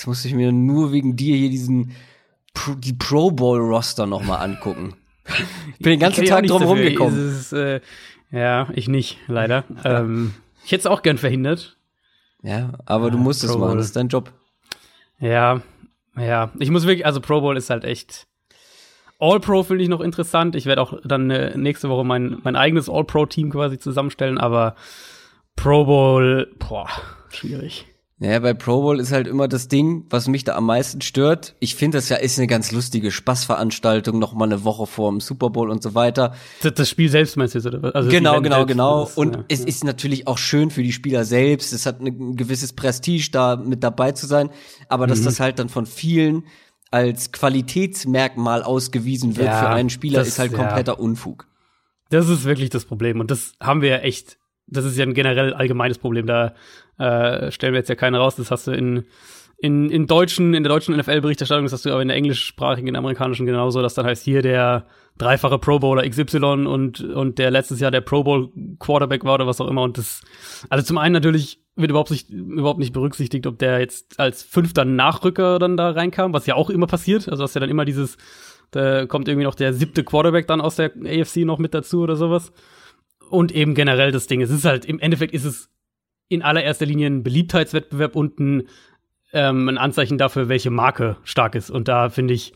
Jetzt muss ich mir nur wegen dir hier die Pro Bowl Roster nochmal angucken. Ich bin den ganzen Tag drum rumgekommen. Ja, ich nicht, leider. Ich hätte es auch gern verhindert. Ja, aber du musst es machen, das ist dein Job. Ja, ich muss wirklich, also Pro Bowl ist halt echt. All-Pro finde ich noch interessant. Ich werde auch dann nächste Woche mein eigenes All-Pro-Team quasi zusammenstellen, aber Pro Bowl, schwierig. Ja, bei Pro Bowl ist halt immer das Ding, was mich da am meisten stört. Ich finde, das ja ist eine ganz lustige Spaßveranstaltung, noch mal eine Woche vor dem Super Bowl und so weiter. Das Spiel selbst meinst du jetzt, oder? Also genau. Und es ist natürlich auch schön für die Spieler selbst. Es hat ein gewisses Prestige, da mit dabei zu sein. Aber dass das halt dann von vielen als Qualitätsmerkmal ausgewiesen wird für einen Spieler, ist halt kompletter Unfug. Das ist wirklich das Problem. Und das haben wir ja echt, das ist ja ein generell allgemeines Problem. Da stellen wir jetzt ja keinen raus. Das hast du in der deutschen NFL-Berichterstattung, das hast du aber in der englischsprachigen, in der amerikanischen genauso, dass dann heißt, hier der dreifache Pro Bowler XY und der letztes Jahr der Pro Bowl Quarterback war oder was auch immer. Und das, also zum einen natürlich wird überhaupt nicht berücksichtigt, ob der jetzt als 5. Nachrücker dann da reinkam, was ja auch immer passiert. Also hast ja dann immer da kommt irgendwie noch der 7. Quarterback dann aus der AFC noch mit dazu oder sowas. Und eben generell das Ding. Es ist halt, im Endeffekt ist es in allererster Linie ein Beliebtheitswettbewerb und ein Anzeichen dafür, welche Marke stark ist. Und da finde ich,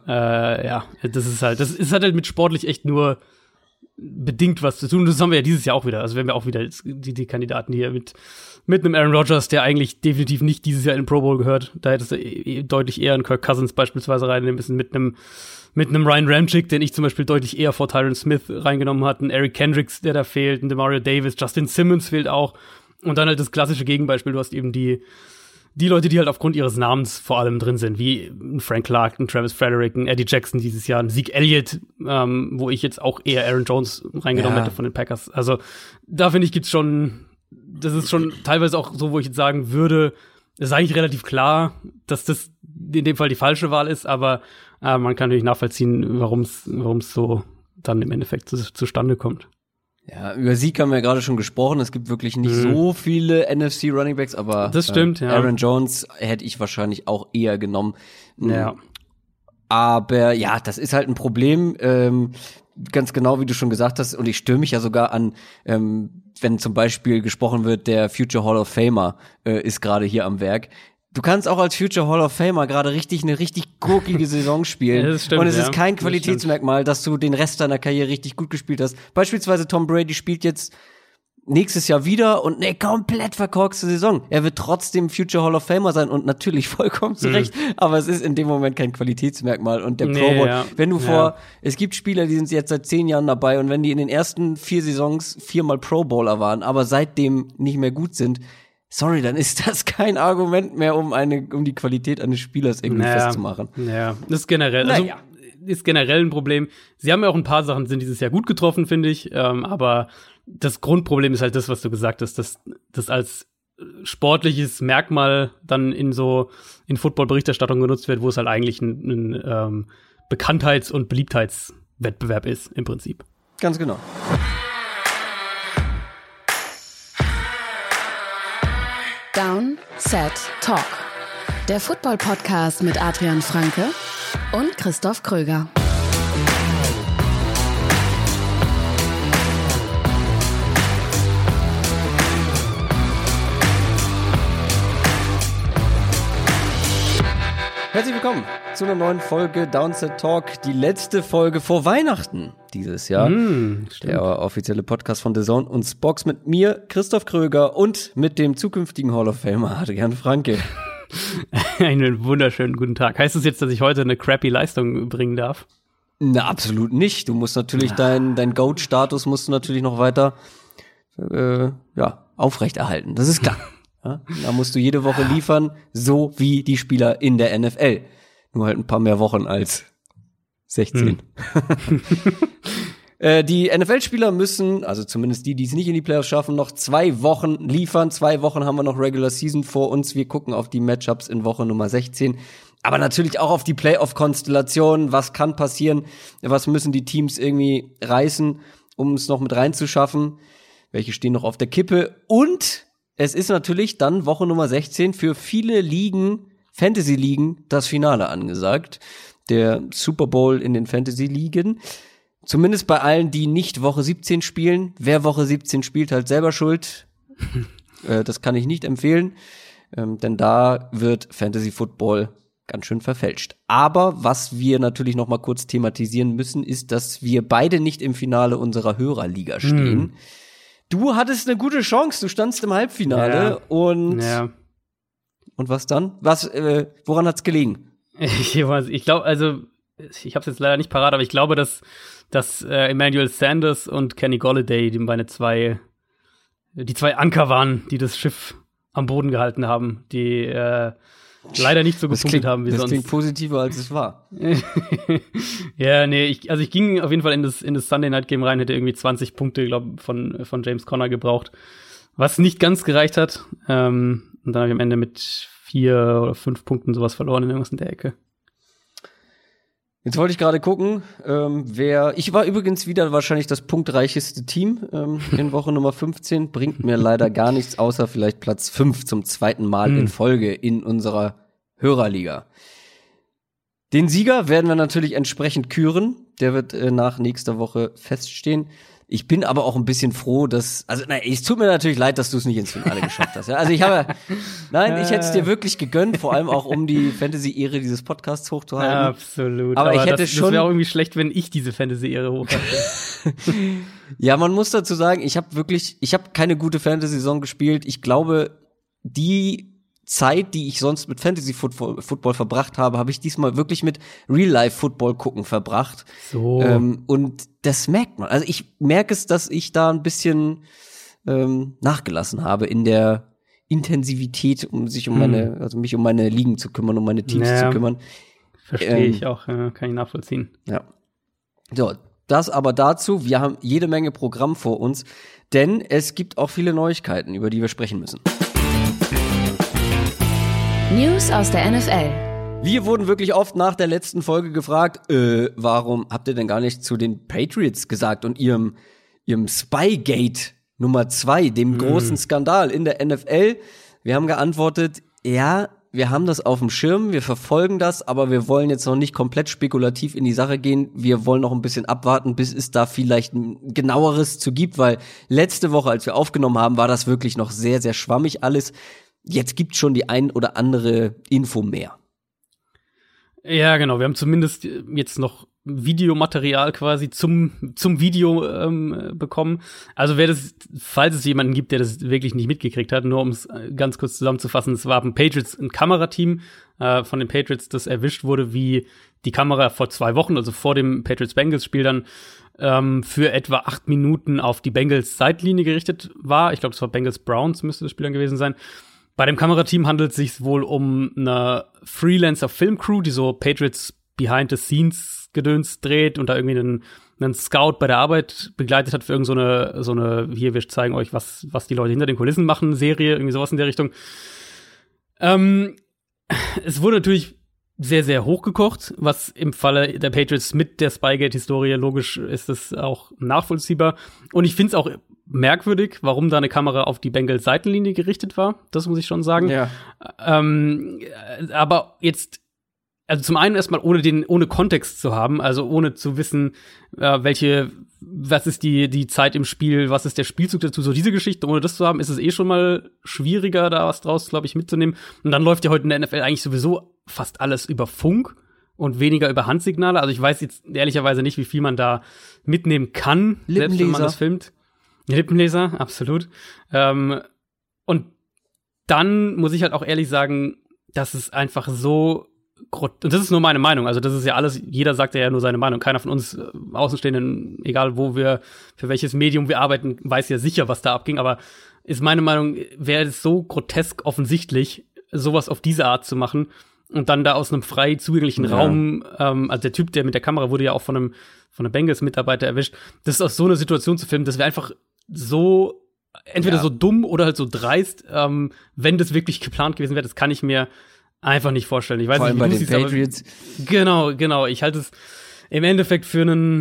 das ist halt mit sportlich echt nur bedingt was zu tun. Und das haben wir ja dieses Jahr auch wieder. Also wenn wir auch wieder die Kandidaten hier mit einem Aaron Rodgers, der eigentlich definitiv nicht dieses Jahr in den Pro Bowl gehört. Da hättest du deutlich eher einen Kirk Cousins beispielsweise reinnehmen müssen, mit einem Ryan Ramczyk, den ich zum Beispiel deutlich eher vor Tyron Smith reingenommen hatte, einen Eric Kendricks, der da fehlt, ein Demario Davis, Justin Simmons fehlt auch. Und dann halt das klassische Gegenbeispiel, du hast eben die Leute, die halt aufgrund ihres Namens vor allem drin sind, wie ein Frank Clark, ein Travis Frederick, ein Eddie Jackson dieses Jahr, ein Zeke Elliott, wo ich jetzt auch eher Aaron Jones reingenommen hätte von den Packers. Also da finde ich, das ist schon teilweise auch so, wo ich jetzt sagen würde, es ist eigentlich relativ klar, dass das in dem Fall die falsche Wahl ist, aber man kann natürlich nachvollziehen, warum es so dann im Endeffekt zustande kommt. Ja, über Sieg haben wir ja gerade schon gesprochen. Es gibt wirklich nicht so viele NFC-Runningbacks, aber das stimmt, Aaron Jones hätte ich wahrscheinlich auch eher genommen. Ja. Aber ja, das ist halt ein Problem, ganz genau, wie du schon gesagt hast. Und ich störe mich ja sogar an, wenn zum Beispiel gesprochen wird, der Future Hall of Famer ist gerade hier am Werk. Du kannst auch als Future Hall of Famer gerade eine richtig gurkige Saison spielen. Ja, das stimmt, und es ist kein Qualitätsmerkmal, dass du den Rest deiner Karriere richtig gut gespielt hast. Beispielsweise Tom Brady spielt jetzt nächstes Jahr wieder und eine komplett verkorkste Saison. Er wird trotzdem Future Hall of Famer sein und natürlich vollkommen zu Recht, aber es ist in dem Moment kein Qualitätsmerkmal. Und der Pro Bowl, wenn du es gibt Spieler, die sind jetzt seit 10 Jahren dabei und wenn die in den ersten 4 Saisons 4-mal Pro Bowler waren, aber seitdem nicht mehr gut sind, sorry, dann ist das kein Argument mehr, um die Qualität eines Spielers irgendwie festzumachen. Ja, das ist generell, ist generell ein Problem. Sie haben ja auch ein paar Sachen, sind dieses Jahr gut getroffen, finde ich, aber das Grundproblem ist halt das, was du gesagt hast, dass das als sportliches Merkmal dann in Football-Berichterstattung genutzt wird, wo es halt eigentlich ein Bekanntheits- und Beliebtheitswettbewerb ist, im Prinzip. Ganz genau. Down, Set, Talk. Der Football-Podcast mit Adrian Franke und Christoph Kröger. Herzlich willkommen zu einer neuen Folge Downset Talk, die letzte Folge vor Weihnachten dieses Jahr. Der offizielle Podcast von The Zone und Spox mit mir, Christoph Kröger, und mit dem zukünftigen Hall of Famer Adrian Franke. Einen wunderschönen guten Tag. Heißt es das jetzt, dass ich heute eine crappy Leistung bringen darf? Na, absolut nicht. Du musst natürlich dein GOAT-Status musst du natürlich noch weiter aufrechterhalten. Das ist klar. Ja, da musst du jede Woche liefern, so wie die Spieler in der NFL. Nur halt ein paar mehr Wochen als 16. Die NFL-Spieler müssen, also zumindest die es nicht in die Playoffs schaffen, noch 2 Wochen liefern. 2 Wochen haben wir noch Regular Season vor uns. Wir gucken auf die Matchups in Woche Nummer 16. Aber natürlich auch auf die Playoff-Konstellation. Was kann passieren? Was müssen die Teams irgendwie reißen, um es noch mit reinzuschaffen? Welche stehen noch auf der Kippe? Und es ist natürlich dann Woche Nummer 16 für viele Ligen Fantasy-Ligen das Finale angesagt. Der Super Bowl in den Fantasy-Ligen. Zumindest bei allen, die nicht Woche 17 spielen. Wer Woche 17 spielt, halt selber schuld. Das kann ich nicht empfehlen. Denn da wird Fantasy Football ganz schön verfälscht. Aber was wir natürlich noch mal kurz thematisieren müssen, ist, dass wir beide nicht im Finale unserer Hörerliga stehen. Du hattest eine gute Chance, du standst im Halbfinale und was dann? Woran hat's gelegen? Ich glaube, also ich habe es jetzt leider nicht parat, aber ich glaube, dass Emmanuel Sanders und Kenny Golladay die zwei Anker waren, die das Schiff am Boden gehalten haben, die leider nicht so gepunktet haben wie sonst. Das klingt positiver, als es war. Ja, nee, ich ging auf jeden Fall in das Sunday Night Game rein, hätte irgendwie 20 Punkte, glaube von James Conner gebraucht, was nicht ganz gereicht hat. Und dann habe ich am Ende mit 4 oder 5 Punkten sowas verloren in irgendwas in der Ecke. Jetzt wollte ich gerade gucken, ich war übrigens wieder wahrscheinlich das punktreicheste Team in Woche Nummer 15, bringt mir leider gar nichts, außer vielleicht Platz 5 zum zweiten Mal in Folge in unserer Hörerliga. Den Sieger werden wir natürlich entsprechend küren, der wird nach nächster Woche feststehen. Ich bin aber auch ein bisschen froh, es tut mir natürlich leid, dass du es nicht ins Finale geschafft hast. Ja? Also ich hätte es dir wirklich gegönnt, vor allem auch um die Fantasy-Ehre dieses Podcasts hochzuhalten. Ja, absolut. Aber ich hätte das wäre auch irgendwie schlecht, wenn ich diese Fantasy-Ehre hochhalte. Ja, man muss dazu sagen, ich habe keine gute Fantasy-Saison gespielt. Ich glaube, die Zeit, die ich sonst mit Fantasy-Football verbracht habe ich diesmal wirklich mit Real-Life-Football gucken verbracht. So. Und das merkt man. Also ich merke es, dass ich da ein bisschen nachgelassen habe in der Intensivität, mich um meine Ligen zu kümmern, um meine Teams zu kümmern. Verstehe ich auch, kann ich nachvollziehen. Ja. So, das aber dazu, wir haben jede Menge Programm vor uns, denn es gibt auch viele Neuigkeiten, über die wir sprechen müssen. News aus der NFL. Wir wurden wirklich oft nach der letzten Folge gefragt, warum habt ihr denn gar nicht zu den Patriots gesagt und ihrem Spygate Nummer 2, dem großen Skandal in der NFL? Wir haben geantwortet, ja, wir haben das auf dem Schirm, wir verfolgen das, aber wir wollen jetzt noch nicht komplett spekulativ in die Sache gehen. Wir wollen noch ein bisschen abwarten, bis es da vielleicht ein genaueres zu gibt, weil letzte Woche, als wir aufgenommen haben, war das wirklich noch sehr, sehr schwammig alles. Jetzt gibt's schon die ein oder andere Info mehr. Ja, genau. Wir haben zumindest jetzt noch Videomaterial quasi zum Video bekommen. Also falls es jemanden gibt, der das wirklich nicht mitgekriegt hat, nur um es ganz kurz zusammenzufassen, es war ein Kamerateam von den Patriots, das erwischt wurde, wie die Kamera vor 2 Wochen, also vor dem Patriots-Bengals-Spiel dann für etwa 8 Minuten auf die Bengals-Seitlinie gerichtet war. Ich glaube, das war Bengals-Browns, müsste das Spiel dann gewesen sein. Bei dem Kamerateam handelt es sich wohl um eine Freelancer-Filmcrew, die so Patriots Behind-the-Scenes-Gedöns dreht und da irgendwie einen Scout bei der Arbeit begleitet hat für irgend so eine hier, wir zeigen euch, was die Leute hinter den Kulissen machen, Serie, irgendwie sowas in der Richtung. Es wurde natürlich sehr, sehr hochgekocht, was im Falle der Patriots mit der Spygate-Historie, logisch ist es auch nachvollziehbar. Und ich finde es auch merkwürdig, warum da eine Kamera auf die Bengals Seitenlinie gerichtet war. Das muss ich schon sagen. Ja. Aber jetzt, also zum einen erstmal ohne Kontext zu haben, also ohne zu wissen, was ist die Zeit im Spiel, was ist der Spielzug dazu, so diese Geschichte, ohne das zu haben, ist es schon mal schwieriger, da was draus, glaube ich, mitzunehmen. Und dann läuft ja heute in der NFL eigentlich sowieso fast alles über Funk und weniger über Handsignale. Also ich weiß jetzt ehrlicherweise nicht, wie viel man da mitnehmen kann, selbst wenn man das filmt. Lippenleser, absolut. Und dann muss ich halt auch ehrlich sagen, dass es einfach so, und das ist nur meine Meinung, also das ist ja alles, jeder sagt ja nur seine Meinung, keiner von uns Außenstehenden, egal für welches Medium wir arbeiten, weiß ja sicher, was da abging, aber ist meine Meinung, wäre es so grotesk offensichtlich, sowas auf diese Art zu machen und dann da aus einem frei zugänglichen Raum, also der Typ, der mit der Kamera wurde ja auch von einem Bengals-Mitarbeiter erwischt, das aus so einer Situation zu filmen, das wäre einfach so, entweder so dumm oder halt so dreist, wenn das wirklich geplant gewesen wäre, das kann ich mir einfach nicht vorstellen. Ich weiß vor allem nicht, wie bei den Patriots. Genau. Ich halte es im Endeffekt für einen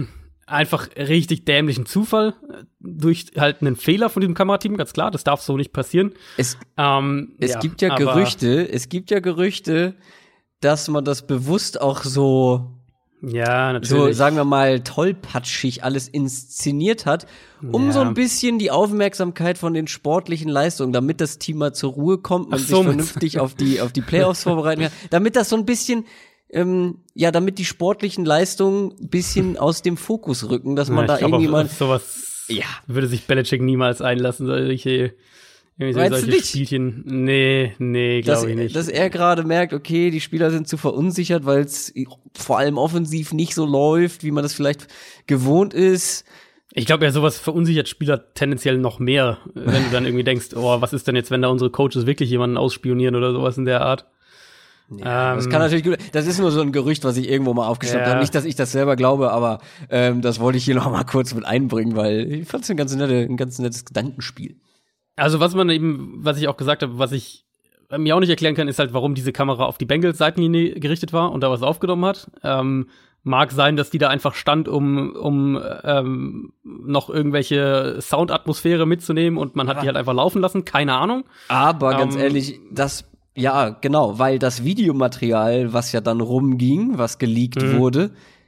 einfach richtig dämlichen Zufall durch halt einen Fehler von diesem Kamerateam, ganz klar, das darf so nicht passieren. Es gibt ja Gerüchte, dass man das bewusst auch so natürlich. So, sagen wir mal, tollpatschig alles inszeniert hat, um so ein bisschen die Aufmerksamkeit von den sportlichen Leistungen, damit das Team mal zur Ruhe kommt, man sich vernünftig auf die Playoffs vorbereiten kann, damit das so ein bisschen damit die sportlichen Leistungen ein bisschen aus dem Fokus rücken, dass man da irgendwie mal sowas würde sich Belichick niemals einlassen, solche Spielchen. Nee, glaube ich nicht. Dass er gerade merkt, okay, die Spieler sind zu verunsichert, weil es vor allem offensiv nicht so läuft, wie man das vielleicht gewohnt ist. Ich glaube sowas verunsichert Spieler tendenziell noch mehr, wenn du dann irgendwie denkst, oh, was ist denn jetzt, wenn da unsere Coaches wirklich jemanden ausspionieren oder sowas in der Art. Ja, das kann natürlich gut. Das ist nur so ein Gerücht, was ich irgendwo mal aufgeschnappt habe. Nicht, dass ich das selber glaube, aber das wollte ich hier noch mal kurz mit einbringen, weil ich fand es ein ganz nettes Gedankenspiel. Also was ich auch gesagt habe, was ich mir auch nicht erklären kann, ist halt, warum diese Kamera auf die Bengals-Seitenlinie gerichtet war und da was aufgenommen hat. Mag sein, dass die da einfach stand, um noch irgendwelche Soundatmosphäre mitzunehmen und man hat die halt einfach laufen lassen. Keine Ahnung. Aber ganz ehrlich, ja, genau, weil das Videomaterial, was ja dann rumging, was geleakt wurde,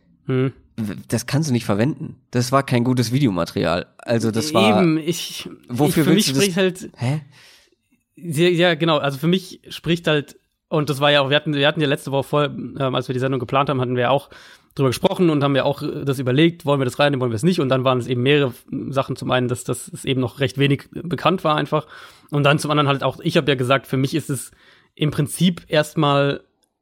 das kannst du nicht verwenden. Das war kein gutes Videomaterial. Also das war wofür willst du das? Spricht halt, hä? Ja, genau. Also für mich spricht halt, und das war ja auch, wir hatten ja letzte Woche vorher, als wir die Sendung geplant haben, hatten wir ja auch drüber gesprochen und haben ja auch das überlegt, wollen wir das reinnehmen, wollen wir es nicht. Und dann waren es eben mehrere Sachen. Zum einen, dass das eben noch recht wenig bekannt war einfach. Und dann zum anderen halt auch, ich habe ja gesagt, für mich ist es im Prinzip erstmal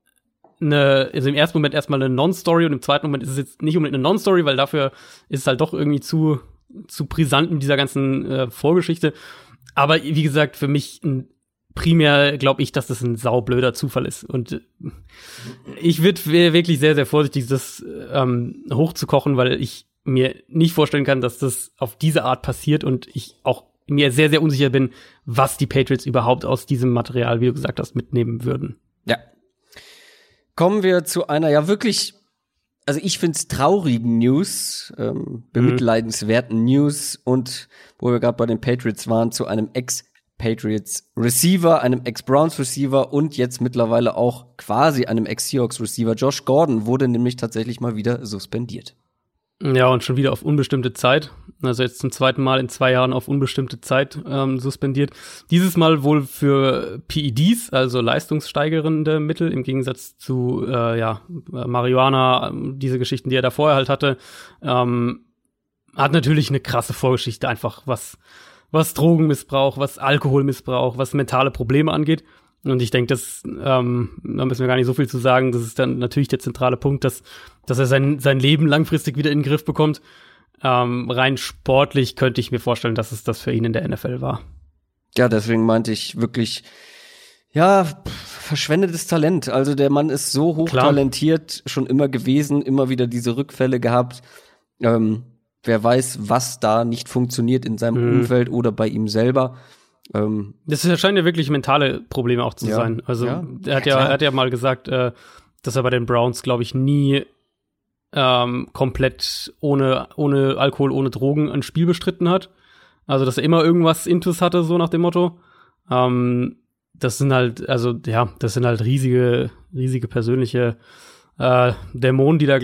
also im ersten Moment erstmal eine Non-Story und im zweiten Moment ist es jetzt nicht unbedingt eine Non-Story, weil dafür ist es halt doch irgendwie zu brisant mit dieser ganzen Vorgeschichte. Aber wie gesagt, für mich primär glaube ich, dass das ein saublöder Zufall ist. Und ich wäre wirklich sehr, sehr vorsichtig, das hochzukochen, weil ich mir nicht vorstellen kann, dass das auf diese Art passiert und ich auch mir sehr, sehr unsicher bin, was die Patriots überhaupt aus diesem Material, wie du gesagt hast, mitnehmen würden. Ja. Kommen wir zu einer wirklich, also ich find's traurigen News, bemitleidenswerten News und wo wir gerade bei den Patriots waren, zu einem Ex-Patriots Receiver, einem Ex-Browns Receiver und jetzt mittlerweile auch quasi einem Ex-Seahawks Receiver. Josh Gordon wurde nämlich tatsächlich mal wieder suspendiert. Ja, und schon wieder auf unbestimmte Zeit. Also jetzt zum zweiten Mal in 2 Jahren auf unbestimmte Zeit suspendiert. Dieses Mal wohl für PEDs, also leistungssteigernde Mittel, im Gegensatz zu Marihuana, diese Geschichten, die er da vorher halt hatte. Hat natürlich eine krasse Vorgeschichte, einfach was Drogenmissbrauch, was Alkoholmissbrauch, was mentale Probleme angeht. Und ich denke, da müssen wir gar nicht so viel zu sagen. Das ist dann natürlich der zentrale Punkt, dass er sein Leben langfristig wieder in den Griff bekommt. Rein sportlich könnte ich mir vorstellen, dass es das für ihn in der NFL war. Ja, deswegen meinte ich wirklich, ja, verschwendetes Talent. Also der Mann ist so hochtalentiert schon immer gewesen, immer wieder diese Rückfälle gehabt. Wer weiß, was da nicht funktioniert in seinem Umfeld oder bei ihm selber. Das scheint ja wirklich mentale Probleme auch zu sein. Also er hat ja mal gesagt, dass er bei den Browns, glaube ich, nie komplett ohne Alkohol, ohne Drogen ein Spiel bestritten hat. Also dass er immer irgendwas Intus hatte, so nach dem Motto. Das sind halt riesige persönliche Dämonen, die er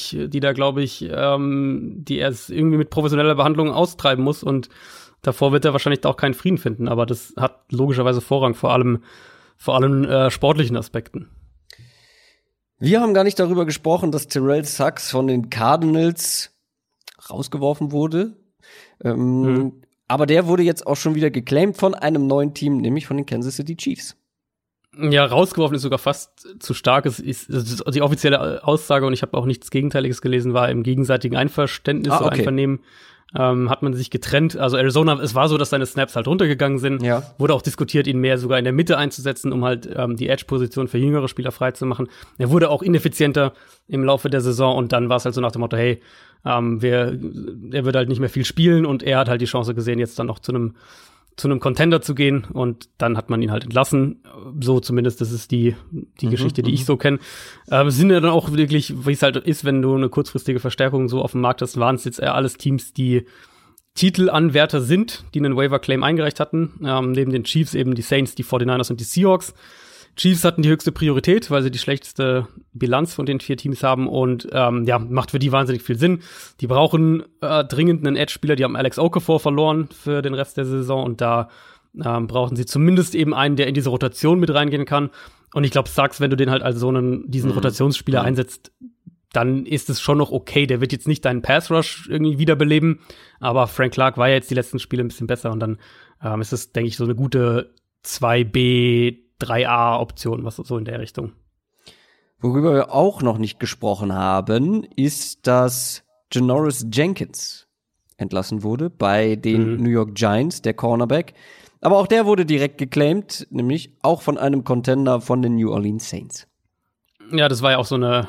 irgendwie mit professioneller Behandlung austreiben muss und davor wird er wahrscheinlich auch keinen Frieden finden, aber das hat logischerweise Vorrang vor allem sportlichen Aspekten. Wir haben gar nicht darüber gesprochen, dass Terrell Suggs von den Cardinals rausgeworfen wurde. Aber der wurde jetzt auch schon wieder geclaimed von einem neuen Team, nämlich von den Kansas City Chiefs. Ja, rausgeworfen ist sogar fast zu stark. Es ist die offizielle Aussage, und ich habe auch nichts Gegenteiliges gelesen, war im gegenseitigen Einverständnis oder Einvernehmen. Hat man sich getrennt. Also Arizona, es war so, dass seine Snaps halt runtergegangen sind. Ja. Wurde auch diskutiert, ihn mehr sogar in der Mitte einzusetzen, um halt die Edge-Position für jüngere Spieler freizumachen. Er wurde auch ineffizienter im Laufe der Saison und dann war es halt so nach dem Motto, hey, er wird halt nicht mehr viel spielen und er hat halt die Chance gesehen, jetzt dann noch zu einem zu einem Contender zu gehen und dann hat man ihn halt entlassen. So zumindest, das ist die Geschichte, die ich so kenne. Es sind ja dann auch wirklich, wie es halt ist, wenn du eine kurzfristige Verstärkung so auf dem Markt hast, waren es jetzt eher alles Teams, die Titelanwärter sind, die einen Waiver-Claim eingereicht hatten. Neben den Chiefs eben die Saints, die 49ers und die Seahawks. Chiefs hatten die höchste Priorität, weil sie die schlechteste Bilanz von den 4 Teams haben und macht für die wahnsinnig viel Sinn. Die brauchen dringend einen Edge-Spieler, die haben Alex Okafor verloren für den Rest der Saison und da brauchen sie zumindest eben einen, der in diese Rotation mit reingehen kann. Und ich glaube, Suggs, wenn du den halt als diesen Rotationsspieler einsetzt, dann ist es schon noch okay. Der wird jetzt nicht deinen Pass-Rush irgendwie wiederbeleben, aber Frank Clark war ja jetzt die letzten Spiele ein bisschen besser und dann ist es, denke ich, so eine gute 2B 3A-Option, was so in der Richtung. Worüber wir auch noch nicht gesprochen haben, ist, dass Janoris Jenkins entlassen wurde bei den New York Giants, der Cornerback. Aber auch der wurde direkt geclaimed, nämlich auch von einem Contender von den New Orleans Saints. Ja, das war ja auch so eine,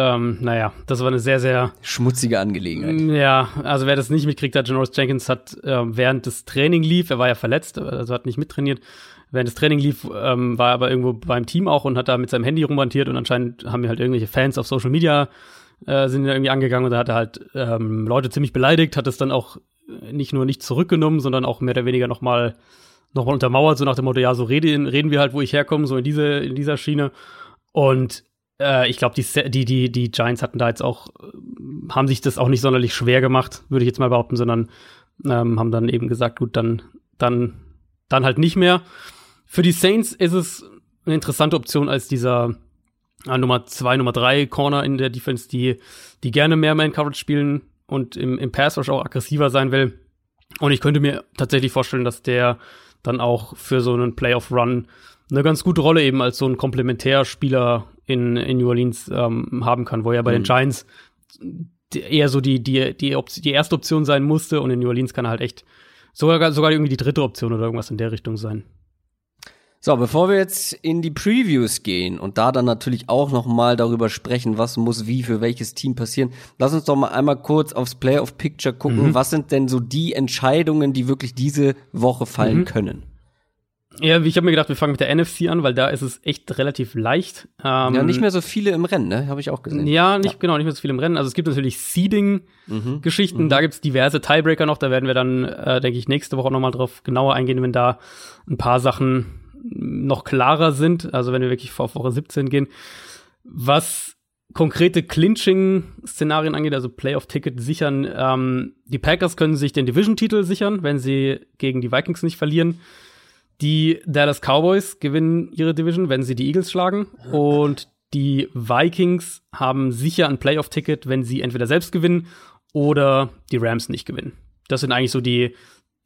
das war eine sehr, sehr schmutzige Angelegenheit. Ja, also wer das nicht mitkriegt hat, Janoris Jenkins hat während des Training lief, er war ja verletzt, also hat nicht mittrainiert. Während das Training lief, war er aber irgendwo beim Team auch und hat da mit seinem Handy rumhantiert und anscheinend haben mir halt irgendwelche Fans auf Social Media sind ihn irgendwie angegangen und da hat er halt Leute ziemlich beleidigt, hat es dann auch nicht nur nicht zurückgenommen, sondern auch mehr oder weniger noch mal untermauert, so nach dem Motto, ja, so reden wir halt, wo ich herkomme, so in dieser Schiene. Und ich glaube, die Giants hatten da jetzt auch, haben sich das auch nicht sonderlich schwer gemacht, würde ich jetzt mal behaupten, sondern haben dann eben gesagt, gut, dann halt nicht mehr. Für die Saints ist es eine interessante Option als dieser Nummer 2, Nummer 3 Corner in der Defense, die gerne mehr Man-Coverage spielen und im Pass-Rush auch aggressiver sein will. Und ich könnte mir tatsächlich vorstellen, dass der dann auch für so einen Playoff-Run eine ganz gute Rolle eben als so ein Komplementärspieler in New Orleans haben kann, wo er bei den Giants eher so die erste Option sein musste und in New Orleans kann er halt echt sogar irgendwie die dritte Option oder irgendwas in der Richtung sein. So, bevor wir jetzt in die Previews gehen und da dann natürlich auch noch mal darüber sprechen, was muss wie für welches Team passieren, lass uns doch mal einmal kurz aufs Playoff-Picture gucken. Was sind denn so die Entscheidungen, die wirklich diese Woche fallen können? Ja, ich habe mir gedacht, wir fangen mit der NFC an, weil da ist es echt relativ leicht. Ja, nicht mehr so viele im Rennen, ne? Habe ich auch gesehen. Ja, nicht mehr so viele im Rennen. Also es gibt natürlich Seeding-Geschichten, da gibt's diverse Tiebreaker noch, da werden wir dann, denke ich, nächste Woche noch mal drauf genauer eingehen, wenn da ein paar Sachen noch klarer sind, also wenn wir wirklich auf Woche 17 gehen. Was konkrete Clinching-Szenarien angeht, also Playoff-Ticket sichern, die Packers können sich den Division-Titel sichern, wenn sie gegen die Vikings nicht verlieren. Die Dallas Cowboys gewinnen ihre Division, wenn sie die Eagles schlagen. Und die Vikings haben sicher ein Playoff-Ticket, wenn sie entweder selbst gewinnen oder die Rams nicht gewinnen. Das sind eigentlich so die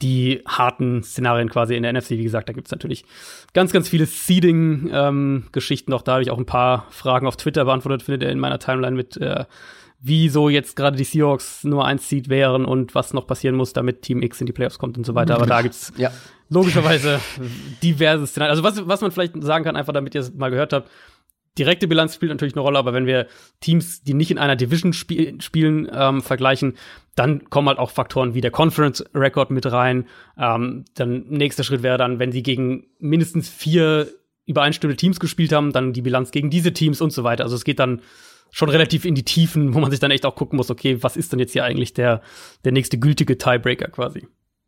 harten Szenarien quasi in der NFC. Wie gesagt, da gibt's natürlich ganz, ganz viele Seeding-Geschichten noch. Da habe ich auch ein paar Fragen auf Twitter beantwortet, findet ihr in meiner Timeline mit wieso jetzt gerade die Seahawks Nummer 1 Seed wären und was noch passieren muss, damit Team X in die Playoffs kommt und so weiter. Aber da gibt's logischerweise diverse Szenarien. Also was man vielleicht sagen kann, einfach damit ihr es mal gehört habt, direkte Bilanz spielt natürlich eine Rolle, aber wenn wir Teams, die nicht in einer Division spielen, vergleichen, dann kommen halt auch Faktoren wie der Conference-Record mit rein. Dann nächster Schritt wäre dann, wenn sie gegen mindestens 4 übereinstimmende Teams gespielt haben, dann die Bilanz gegen diese Teams und so weiter. Also es geht dann schon relativ in die Tiefen, wo man sich dann echt auch gucken muss, okay, was ist denn jetzt hier eigentlich der nächste gültige Tiebreaker quasi?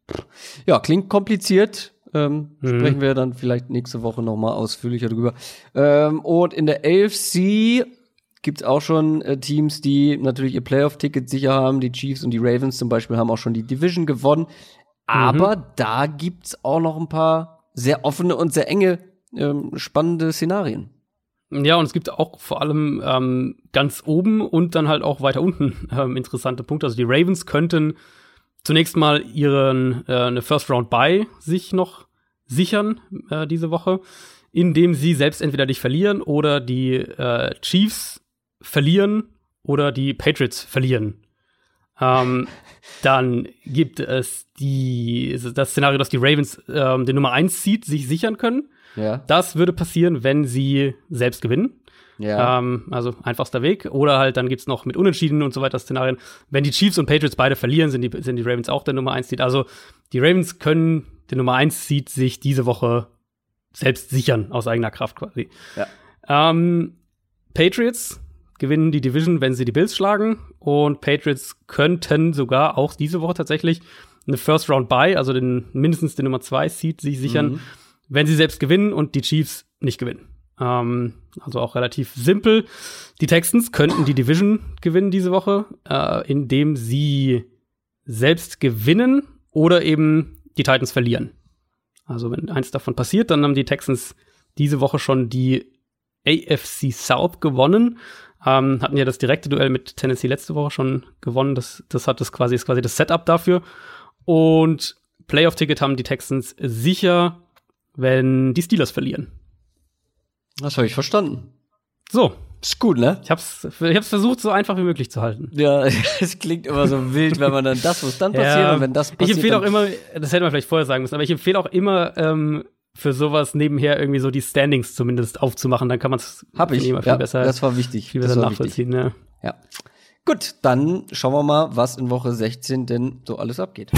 Ja, klingt kompliziert. Sprechen wir dann vielleicht nächste Woche noch mal ausführlicher drüber. Und in der AFC gibt's auch schon Teams, die natürlich ihr Playoff-Ticket sicher haben. Die Chiefs und die Ravens zum Beispiel haben auch schon die Division gewonnen. Aber da gibt's auch noch ein paar sehr offene und sehr enge, spannende Szenarien. Ja, und es gibt auch vor allem ganz oben und dann halt auch weiter unten interessante Punkte. Also die Ravens könnten zunächst mal eine First-Round-Bye sich noch sichern diese Woche, indem sie selbst entweder nicht verlieren oder die Chiefs verlieren oder die Patriots verlieren. Dann gibt es das Szenario, dass die Ravens den Nummer 1 Seed sich sichern können. Ja. Das würde passieren, wenn sie selbst gewinnen. Ja. Also einfachster Weg. Oder halt dann gibt's noch mit Unentschieden und so weiter Szenarien. Wenn die Chiefs und Patriots beide verlieren, sind die Ravens auch der Nummer 1 Seed. Also die Ravens können der Nummer 1 Seed sich diese Woche selbst sichern, aus eigener Kraft quasi. Ja. Patriots gewinnen die Division, wenn sie die Bills schlagen. Und Patriots könnten sogar auch diese Woche tatsächlich eine First-Round-Bye, also mindestens den Nummer 2 Seed sich sichern, wenn sie selbst gewinnen und die Chiefs nicht gewinnen. Also auch relativ simpel. Die Texans könnten die Division gewinnen diese Woche, indem sie selbst gewinnen oder eben die Titans verlieren. Also wenn eins davon passiert, dann haben die Texans diese Woche schon die AFC South gewonnen. Hatten ja das direkte Duell mit Tennessee letzte Woche schon gewonnen. Das ist quasi das Setup dafür. Und Playoff-Ticket haben die Texans sicher, wenn die Steelers verlieren. Das habe ich verstanden. So. Ist gut, ne? Ich hab's versucht, so einfach wie möglich zu halten. Ja, es klingt immer so wild, wenn man dann muss dann passieren und wenn das passiert. Ich empfehle auch immer, das hätte man vielleicht vorher sagen müssen, aber ich empfehle auch immer, für sowas nebenher irgendwie so die Standings zumindest aufzumachen, dann kann man es viel besser. Das war wichtig. Viel besser nachvollziehen, ja. Ja. Gut, dann schauen wir mal, was in Woche 16 denn so alles abgeht.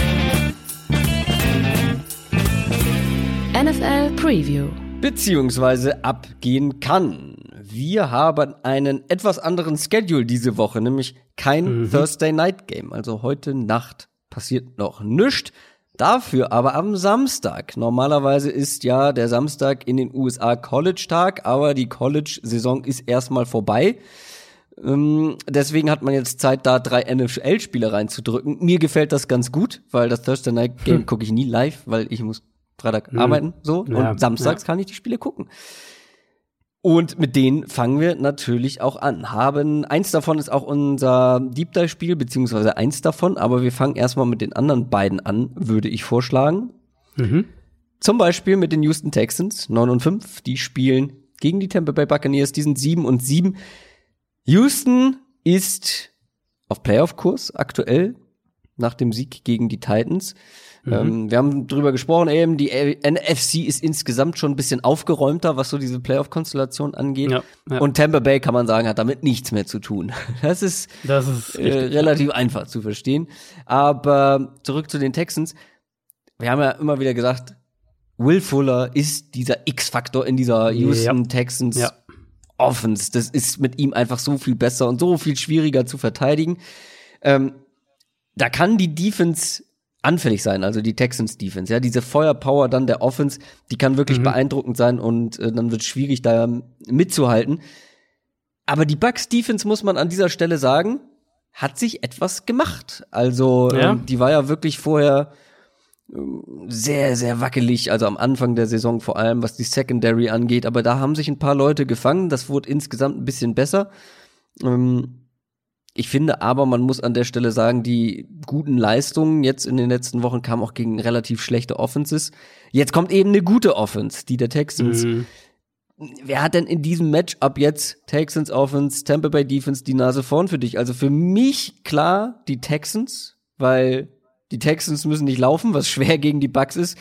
NFL Preview. Beziehungsweise abgehen kann. Wir haben einen etwas anderen Schedule diese Woche, nämlich kein Thursday Night Game. Also heute Nacht passiert noch nichts. Dafür aber am Samstag. Normalerweise ist ja der Samstag in den USA College-Tag, aber die College-Saison ist erstmal vorbei. Deswegen hat man jetzt Zeit, da 3 NFL-Spiele reinzudrücken. Mir gefällt das ganz gut, weil das Thursday Night Game gucke ich nie live, weil ich muss Freitag arbeiten, so. Ja, und samstags kann ich die Spiele gucken. Und mit denen fangen wir natürlich auch an. Eins davon ist auch unser Deep Dive Spiel, beziehungsweise eins davon, aber wir fangen erstmal mit den anderen beiden an, würde ich vorschlagen. Zum Beispiel mit den Houston Texans, 9-5, die spielen gegen die Tampa Bay Buccaneers, die sind 7-7. Houston ist auf Playoff-Kurs aktuell, nach dem Sieg gegen die Titans. Wir haben drüber gesprochen, eben die NFC ist insgesamt schon ein bisschen aufgeräumter, was so diese Playoff-Konstellation angeht. Ja. Und Tampa Bay, kann man sagen, hat damit nichts mehr zu tun. Das ist relativ einfach zu verstehen. Aber zurück zu den Texans. Wir haben ja immer wieder gesagt, Will Fuller ist dieser X-Faktor in dieser Houston Texans Offense. Das ist mit ihm einfach so viel besser und so viel schwieriger zu verteidigen. Da kann die Defense anfällig sein, also die Texans Defense, ja, diese Feuerpower dann der Offense, die kann wirklich beeindruckend sein und dann wird es schwierig, da mitzuhalten. Aber die Bucks Defense, muss man an dieser Stelle sagen, hat sich etwas gemacht. Also die war ja wirklich vorher sehr, sehr wackelig, also am Anfang der Saison vor allem, was die Secondary angeht, aber da haben sich ein paar Leute gefangen, das wurde insgesamt ein bisschen besser. Ich finde aber, man muss an der Stelle sagen, die guten Leistungen jetzt in den letzten Wochen kamen auch gegen relativ schlechte Offenses. Jetzt kommt eben eine gute Offense, die der Texans. Wer hat denn in diesem Matchup jetzt Texans Offense, Tampa Bay Defense die Nase vorn für dich? Also für mich klar die Texans, weil die Texans müssen nicht laufen, was schwer gegen die Bucks ist,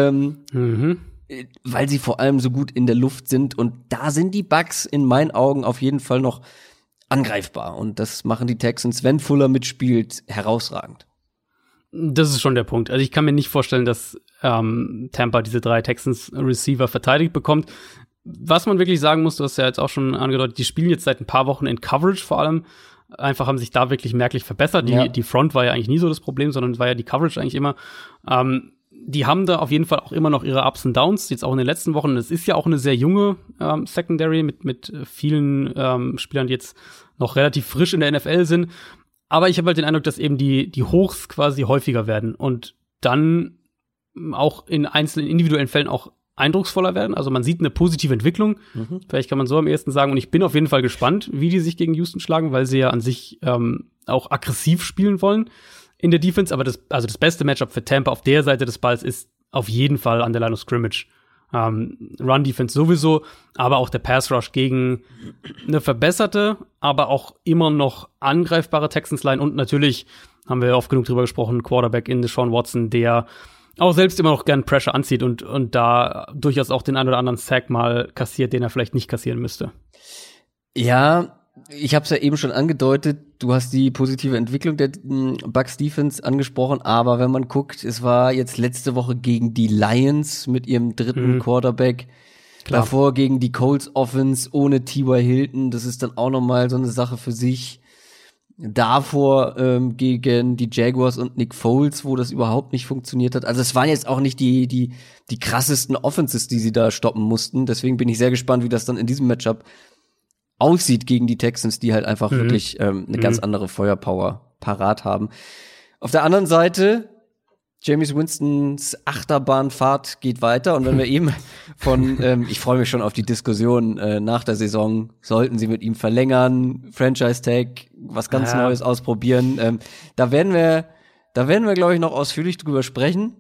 weil sie vor allem so gut in der Luft sind. Und da sind die Bucks in meinen Augen auf jeden Fall noch angreifbar. Und das machen die Texans, wenn Fuller mitspielt, herausragend. Das ist schon der Punkt. Also ich kann mir nicht vorstellen, dass Tampa diese 3 Texans-Receiver verteidigt bekommt. Was man wirklich sagen muss, du hast ja jetzt auch schon angedeutet, die spielen jetzt seit ein paar Wochen in Coverage vor allem. Einfach haben sich da wirklich merklich verbessert. Die Front war ja eigentlich nie so das Problem, sondern war ja die Coverage eigentlich immer. Die haben da auf jeden Fall auch immer noch ihre Ups und Downs, jetzt auch in den letzten Wochen. Es ist ja auch eine sehr junge Secondary mit vielen Spielern, die jetzt noch relativ frisch in der NFL sind. Aber ich habe halt den Eindruck, dass eben die Hochs quasi häufiger werden und dann auch in einzelnen individuellen Fällen auch eindrucksvoller werden. Also man sieht eine positive Entwicklung. Vielleicht kann man so am ehesten sagen. Und ich bin auf jeden Fall gespannt, wie die sich gegen Houston schlagen, weil sie ja an sich auch aggressiv spielen wollen in der Defense. Aber das beste Matchup für Tampa auf der Seite des Balls ist auf jeden Fall an der Line of Scrimmage. Run-Defense sowieso, aber auch der Pass-Rush gegen eine verbesserte, aber auch immer noch angreifbare Texans-Line. Und natürlich haben wir oft genug drüber gesprochen, Quarterback in Deshaun Watson, der auch selbst immer noch gern Pressure anzieht und da durchaus auch den einen oder anderen Sack mal kassiert, den er vielleicht nicht kassieren müsste. Ja, ich habe es ja eben schon angedeutet, du hast die positive Entwicklung der Bucks Defense angesprochen, aber wenn man guckt, es war jetzt letzte Woche gegen die Lions mit ihrem dritten Quarterback, Klar. davor gegen die Colts Offense ohne T.Y. Hilton, das ist dann auch nochmal so eine Sache für sich. Davor gegen die Jaguars und Nick Foles, wo das überhaupt nicht funktioniert hat. Also es waren jetzt auch nicht die krassesten Offenses, die sie da stoppen mussten. Deswegen bin ich sehr gespannt, wie das dann in diesem Matchup aussieht gegen die Texans, die halt einfach wirklich eine ganz andere Feuerpower parat haben. Auf der anderen Seite, Jameis Winstons Achterbahnfahrt geht weiter. Und wenn wir eben ich freue mich schon auf die Diskussion nach der Saison, sollten sie mit ihm verlängern, Franchise-Tag, was ganz Neues ausprobieren. Da werden wir, glaube ich, noch ausführlich drüber sprechen.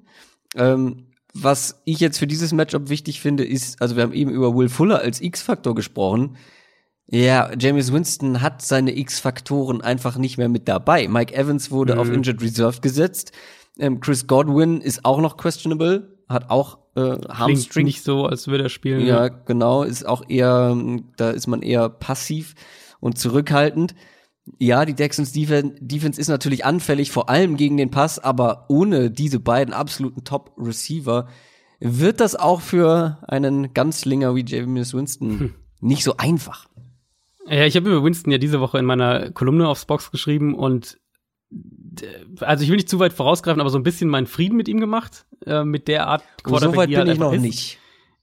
Was ich jetzt für dieses Matchup wichtig finde, ist, also wir haben eben über Will Fuller als X-Faktor gesprochen. Ja, Jameis Winston hat seine X-Faktoren einfach nicht mehr mit dabei. Mike Evans wurde auf Injured Reserve gesetzt. Chris Godwin ist auch noch questionable, hat auch Hamstring. Klingt nicht so, als würde er spielen. Ja, genau, ist auch eher, da ist man eher passiv und zurückhaltend. Ja, die Texans Defense ist natürlich anfällig, vor allem gegen den Pass, aber ohne diese beiden absoluten Top-Receiver wird das auch für einen Ganzlinger wie Jameis Winston nicht so einfach. Ja, ich habe über Winston ja diese Woche in meiner Kolumne aufs Box geschrieben und also ich will nicht zu weit vorausgreifen, aber so ein bisschen meinen Frieden mit ihm gemacht, mit der Art Quarterback, so weit bin ich noch nicht.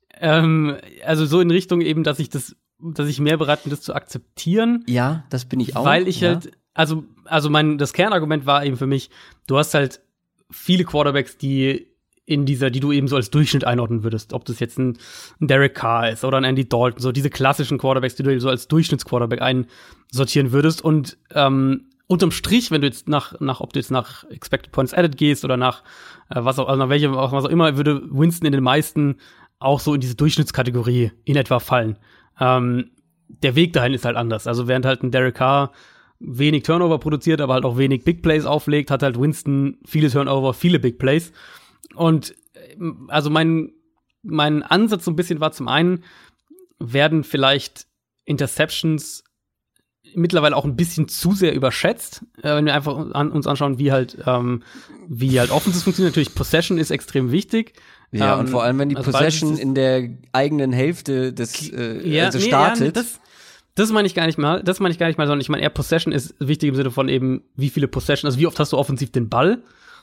Also so in Richtung eben, dass ich mehr bereit bin, das zu akzeptieren. Ja, das bin ich auch. Weil ich halt, das Kernargument war eben für mich, du hast halt viele Quarterbacks, die du eben so als Durchschnitt einordnen würdest. Ob das jetzt ein Derek Carr ist oder ein Andy Dalton, so diese klassischen Quarterbacks, die du eben so als Durchschnittsquarterback einsortieren würdest. Und unterm Strich, wenn du jetzt ob du jetzt nach Expected Points Added gehst oder nach was auch immer, würde Winston in den meisten auch so in diese Durchschnittskategorie in etwa fallen. Der Weg dahin ist halt anders. Also während halt ein Derek Carr wenig Turnover produziert, aber halt auch wenig Big Plays auflegt, hat halt Winston viele Turnover, viele Big Plays. Und also mein Ansatz so ein bisschen war, zum einen werden vielleicht Interceptions mittlerweile auch ein bisschen zu sehr überschätzt, wenn wir einfach uns anschauen, wie halt Offenses funktioniert. Natürlich, Possession ist extrem wichtig. Ja, und vor allem, wenn die Possession in der eigenen Hälfte startet. Das meine ich gar nicht mal, sondern ich meine eher Possession ist wichtig im Sinne von eben, wie viele Possession, also wie oft hast du offensiv den Ball.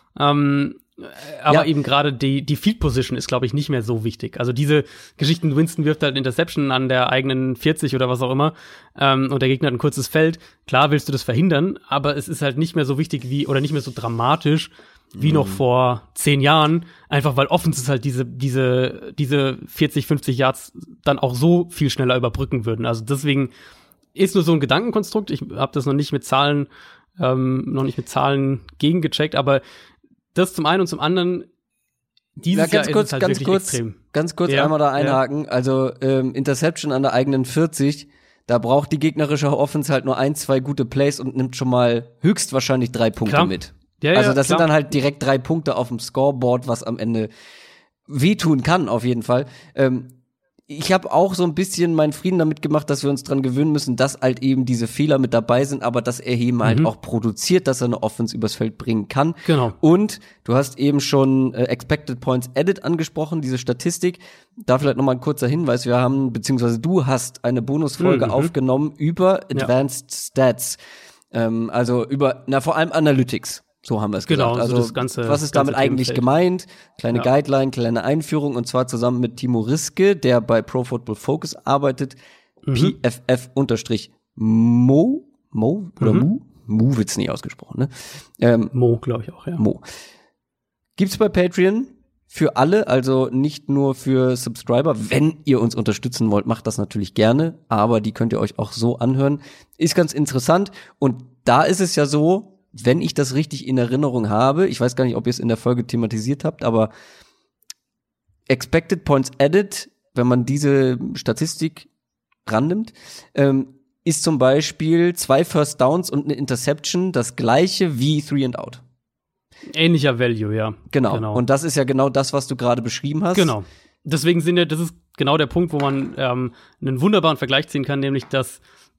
Aber eben gerade die Field Position ist, glaube ich, nicht mehr so wichtig. Also diese Geschichten, Winston wirft halt Interception an der eigenen 40 oder was auch immer, und der Gegner hat ein kurzes Feld. Klar willst du das verhindern, aber es ist halt nicht mehr so wichtig oder nicht mehr so dramatisch wie noch vor 10 Jahren, einfach weil Offenses halt diese 40, 50 Yards dann auch so viel schneller überbrücken würden. Also deswegen ist nur so ein Gedankenkonstrukt. Ich habe das noch nicht mit Zahlen gegengecheckt, aber das zum einen und zum anderen, dieses Jahr ist es halt wirklich extrem. Ganz kurz einmal da einhaken. Also Interception an der eigenen 40, da braucht die gegnerische Offense halt nur 1, 2 gute Plays und nimmt schon mal höchstwahrscheinlich 3 Punkte mit. Ja, also das sind dann halt direkt 3 Punkte auf dem Scoreboard, was am Ende wehtun kann, auf jeden Fall. Ich habe auch so ein bisschen meinen Frieden damit gemacht, dass wir uns dran gewöhnen müssen, dass halt eben diese Fehler mit dabei sind, aber dass er eben halt auch produziert, dass er eine Offense übers Feld bringen kann. Genau. Und du hast eben schon Expected Points Added angesprochen, diese Statistik. Da vielleicht noch mal ein kurzer Hinweis. Wir haben, beziehungsweise du hast eine Bonusfolge aufgenommen über Advanced Stats. Also über, vor allem Analytics. So haben wir es gesagt. Also das ganze, was ist damit eigentlich gemeint? Kleine Guideline, kleine Einführung, und zwar zusammen mit Timo Riske, der bei Pro Football Focus arbeitet. PFF_Mo oder Mu wird's nicht ausgesprochen, ne? Mo, glaube ich auch, ja. Mo. Gibt's bei Patreon für alle, also nicht nur für Subscriber. Wenn ihr uns unterstützen wollt, macht das natürlich gerne, aber die könnt ihr euch auch so anhören. Ist ganz interessant, und da ist es ja so, wenn ich das richtig in Erinnerung habe, ich weiß gar nicht, ob ihr es in der Folge thematisiert habt, aber Expected Points Added, wenn man diese Statistik rannimmt, ist zum Beispiel 2 First Downs und eine Interception das gleiche wie 3 and Out. Ähnlicher Value, ja. Genau. Und das ist ja genau das, was du gerade beschrieben hast. Genau. Deswegen das ist genau der Punkt, wo man einen wunderbaren Vergleich ziehen kann, nämlich dass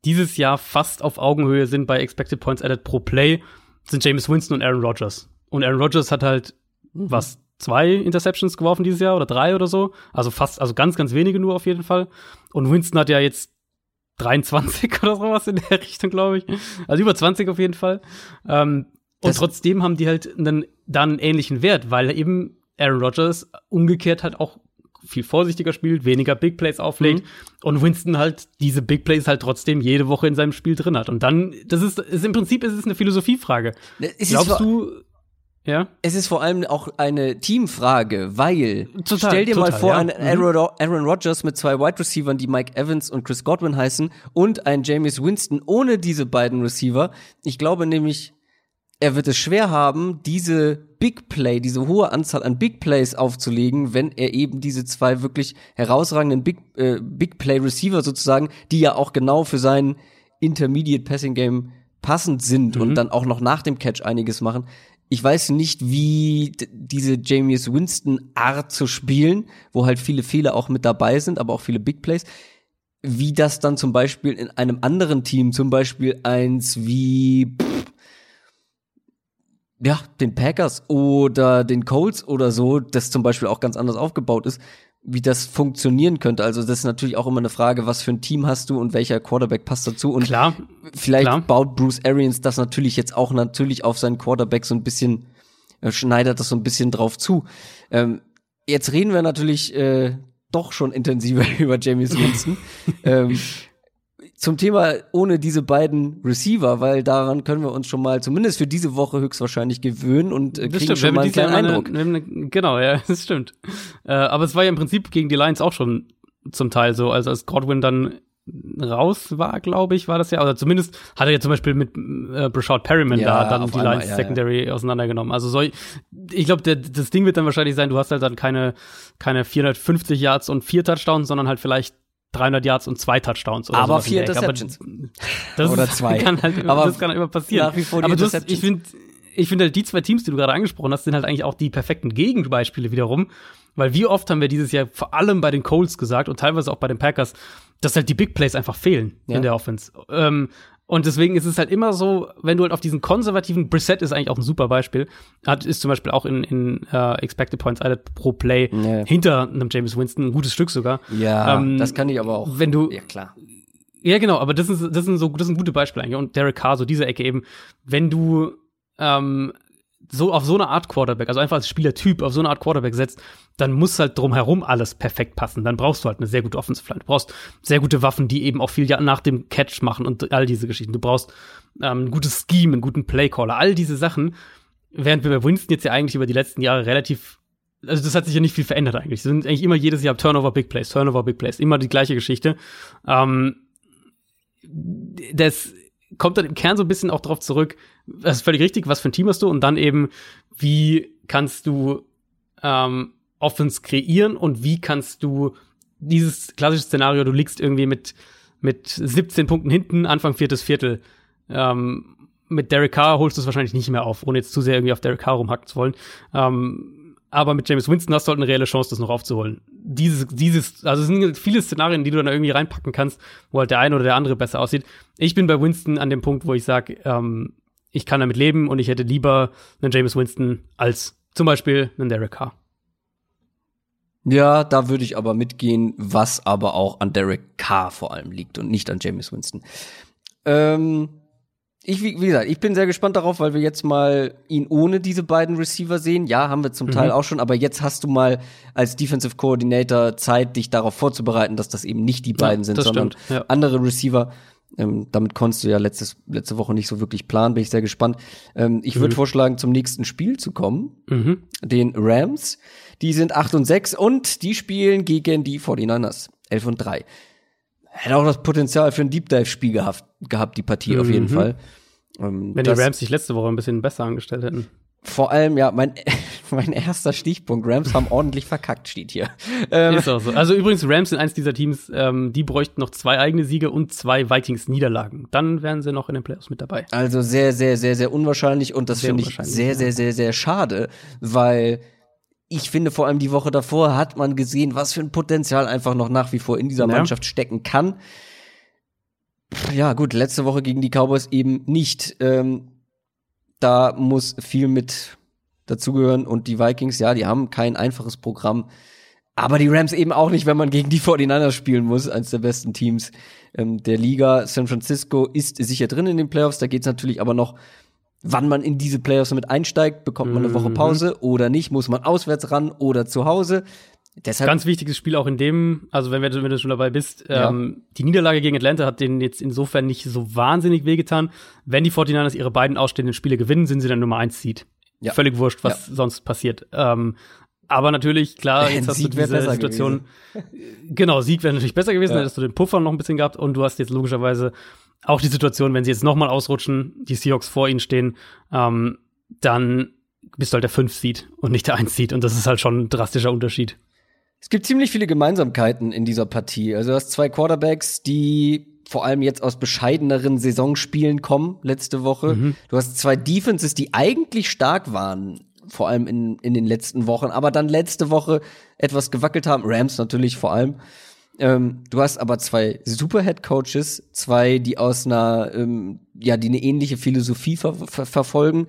dieses Jahr fast auf Augenhöhe sind bei Expected Points Added pro Play, sind Jameis Winston und Aaron Rodgers. Und Aaron Rodgers hat halt 2 Interceptions geworfen dieses Jahr oder 3 oder so. Also ganz, ganz wenige nur auf jeden Fall. Und Winston hat ja jetzt 23 oder sowas in der Richtung, glaube ich. Also über 20 auf jeden Fall. Und trotzdem haben die halt dann einen ähnlichen Wert, weil eben Aaron Rodgers umgekehrt halt auch viel vorsichtiger spielt, weniger Big Plays auflegt und Winston halt diese Big Plays halt trotzdem jede Woche in seinem Spiel drin hat. Und dann, im Prinzip ist es eine Philosophiefrage. Glaubst du, ja? Es ist vor allem auch eine Teamfrage, weil stell dir mal vor, ja. Aaron Rodgers mit 2 Wide Receivern, die Mike Evans und Chris Godwin heißen, und ein Jameis Winston ohne diese beiden Receiver. Ich glaube nämlich, er wird es schwer haben, diese diese hohe Anzahl an Big Plays aufzulegen, wenn er eben diese 2 wirklich herausragenden Big Play Receiver sozusagen, die ja auch genau für sein Intermediate Passing Game passend sind und dann auch noch nach dem Catch einiges machen. Ich weiß nicht, wie diese Jameis Winston Art zu spielen, wo halt viele Fehler auch mit dabei sind, aber auch viele Big Plays, wie das dann zum Beispiel in einem anderen Team, zum Beispiel eins wie den Packers oder den Colts oder so, das zum Beispiel auch ganz anders aufgebaut ist, wie das funktionieren könnte. Also das ist natürlich auch immer eine Frage, was für ein Team hast du und welcher Quarterback passt dazu. Und vielleicht baut Bruce Arians das natürlich jetzt auch auf seinen Quarterback so ein bisschen, schneidet das so ein bisschen drauf zu. Jetzt reden wir natürlich doch schon intensiver über Jameis Winston. Zum Thema ohne diese beiden Receiver, weil daran können wir uns schon mal zumindest für diese Woche höchstwahrscheinlich gewöhnen und kriegen schon mal einen kleinen Eindruck. Genau, ja, das stimmt. Aber es war ja im Prinzip gegen die Lions auch schon zum Teil so, also als Godwin dann raus war, glaube ich, war das ja, oder zumindest hat er ja zum Beispiel mit Brashard Perriman dann die Lions Secondary auseinandergenommen. Also ich glaube, das Ding wird dann wahrscheinlich sein, du hast halt dann keine 450 Yards und 4 Touchdowns, sondern halt vielleicht 300 Yards und 2 Touchdowns. Oder aber 4 Interceptions. Oder 2. Das kann halt immer passieren. Nach wie vor die aber Interceptions. Ich finde halt, die 2 Teams, die du gerade angesprochen hast, sind halt eigentlich auch die perfekten Gegenbeispiele wiederum. Weil wie oft haben wir dieses Jahr vor allem bei den Colts gesagt und teilweise auch bei den Packers, dass halt die Big Plays einfach fehlen in der Offense. Und deswegen ist es halt immer so, wenn du halt auf diesen konservativen, Brissett ist eigentlich auch ein super Beispiel, ist zum Beispiel auch in Expected Points Added pro Play hinter einem Jameis Winston, ein gutes Stück sogar. Ja, das kann ich aber auch. Wenn du, ja, klar. Ja, genau, aber das sind gute Beispiele eigentlich. Und Derek Carr, so diese Ecke eben, wenn du so auf so eine Art Quarterback, also einfach als Spielertyp auf so eine Art Quarterback setzt, dann muss halt drumherum alles perfekt passen. Dann brauchst du halt eine sehr gute Offensive Line. Du brauchst sehr gute Waffen, die eben auch viel nach dem Catch machen und all diese Geschichten. Du brauchst ein gutes Scheme, einen guten Playcaller, all diese Sachen. Während wir bei Winston jetzt ja eigentlich über die letzten Jahre also das hat sich ja nicht viel verändert eigentlich. Es sind eigentlich immer jedes Jahr Turnover, Big Plays, immer die gleiche Geschichte. Das kommt dann im Kern so ein bisschen auch drauf zurück, das ist völlig richtig, was für ein Team hast du und dann eben, wie kannst du Offense kreieren und wie kannst du dieses klassische Szenario, du liegst irgendwie mit 17 Punkten hinten, Anfang 4. Viertel, mit Derek Carr holst du es wahrscheinlich nicht mehr auf, ohne jetzt zu sehr irgendwie auf Derek Carr rumhacken zu wollen. Aber mit Jameis Winston hast du halt eine reelle Chance, das noch aufzuholen. Also es sind viele Szenarien, die du dann irgendwie reinpacken kannst, wo halt der eine oder der andere besser aussieht. Ich bin bei Winston an dem Punkt, wo ich sage, ich kann damit leben und ich hätte lieber einen Jameis Winston als zum Beispiel einen Derek Carr. Ja, da würde ich aber mitgehen, was aber auch an Derek Carr vor allem liegt und nicht an Jameis Winston. Wie gesagt, ich bin sehr gespannt darauf, weil wir jetzt mal ihn ohne diese beiden Receiver sehen. Ja, haben wir zum Teil auch schon, aber jetzt hast du mal als Defensive Coordinator Zeit, dich darauf vorzubereiten, dass das eben nicht die beiden sind, sondern andere Receiver. Damit konntest du ja letzte Woche nicht so wirklich planen, bin ich sehr gespannt. Ich würde vorschlagen, zum nächsten Spiel zu kommen, den Rams. Die sind 8-6 und die spielen gegen die 49ers, 11-3. Hätte auch das Potenzial für ein Deep Dive-Spiel gehabt, die Partie auf jeden Fall. Wenn die Rams sich letzte Woche ein bisschen besser angestellt hätten. Vor allem, ja, mein erster Stichpunkt, Rams haben ordentlich verkackt, steht hier. Ist auch so. Also übrigens, Rams sind eins dieser Teams, die bräuchten noch 2 eigene Siege und 2 Vikings-Niederlagen. Dann wären sie noch in den Playoffs mit dabei. Also sehr, sehr, sehr, sehr unwahrscheinlich und das finde ich sehr, sehr, sehr, sehr schade, weil ich finde, vor allem die Woche davor hat man gesehen, was für ein Potenzial einfach noch nach wie vor in dieser Mannschaft stecken kann. Ja, gut, letzte Woche gegen die Cowboys eben nicht. Da muss viel mit dazugehören. Und die Vikings, ja, die haben kein einfaches Programm. Aber die Rams eben auch nicht, wenn man gegen die 49ers spielen muss, eines der besten Teams der Liga. San Francisco ist sicher drin in den Playoffs. Da geht's natürlich aber noch, wann man in diese Playoffs mit einsteigt. Bekommt man eine Woche Pause oder nicht? Muss man auswärts ran oder zu Hause? Deshalb ganz wichtiges Spiel auch in dem, also wenn du schon dabei bist, die Niederlage gegen Atlanta hat denen jetzt insofern nicht so wahnsinnig wehgetan. Wenn die 49ers ihre beiden ausstehenden Spiele gewinnen, sind sie dann Nummer 1 Seed. Ja. Völlig wurscht, was sonst passiert. Aber natürlich, klar, jetzt hast Sieg du diese Situation. Genau, Sieg wäre natürlich besser gewesen, hättest du den Puffer noch ein bisschen gehabt und du hast jetzt logischerweise auch die Situation, wenn sie jetzt nochmal ausrutschen, die Seahawks vor ihnen stehen, dann bist du halt der 5-Seed und nicht der 1-Seed und das ist halt schon ein drastischer Unterschied. Es gibt ziemlich viele Gemeinsamkeiten in dieser Partie. Also du hast 2 Quarterbacks, die vor allem jetzt aus bescheideneren Saisonspielen kommen, letzte Woche. Du hast 2 Defenses, die eigentlich stark waren, vor allem in den letzten Wochen, aber dann letzte Woche etwas gewackelt haben. Rams natürlich vor allem. Du hast aber 2 super Head Coaches, 2, die aus einer, die eine ähnliche Philosophie verfolgen,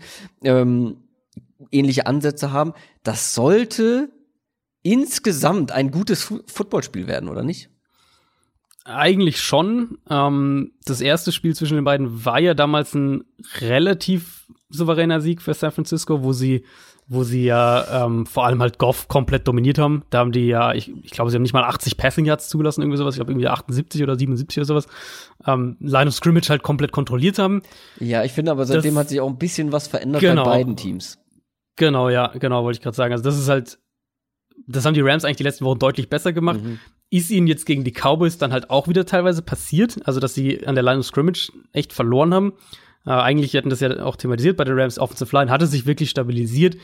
ähnliche Ansätze haben. Das sollte insgesamt ein gutes Footballspiel werden, oder nicht? Eigentlich schon. Das erste Spiel zwischen den beiden war ja damals ein relativ souveräner Sieg für San Francisco, wo sie ja vor allem halt Goff komplett dominiert haben. Da haben die ja, ich glaube, sie haben nicht mal 80 Passing Yards zugelassen, irgendwie sowas. Ich glaube, irgendwie 78 oder 77 oder sowas. Line of Scrimmage halt komplett kontrolliert haben. Ja, ich finde aber seitdem hat sich auch ein bisschen was verändert bei beiden Teams. Genau, wollte ich gerade sagen. Also das haben die Rams eigentlich die letzten Wochen deutlich besser gemacht. Ist ihnen jetzt gegen die Cowboys dann halt auch wieder teilweise passiert, also dass sie an der Line of Scrimmage echt verloren haben. Eigentlich hatten das ja auch thematisiert bei den Rams. Offensive Line hatte sich wirklich stabilisiert.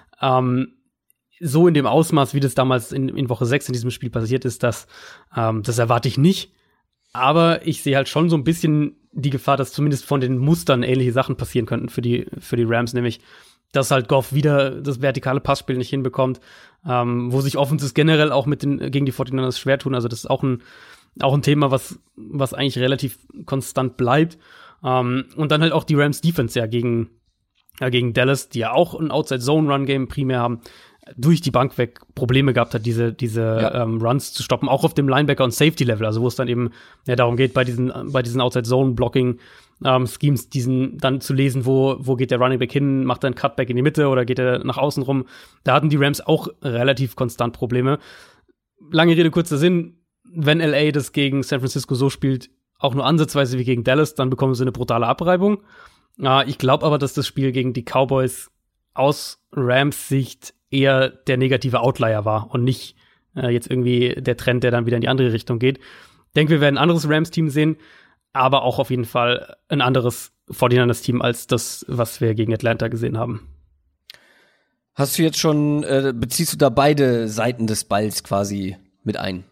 So in dem Ausmaß, wie das damals in Woche 6 in diesem Spiel passiert ist, das erwarte ich nicht. Aber ich sehe halt schon so ein bisschen die Gefahr, dass zumindest von den Mustern ähnliche Sachen passieren könnten für die Rams, nämlich dass halt Goff wieder das vertikale Passspiel nicht hinbekommt, wo sich Offenses generell auch gegen die 49ers schwer tun. Also das ist auch ein Thema, was eigentlich relativ konstant bleibt. Und dann halt auch die Rams Defense gegen Dallas, die ja auch ein Outside-Zone-Run-Game primär haben, durch die Bank weg Probleme gehabt hat, diese Runs zu stoppen, auch auf dem Linebacker- und Safety-Level, also wo es dann eben darum geht, bei diesen Outside-Zone-Blocking Schemes, diesen dann zu lesen, wo geht der Running Back hin, macht er einen Cutback in die Mitte oder geht er nach außen rum. Da hatten die Rams auch relativ konstant Probleme. Lange Rede, kurzer Sinn, wenn LA das gegen San Francisco so spielt, auch nur ansatzweise wie gegen Dallas, dann bekommen sie eine brutale Abreibung. Ich glaube aber, dass das Spiel gegen die Cowboys aus Rams Sicht eher der negative Outlier war und nicht jetzt irgendwie der Trend, der dann wieder in die andere Richtung geht. Ich denke, wir werden ein anderes Rams-Team sehen, aber auch auf jeden Fall ein anderes 49ers-Team als das, was wir gegen Atlanta gesehen haben. Hast du jetzt schon, beziehst du da beide Seiten des Balls quasi mit ein?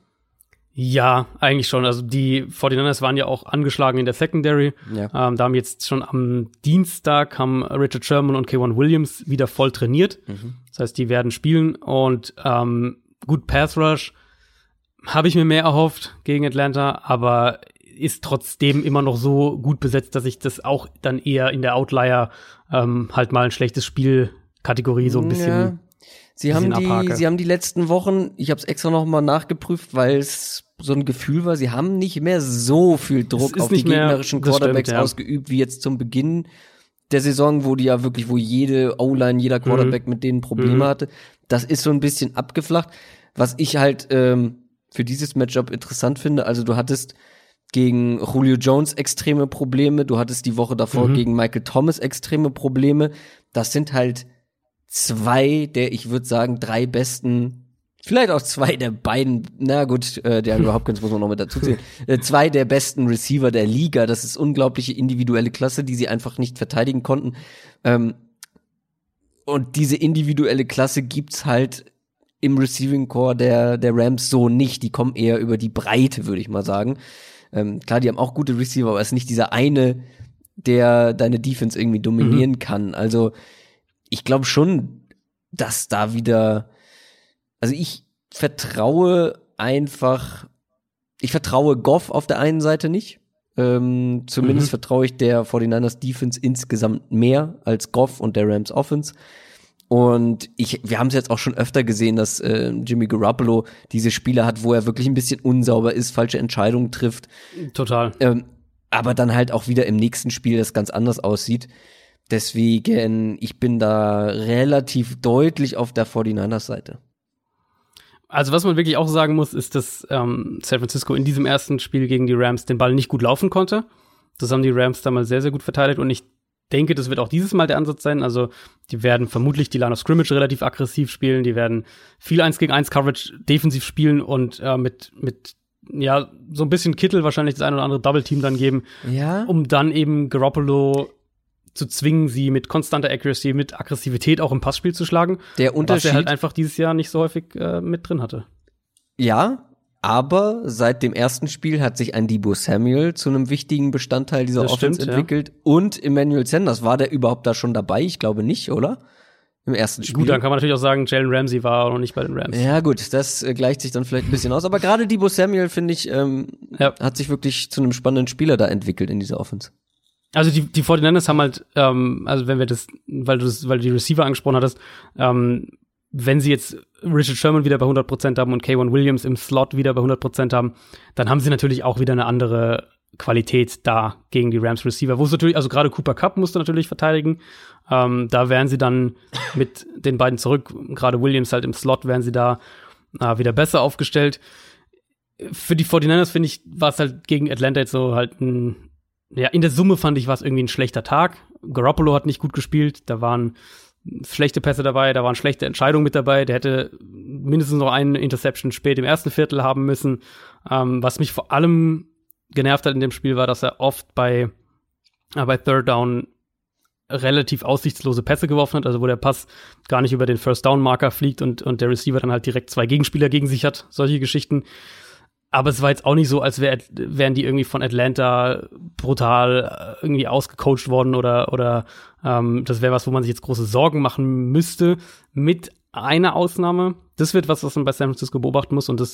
Ja, eigentlich schon. Also die 49ers waren ja auch angeschlagen in der Secondary. Ja. Da haben jetzt schon am Dienstag Richard Sherman und K'Waun Williams wieder voll trainiert. Das heißt, die werden spielen. Und gut, Pass Rush habe ich mir mehr erhofft gegen Atlanta, aber ist trotzdem immer noch so gut besetzt, dass ich das auch dann eher in der Outlier halt mal ein schlechtes Spiel-Kategorie so ein bisschen Sie haben die letzten Wochen, ich habe es extra noch mal nachgeprüft, weil es so ein Gefühl war, sie haben nicht mehr so viel Druck auf die gegnerischen Quarterbacks ausgeübt, wie jetzt zum Beginn der Saison, wo jede O-Line, jeder Quarterback mit denen Probleme hatte. Das ist so ein bisschen abgeflacht. Was ich halt für dieses Matchup interessant finde, also du hattest gegen Julio Jones extreme Probleme, du hattest die Woche davor gegen Michael Thomas extreme Probleme. Das sind halt 2 der, ich würde sagen, 3 besten, vielleicht auch 2 der beiden, na gut, der Hopkins muss man noch mit dazu zählen, 2 der besten Receiver der Liga. Das ist unglaubliche individuelle Klasse, die sie einfach nicht verteidigen konnten. Und diese individuelle Klasse gibt's halt im Receiving Core der Rams so nicht. Die kommen eher über die Breite, würde ich mal sagen. Klar, die haben auch gute Receiver, aber es ist nicht dieser eine, der deine Defense irgendwie dominieren kann. Also ich glaube schon, dass da wieder, also ich vertraue Goff auf der einen Seite nicht. Zumindest vertraue ich der 49ers Defense insgesamt mehr als Goff und der Rams Offense. Und wir haben es jetzt auch schon öfter gesehen, dass Jimmy Garoppolo diese Spiele hat, wo er wirklich ein bisschen unsauber ist, falsche Entscheidungen trifft. Total. Aber dann halt auch wieder im nächsten Spiel das ganz anders aussieht. Deswegen, ich bin da relativ deutlich auf der 49ers-Seite. Also was man wirklich auch sagen muss, ist, dass San Francisco in diesem ersten Spiel gegen die Rams den Ball nicht gut laufen konnte. Das haben die Rams damals sehr, sehr gut verteidigt und ich denke, das wird auch dieses Mal der Ansatz sein. Also die werden vermutlich die Line of Scrimmage relativ aggressiv spielen, die werden viel 1-gegen-1 Coverage defensiv spielen und mit so ein bisschen Kittel wahrscheinlich das ein oder andere Double-Team dann geben, um dann eben Garoppolo zu zwingen, sie mit konstanter Accuracy, mit Aggressivität auch im Passspiel zu schlagen. Der Unterschied, was er halt einfach dieses Jahr nicht so häufig mit drin hatte. Ja, aber seit dem ersten Spiel hat sich ein Deebo Samuel zu einem wichtigen Bestandteil dieser Offense entwickelt. Ja. Und Emmanuel Sanders, war der überhaupt da schon dabei? Ich glaube nicht, oder? Im ersten Spiel. Gut, dann kann man natürlich auch sagen, Jalen Ramsey war noch nicht bei den Rams. Ja gut, das gleicht sich dann vielleicht ein bisschen aus. Aber gerade Deebo Samuel, finde ich, hat sich wirklich zu einem spannenden Spieler da entwickelt in dieser Offense. Also die 49ers haben halt, also wenn wir das, weil du die Receiver angesprochen hattest, wenn sie jetzt Richard Sherman wieder bei 100% haben und K'Wan Williams im Slot wieder bei 100% haben, dann haben sie natürlich auch wieder eine andere Qualität da gegen die Rams Receiver, wo es natürlich, also gerade Cooper Kupp musste natürlich verteidigen, da wären sie dann mit den beiden zurück, gerade Williams halt im Slot, wären sie da wieder besser aufgestellt. Für die 49ers, finde ich, war es halt gegen Atlanta jetzt so halt in der Summe fand ich, war es irgendwie ein schlechter Tag. Garoppolo hat nicht gut gespielt, da waren schlechte Pässe dabei, da waren schlechte Entscheidungen mit dabei, der hätte mindestens noch eine Interception spät im ersten Viertel haben müssen. Was mich vor allem genervt hat in dem Spiel war, dass er oft bei Third Down relativ aussichtslose Pässe geworfen hat, also wo der Pass gar nicht über den First-Down-Marker fliegt und der Receiver dann halt direkt 2 Gegenspieler gegen sich hat, solche Geschichten. Aber es war jetzt auch nicht so, als wären die irgendwie von Atlanta brutal irgendwie ausgecoacht worden oder das wäre was, wo man sich jetzt große Sorgen machen müsste. Mit einer Ausnahme. Das wird was man bei San Francisco beobachten muss und das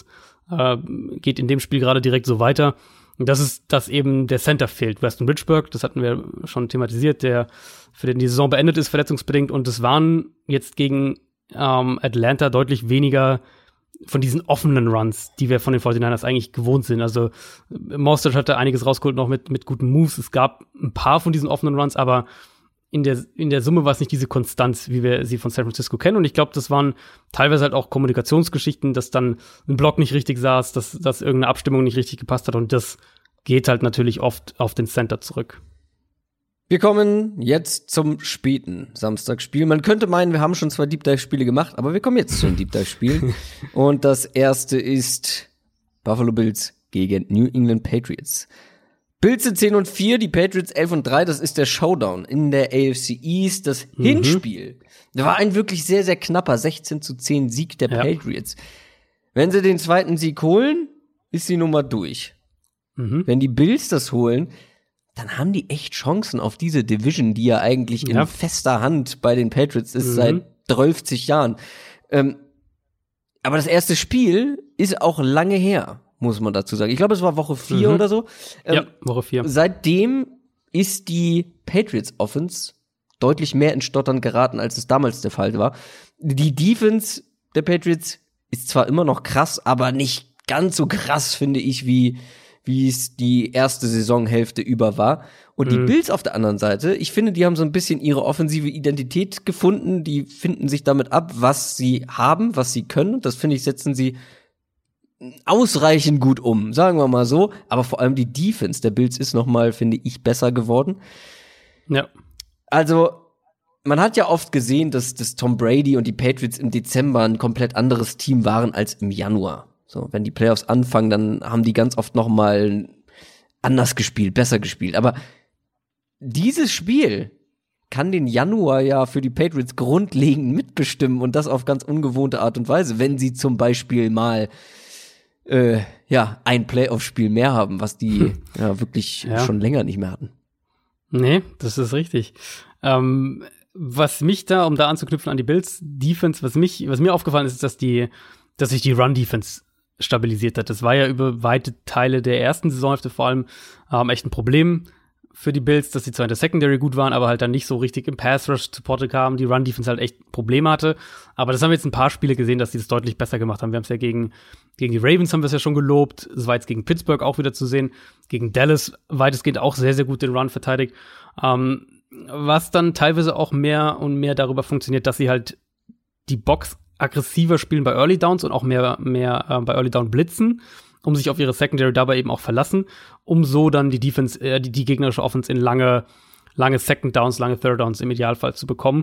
geht in dem Spiel gerade direkt so weiter. Und das ist, dass eben der Center fehlt. Weston Richburg, das hatten wir schon thematisiert, der für den die Saison beendet ist, verletzungsbedingt. Und es waren jetzt gegen Atlanta deutlich weniger von diesen offenen Runs, die wir von den 49ers eigentlich gewohnt sind. Also Mostert hatte einiges rausgeholt noch mit guten Moves. Es gab ein paar von diesen offenen Runs, aber in der Summe war es nicht diese Konstanz, wie wir sie von San Francisco kennen. Und ich glaube, das waren teilweise halt auch Kommunikationsgeschichten, dass dann ein Block nicht richtig saß, dass irgendeine Abstimmung nicht richtig gepasst hat. Und das geht halt natürlich oft auf den Center zurück. Wir kommen jetzt zum späten Samstagsspiel. Man könnte meinen, wir haben schon 2 Deep Dive-Spiele gemacht, aber wir kommen jetzt zu den Deep Dive-Spielen. Und das erste ist Buffalo Bills gegen New England Patriots. Bills sind 10-4, die Patriots 11-3. Das ist der Showdown in der AFC East. Das Hinspiel war ein wirklich sehr, sehr knapper 16-10 Sieg der Patriots. Wenn sie den zweiten Sieg holen, ist die Nummer durch. Wenn die Bills das holen, dann haben die echt Chancen auf diese Division, die ja eigentlich in fester Hand bei den Patriots ist seit 30 Jahren. Aber das erste Spiel ist auch lange her, muss man dazu sagen. Ich glaube, es war Woche 4 oder so. Woche 4. Seitdem ist die Patriots Offense deutlich mehr in Stottern geraten, als es damals der Fall war. Die Defense der Patriots ist zwar immer noch krass, aber nicht ganz so krass, finde ich, wie es die erste Saisonhälfte über war. Und die Bills auf der anderen Seite, ich finde, die haben so ein bisschen ihre offensive Identität gefunden. Die finden sich damit ab, was sie haben, was sie können. Und das, finde ich, setzen sie ausreichend gut um, sagen wir mal so. Aber vor allem die Defense der Bills ist noch mal, finde ich, besser geworden. Ja. Also, man hat ja oft gesehen, dass Tom Brady und die Patriots im Dezember ein komplett anderes Team waren als im Januar. So, wenn die Playoffs anfangen, dann haben die ganz oft noch mal anders gespielt, besser gespielt. Aber dieses Spiel kann den Januar ja für die Patriots grundlegend mitbestimmen und das auf ganz ungewohnte Art und Weise, wenn sie zum Beispiel mal ein Playoff-Spiel mehr haben, was die wirklich schon länger nicht mehr hatten. Nee, das ist richtig. Was mich da, um da anzuknüpfen an die Bills Defense, was mir aufgefallen ist, dass sich die Run-Defense stabilisiert hat. Das war ja über weite Teile der ersten Saisonhälfte vor allem echt ein Problem für die Bills, dass sie zwar in der Secondary gut waren, aber halt dann nicht so richtig im Pass-Rush zu Potte kamen, die Run-Defense halt echt Probleme hatte. Aber das haben wir jetzt ein paar Spiele gesehen, dass sie das deutlich besser gemacht haben. Wir haben es ja gegen die Ravens haben wir es ja schon gelobt. Es war jetzt gegen Pittsburgh auch wieder zu sehen. Gegen Dallas weitestgehend auch sehr, sehr gut den Run verteidigt. Was dann teilweise auch mehr und mehr darüber funktioniert, dass sie halt die Box aggressiver spielen bei Early Downs und auch mehr bei Early Down blitzen, um sich auf ihre Secondary dabei eben auch verlassen, um so dann die Defense, die gegnerische Offense in lange Second Downs, lange Third Downs im Idealfall zu bekommen.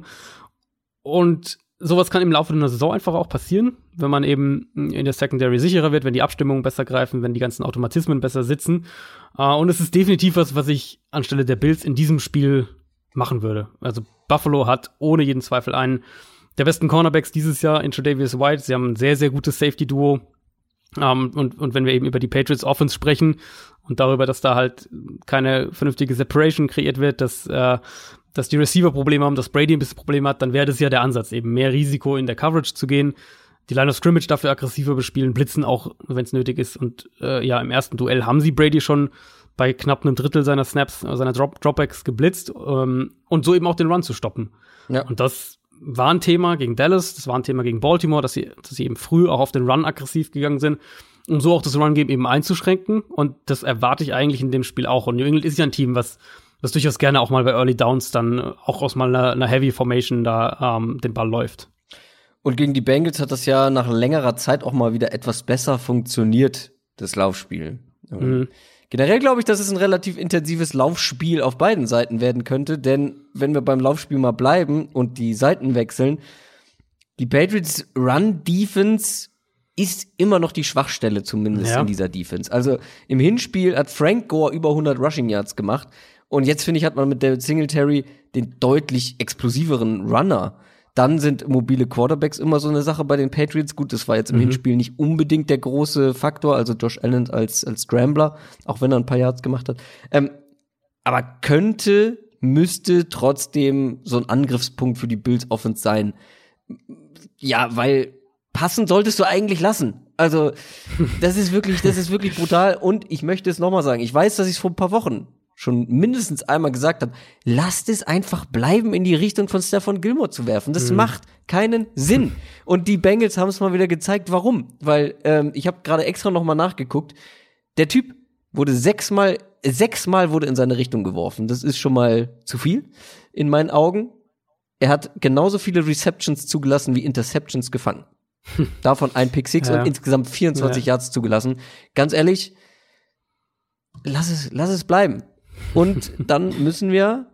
Und sowas kann im Laufe einer Saison einfach auch passieren, wenn man eben in der Secondary sicherer wird, wenn die Abstimmungen besser greifen, wenn die ganzen Automatismen besser sitzen. Und es ist definitiv was ich anstelle der Bills in diesem Spiel machen würde. Also Buffalo hat ohne jeden Zweifel einen der besten Cornerbacks dieses Jahr in Tre'Davious White. Sie haben ein sehr, sehr gutes Safety-Duo. Und wenn wir eben über die Patriots Offense sprechen und darüber, dass da halt keine vernünftige Separation kreiert wird, dass die Receiver Probleme haben, dass Brady ein bisschen Probleme hat, dann wäre das ja der Ansatz, eben mehr Risiko in der Coverage zu gehen, die Line of Scrimmage dafür aggressiver bespielen, blitzen auch, wenn es nötig ist. Und im ersten Duell haben sie Brady schon bei knapp einem Drittel seiner Snaps, seiner Dropbacks geblitzt, und so eben auch den Run zu stoppen. Ja. Und das war ein Thema gegen Dallas, das war ein Thema gegen Baltimore, dass sie eben früh auch auf den Run aggressiv gegangen sind, um so auch das Run-Game eben einzuschränken. Und das erwarte ich eigentlich in dem Spiel auch. Und New England ist ja ein Team, was durchaus gerne auch mal bei Early Downs dann auch aus mal einer Heavy Formation da den Ball läuft. Und gegen die Bengals hat das ja nach längerer Zeit auch mal wieder etwas besser funktioniert, das Laufspiel. Mhm. Generell glaube ich, dass es ein relativ intensives Laufspiel auf beiden Seiten werden könnte, denn wenn wir beim Laufspiel mal bleiben und die Seiten wechseln, die Patriots Run-Defense ist immer noch die Schwachstelle zumindest in dieser Defense. Also im Hinspiel hat Frank Gore über 100 Rushing Yards gemacht und jetzt, finde ich, hat man mit David Singletary den deutlich explosiveren Runner. Dann sind mobile Quarterbacks immer so eine Sache bei den Patriots. Gut, das war jetzt im Hinspiel nicht unbedingt der große Faktor, also Josh Allen als Scrambler, auch wenn er ein paar Yards gemacht hat. Aber müsste trotzdem so ein Angriffspunkt für die Bills Offense sein. Ja, weil passen solltest du eigentlich lassen. Also, das ist wirklich brutal. Und ich möchte es nochmal sagen, ich weiß, dass ich es vor ein paar Wochen schon mindestens einmal gesagt habe, lasst es einfach bleiben, in die Richtung von Stephon Gilmore zu werfen. Das macht keinen Sinn. Und die Bengals haben es mal wieder gezeigt, warum. Weil ich habe gerade extra noch mal nachgeguckt. Der Typ wurde sechsmal wurde in seine Richtung geworfen. Das ist schon mal zu viel in meinen Augen. Er hat genauso viele Receptions zugelassen wie Interceptions gefangen. Davon ein Pick Six und insgesamt 24 Yards zugelassen. Ganz ehrlich, lass es bleiben. Und dann müssen wir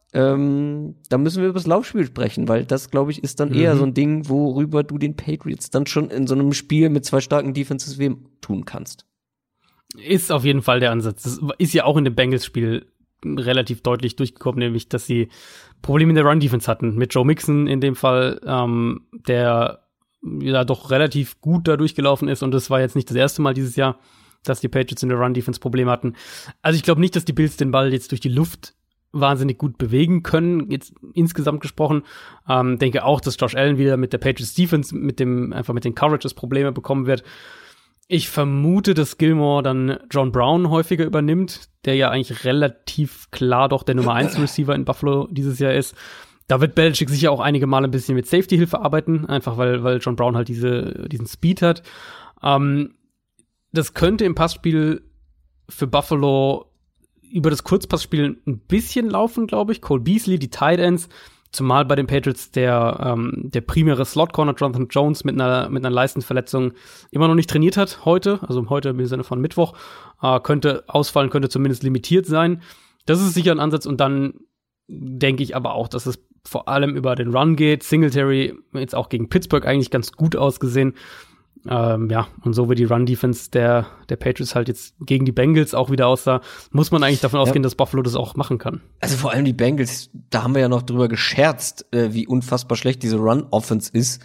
über das Laufspiel sprechen, weil das, glaube ich, ist dann eher so ein Ding, worüber du den Patriots dann schon in so einem Spiel mit zwei starken Defenses weh tun kannst. Ist auf jeden Fall der Ansatz. Das ist ja auch in dem Bengals-Spiel relativ deutlich durchgekommen, nämlich, dass sie Probleme in der Run-Defense hatten. Mit Joe Mixon in dem Fall, der ja doch relativ gut da durchgelaufen ist. Und das war jetzt nicht das erste Mal dieses Jahr, dass die Patriots in der Run-Defense Probleme hatten. Also ich glaube nicht, dass die Bills den Ball jetzt durch die Luft wahnsinnig gut bewegen können, jetzt insgesamt gesprochen. Denke auch, dass Josh Allen wieder mit der Patriots Defense, mit den Coverages Probleme bekommen wird. Ich vermute, dass Gilmore dann John Brown häufiger übernimmt, der ja eigentlich relativ klar doch der Nummer 1 Receiver in Buffalo dieses Jahr ist. Da wird Belichick sicher auch einige Mal ein bisschen mit Safety-Hilfe arbeiten, einfach weil John Brown halt diesen Speed hat. Das könnte im Passspiel für Buffalo über das Kurzpassspiel ein bisschen laufen, glaube ich. Cole Beasley, die Tight Ends, zumal bei den Patriots der primäre Slot-Corner Jonathan Jones mit einer Leistenverletzung immer noch nicht trainiert hat heute, also heute im Sinne von Mittwoch, könnte ausfallen, könnte zumindest limitiert sein. Das ist sicher ein Ansatz und dann denke ich aber auch, dass es vor allem über den Run geht. Singletary jetzt auch gegen Pittsburgh eigentlich ganz gut ausgesehen. Und so wie die Run-Defense der Patriots halt jetzt gegen die Bengals auch wieder aussah, muss man eigentlich davon ausgehen, dass Buffalo das auch machen kann. Also vor allem die Bengals, da haben wir ja noch drüber gescherzt, wie unfassbar schlecht diese Run-Offense ist.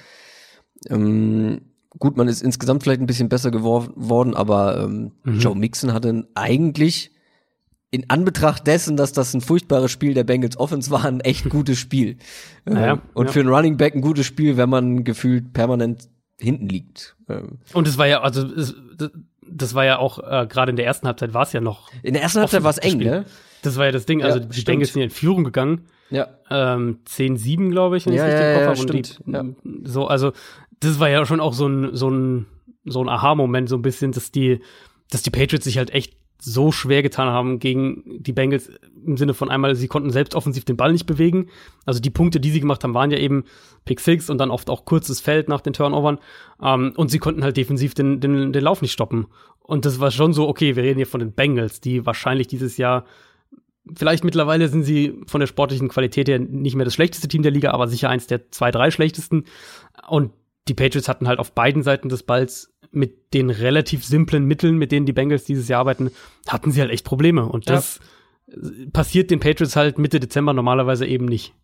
Gut, man ist insgesamt vielleicht ein bisschen besser geworden, aber Joe Mixon hatte eigentlich in Anbetracht dessen, dass das ein furchtbares Spiel der Bengals Offense war, ein echt gutes Spiel. Und für einen Running Back ein gutes Spiel, wenn man gefühlt permanent hinten liegt. Und es war ja, also das war ja auch, gerade in der ersten Halbzeit war es ja noch. In der ersten Halbzeit war es eng, ne? Das war ja das Ding, also Ja, die Bengals sind in Führung gegangen. Ja. 10-7, glaube ich, wenn ich es richtig im Kopf habe. Und so, also das war ja schon auch so ein Aha-Moment, so ein bisschen, dass die Patriots sich halt echt so schwer getan haben gegen die Bengals im Sinne von einmal, sie konnten selbst offensiv den Ball nicht bewegen. Also die Punkte, die sie gemacht haben, waren ja eben Pick Six und dann oft auch kurzes Feld nach den Turnovern. Und sie konnten halt defensiv den Lauf nicht stoppen. Und das war schon so, okay, wir reden hier von den Bengals, die wahrscheinlich dieses Jahr, vielleicht mittlerweile sind sie von der sportlichen Qualität her nicht mehr das schlechteste Team der Liga, aber sicher eins der 2-3 schlechtesten. Und die Patriots hatten halt auf beiden Seiten des Balls mit den relativ simplen Mitteln, mit denen die Bengals dieses Jahr arbeiten, hatten sie halt echt Probleme. Und das passiert den Patriots halt Mitte Dezember normalerweise eben nicht.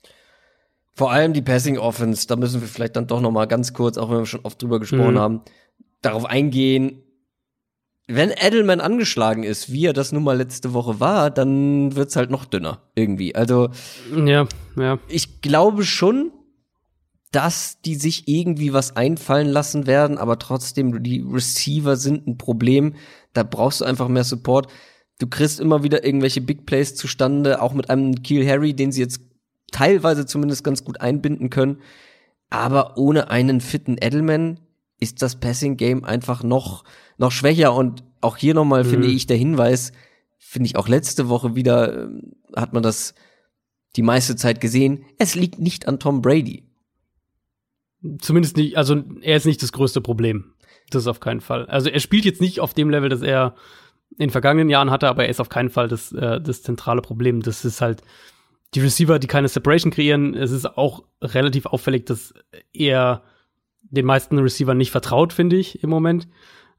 Vor allem die Passing Offense, da müssen wir vielleicht dann doch noch mal ganz kurz, auch wenn wir schon oft drüber gesprochen haben, darauf eingehen. Wenn Edelman angeschlagen ist, wie er das nun mal letzte Woche war, dann wird's halt noch dünner irgendwie. Also ja. Ich glaube schon, dass die sich irgendwie was einfallen lassen werden, aber trotzdem, die Receiver sind ein Problem. Da brauchst du einfach mehr Support. Du kriegst immer wieder irgendwelche Big Plays zustande, auch mit einem N'Keal Harry, den sie jetzt teilweise zumindest ganz gut einbinden können. Aber ohne einen fitten Edelman ist das Passing-Game einfach noch schwächer. Und auch hier nochmal finde ich der Hinweis, finde ich auch letzte Woche wieder, hat man das die meiste Zeit gesehen, es liegt nicht an Tom Brady. Zumindest nicht, also er ist nicht das größte Problem. Das ist auf keinen Fall. Also er spielt jetzt nicht auf dem Level, das er in den vergangenen Jahren hatte, aber er ist auf keinen Fall das zentrale Problem. Das ist halt die Receiver, die keine Separation kreieren. Es ist auch relativ auffällig, dass er den meisten Receivern nicht vertraut, finde ich, im Moment.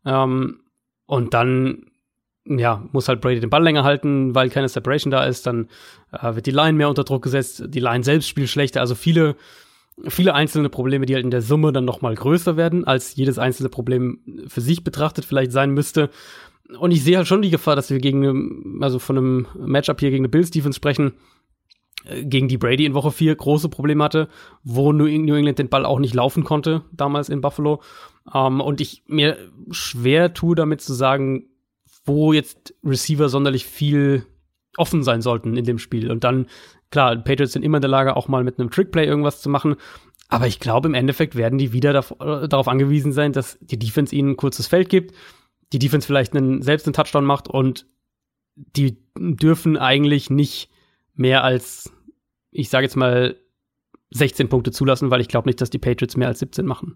Und dann, ja, muss halt Brady den Ball länger halten, weil keine Separation da ist. Dann wird die Line mehr unter Druck gesetzt. Die Line selbst spielt schlechter. Also viele einzelne Probleme, die halt in der Summe dann noch mal größer werden, als jedes einzelne Problem für sich betrachtet vielleicht sein müsste. Und ich sehe halt schon die Gefahr, dass wir von einem Matchup hier gegen eine Bills-Defense sprechen, gegen die Brady in Woche 4 große Probleme hatte, wo New England den Ball auch nicht laufen konnte, damals in Buffalo. Und ich mir schwer tue, damit zu sagen, wo jetzt Receiver sonderlich viel offen sein sollten in dem Spiel. Und dann, klar, Patriots sind immer in der Lage, auch mal mit einem Trickplay irgendwas zu machen. Aber ich glaube, im Endeffekt werden die wieder darauf angewiesen sein, dass die Defense ihnen ein kurzes Feld gibt, die Defense vielleicht selbst einen Touchdown macht und die dürfen eigentlich nicht mehr als, ich sage jetzt mal, 16 Punkte zulassen, weil ich glaube nicht, dass die Patriots mehr als 17 machen.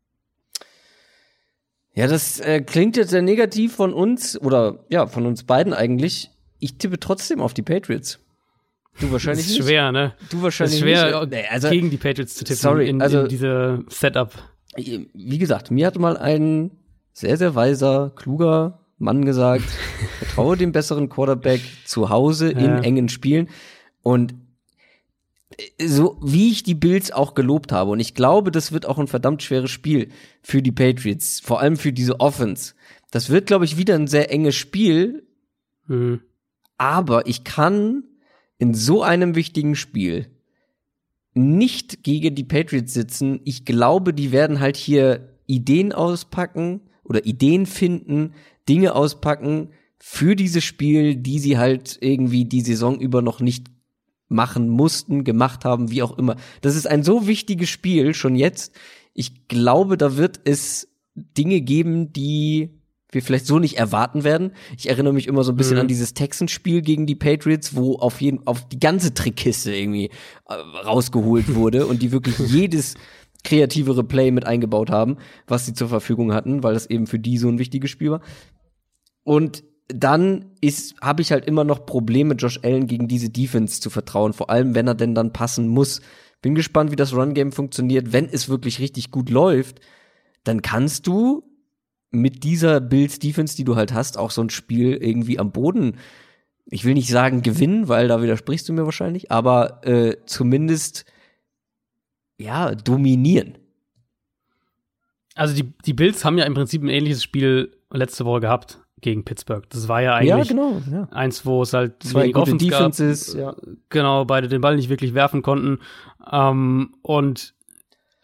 Ja, das klingt jetzt sehr negativ von uns, oder ja, von uns beiden eigentlich. Ich tippe trotzdem auf die Patriots. Du wahrscheinlich nicht. Das ist schwer, ne? Du wahrscheinlich nicht. Das ist schwer, nicht. Also, gegen die Patriots zu tippen in diese Setup. Wie gesagt, mir hat mal ein sehr, sehr weiser, kluger Mann gesagt, vertraue dem besseren Quarterback zu Hause in engen Spielen. Und so wie ich die Bills auch gelobt habe, und ich glaube, das wird auch ein verdammt schweres Spiel für die Patriots, vor allem für diese Offense. Das wird, glaube ich, wieder ein sehr enges Spiel. Aber ich kann in so einem wichtigen Spiel nicht gegen die Patriots sitzen. Ich glaube, die werden halt hier Ideen auspacken oder Ideen finden, Dinge auspacken für dieses Spiel, die sie halt irgendwie die Saison über noch nicht machen mussten, gemacht haben, wie auch immer. Das ist ein so wichtiges Spiel, schon jetzt. Ich glaube, da wird es Dinge geben, die wir vielleicht so nicht erwarten werden. Ich erinnere mich immer so ein bisschen an dieses Texans-Spiel gegen die Patriots, wo auf die ganze Trickkiste irgendwie rausgeholt wurde und die wirklich jedes kreativere Play mit eingebaut haben, was sie zur Verfügung hatten, weil das eben für die so ein wichtiges Spiel war. Und dann habe ich halt immer noch Probleme, Josh Allen gegen diese Defense zu vertrauen, vor allem wenn er denn dann passen muss. Bin gespannt, wie das Run-Game funktioniert. Wenn es wirklich richtig gut läuft, dann kannst du mit dieser Bills-Defense, die du halt hast, auch so ein Spiel irgendwie am Boden, ich will nicht sagen gewinnen, weil da widersprichst du mir wahrscheinlich, aber zumindest ja, dominieren. Also die Bills haben ja im Prinzip ein ähnliches Spiel letzte Woche gehabt gegen Pittsburgh. Das war ja eigentlich eins, wo es halt zwei gute Defenses gab. Ja. Genau, beide den Ball nicht wirklich werfen konnten. Und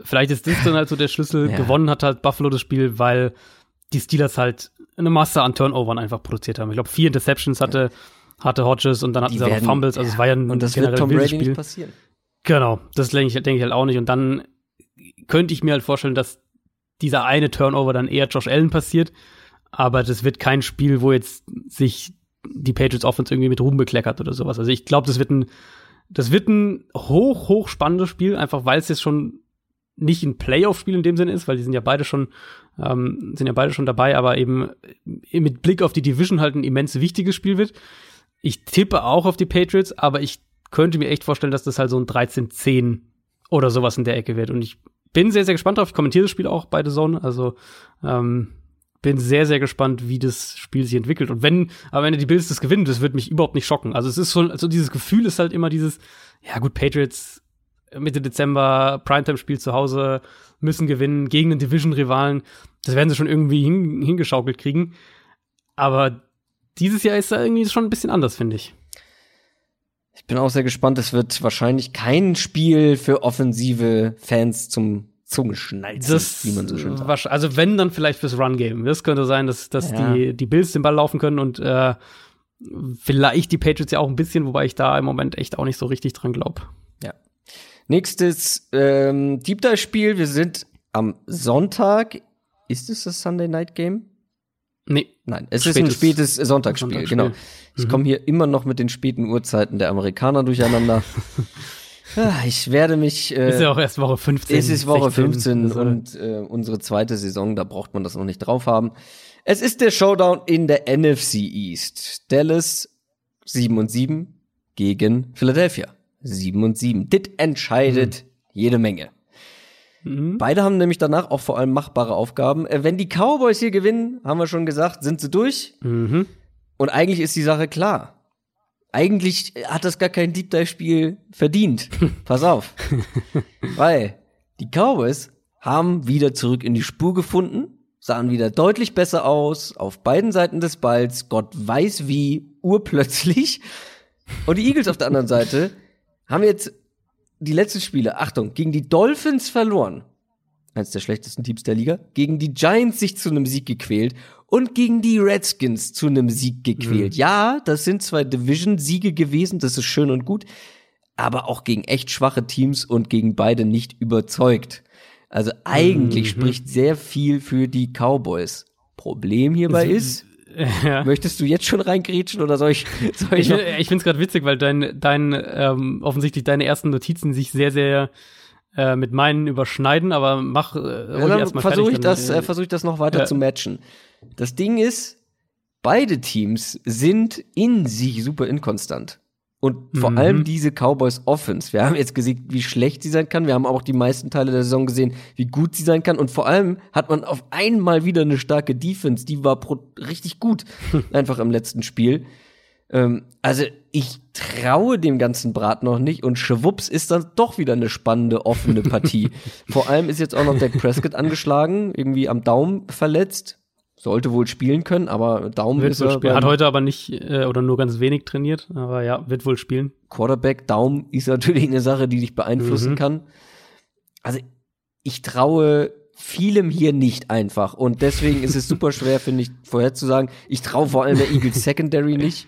vielleicht ist das dann halt so der Schlüssel. Gewonnen hat halt Buffalo das Spiel, weil die Steelers halt eine Masse an Turnovern einfach produziert haben. Ich glaube, 4 Interceptions hatte Hodges und dann hatten sie auch noch Fumbles. Also es war ja ein und das wird Tom Brady nicht passieren. Genau, das denke ich halt auch nicht. Und dann könnte ich mir halt vorstellen, dass dieser eine Turnover dann eher Josh Allen passiert. Aber das wird kein Spiel, wo jetzt sich die Patriots Offense irgendwie mit Ruhm bekleckert oder sowas. Also ich glaube, das wird ein hoch spannendes Spiel, einfach weil es jetzt schon nicht ein Playoff-Spiel in dem Sinne ist, weil die sind ja beide schon dabei, aber eben mit Blick auf die Division halt ein immens wichtiges Spiel wird. Ich tippe auch auf die Patriots, aber ich könnte mir echt vorstellen, dass das halt so ein 13-10 oder sowas in der Ecke wird. Und ich bin sehr, sehr gespannt drauf. Ich kommentiere das Spiel auch bei The Zone, also bin sehr, sehr gespannt, wie das Spiel sich entwickelt. Und wenn am Ende die Bills das gewinnen, das wird mich überhaupt nicht schocken. Also es ist schon, also dieses Gefühl ist halt immer dieses, ja gut, Patriots Mitte Dezember, Primetime-Spiel zu Hause, müssen gewinnen gegen den Division-Rivalen. Das werden sie schon irgendwie hingeschaukelt kriegen. Aber dieses Jahr ist da irgendwie schon ein bisschen anders, finde ich. Ich bin auch sehr gespannt. Es wird wahrscheinlich kein Spiel für offensive Fans zum Zungeschnalzen, wie man so schön sagt. Also wenn, dann vielleicht fürs Run-Game. Das könnte sein, dass die Bills den Ball laufen können und vielleicht die Patriots ja auch ein bisschen, wobei ich da im Moment echt auch nicht so richtig dran glaube. Ja. Nächstes Deep Dive-Spiel. Wir sind am Sonntag. Ist es das Sunday Night Game? Nee. Nein, es ist ein spätes Sonntagsspiel, genau. Ich komme hier immer noch mit den späten Uhrzeiten der Amerikaner durcheinander. Ich werde mich ist ja auch erst Woche 15. Es ist Woche 16, 15 und unsere zweite Saison, da braucht man das noch nicht drauf haben. Es ist der Showdown in der NFC East. Dallas 7-7 gegen Philadelphia 7-7. Das entscheidet jede Menge. Beide haben nämlich danach auch vor allem machbare Aufgaben. Wenn die Cowboys hier gewinnen, haben wir schon gesagt, sind sie durch. Und eigentlich ist die Sache klar. Eigentlich hat das gar kein Deep Dive-Spiel verdient. Pass auf. Weil die Cowboys haben wieder zurück in die Spur gefunden, sahen wieder deutlich besser aus, auf beiden Seiten des Balls, Gott weiß wie, urplötzlich. Und die Eagles auf der anderen Seite haben jetzt die letzten Spiele, Achtung, gegen die Dolphins verloren. Eines der schlechtesten Teams der Liga. Gegen die Giants sich zu einem Sieg gequält und gegen die Redskins zu einem Sieg gequält. Ja, das sind 2 Division-Siege gewesen, das ist schön und gut, aber auch gegen echt schwache Teams und gegen beide nicht überzeugt. Also eigentlich spricht sehr viel für die Cowboys. Problem hierbei ist, möchtest du jetzt schon reingrätschen oder soll ich Ich find's gerade witzig, weil offensichtlich deine ersten Notizen sich sehr, sehr mit meinen überschneiden, aber mach erstmal fertig. Versuche ich das noch weiter zu matchen. Das Ding ist, beide Teams sind in sich super inkonstant. Und vor allem diese Cowboys Offense. Wir haben jetzt gesehen, wie schlecht sie sein kann. Wir haben auch die meisten Teile der Saison gesehen, wie gut sie sein kann. Und vor allem hat man auf einmal wieder eine starke Defense. Die war richtig gut. Einfach im letzten Spiel. Also ich traue dem ganzen Brat noch nicht. Und schwupps ist dann doch wieder eine spannende, offene Partie. Vor allem ist jetzt auch noch Dak Prescott angeschlagen. Irgendwie am Daumen verletzt. Sollte wohl spielen können, aber Daumen ist er. Hat heute aber nicht oder nur ganz wenig trainiert, aber ja, wird wohl spielen. Quarterback, Daumen ist natürlich eine Sache, die dich beeinflussen kann. Also ich traue vielem hier nicht einfach und deswegen ist es super schwer, finde ich, vorherzusagen. Ich traue vor allem der Eagles Secondary nicht.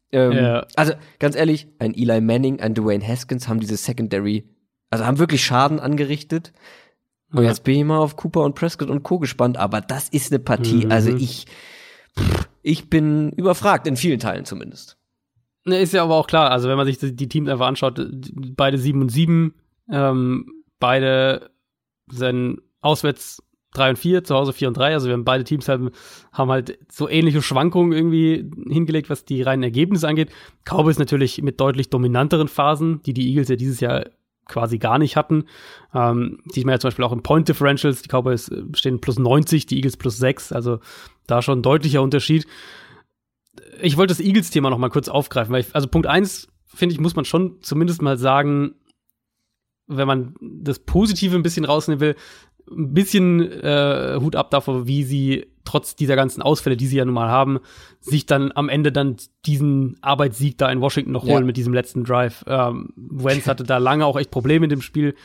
Also ganz ehrlich, ein Eli Manning, ein Dwayne Haskins haben diese Secondary, also haben wirklich Schaden angerichtet. Und jetzt bin ich mal auf Cooper und Prescott und Co. gespannt, aber das ist eine Partie, also ich bin überfragt, in vielen Teilen zumindest. Ne, ist ja aber auch klar, also wenn man sich die Teams einfach anschaut, beide 7-7, beide sind auswärts 3-4, zu Hause 4-3, also wir haben beide Teams haben halt so ähnliche Schwankungen irgendwie hingelegt, was die reinen Ergebnisse angeht. Cowboys natürlich mit deutlich dominanteren Phasen, die Eagles ja dieses Jahr quasi gar nicht hatten. Sieht man ja zum Beispiel auch im Point Differentials. Die Cowboys stehen plus 90, die Eagles plus 6. Also da schon ein deutlicher Unterschied. Ich wollte das Eagles-Thema noch mal kurz aufgreifen, weil also Punkt 1, finde ich, muss man schon zumindest mal sagen, wenn man das Positive ein bisschen rausnehmen will, ein bisschen Hut ab davor, wie sie trotz dieser ganzen Ausfälle, die sie ja nun mal haben, sich dann am Ende dann diesen Arbeitssieg da in Washington noch holen mit diesem letzten Drive. Wentz hatte da lange auch echt Probleme in dem Spiel.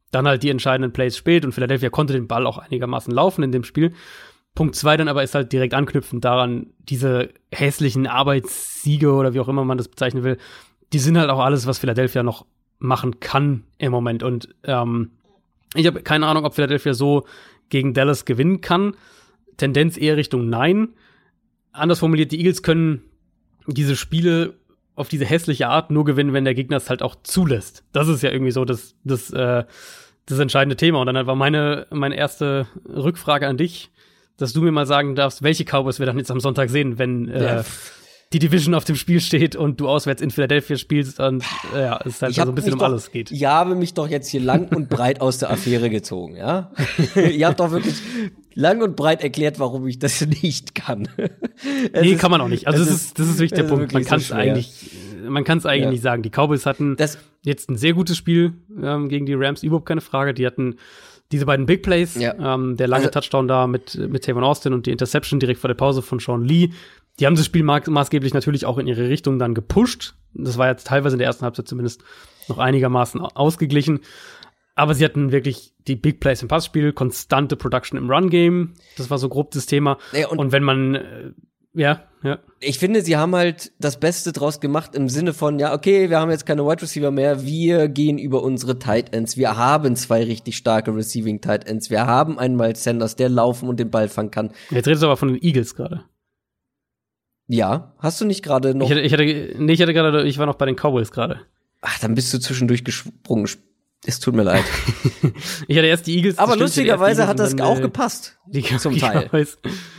dann halt die entscheidenden Plays spielt und Philadelphia konnte den Ball auch einigermaßen laufen in dem Spiel. Punkt 2 dann aber ist halt direkt anknüpfend daran, diese hässlichen Arbeitssiege oder wie auch immer man das bezeichnen will, die sind halt auch alles, was Philadelphia noch machen kann im Moment. Und ich habe keine Ahnung, ob Philadelphia so gegen Dallas gewinnen kann. Tendenz eher Richtung Nein. Anders formuliert, die Eagles können diese Spiele auf diese hässliche Art nur gewinnen, wenn der Gegner es halt auch zulässt. Das ist ja irgendwie so das entscheidende Thema. Und dann war meine erste Rückfrage an dich, dass du mir mal sagen darfst, welche Cowboys wir dann jetzt am Sonntag sehen, wenn die Division auf dem Spiel steht und du auswärts in Philadelphia spielst und es ist halt so ein bisschen um alles geht. Ich habe mich doch jetzt hier lang und breit aus der Affäre gezogen, ja? Ihr habt doch wirklich lang und breit erklärt, warum ich das nicht kann. Nee, kann man auch nicht. Also das ist wirklich der Punkt. Man kann es eigentlich nicht sagen. Die Cowboys hatten jetzt ein sehr gutes Spiel gegen die Rams, überhaupt keine Frage. Die hatten diese beiden Big Plays, der lange Touchdown da mit Tavon Austin und die Interception direkt vor der Pause von Sean Lee. Die haben das Spiel maßgeblich natürlich auch in ihre Richtung dann gepusht. Das war jetzt teilweise in der ersten Halbzeit zumindest noch einigermaßen ausgeglichen. Aber sie hatten wirklich die Big Plays im Passspiel, konstante Production im Run-Game. Das war so grob das Thema. Ja, und wenn man, Ich finde, sie haben halt das Beste draus gemacht im Sinne von, ja, okay, wir haben jetzt keine Wide Receiver mehr, wir gehen über unsere Tight Ends. Wir haben 2 richtig starke Receiving Tight Ends. Wir haben einen Miles Sanders, der laufen und den Ball fangen kann. Jetzt redest du aber von den Eagles gerade. Ja, hast du nicht gerade noch? Ich war noch bei den Cowboys gerade. Ach, dann bist du zwischendurch gesprungen. Es tut mir leid. Ich hatte erst die Eagles. Aber lustigerweise hat das auch gepasst. Zum Teil. Cowboys.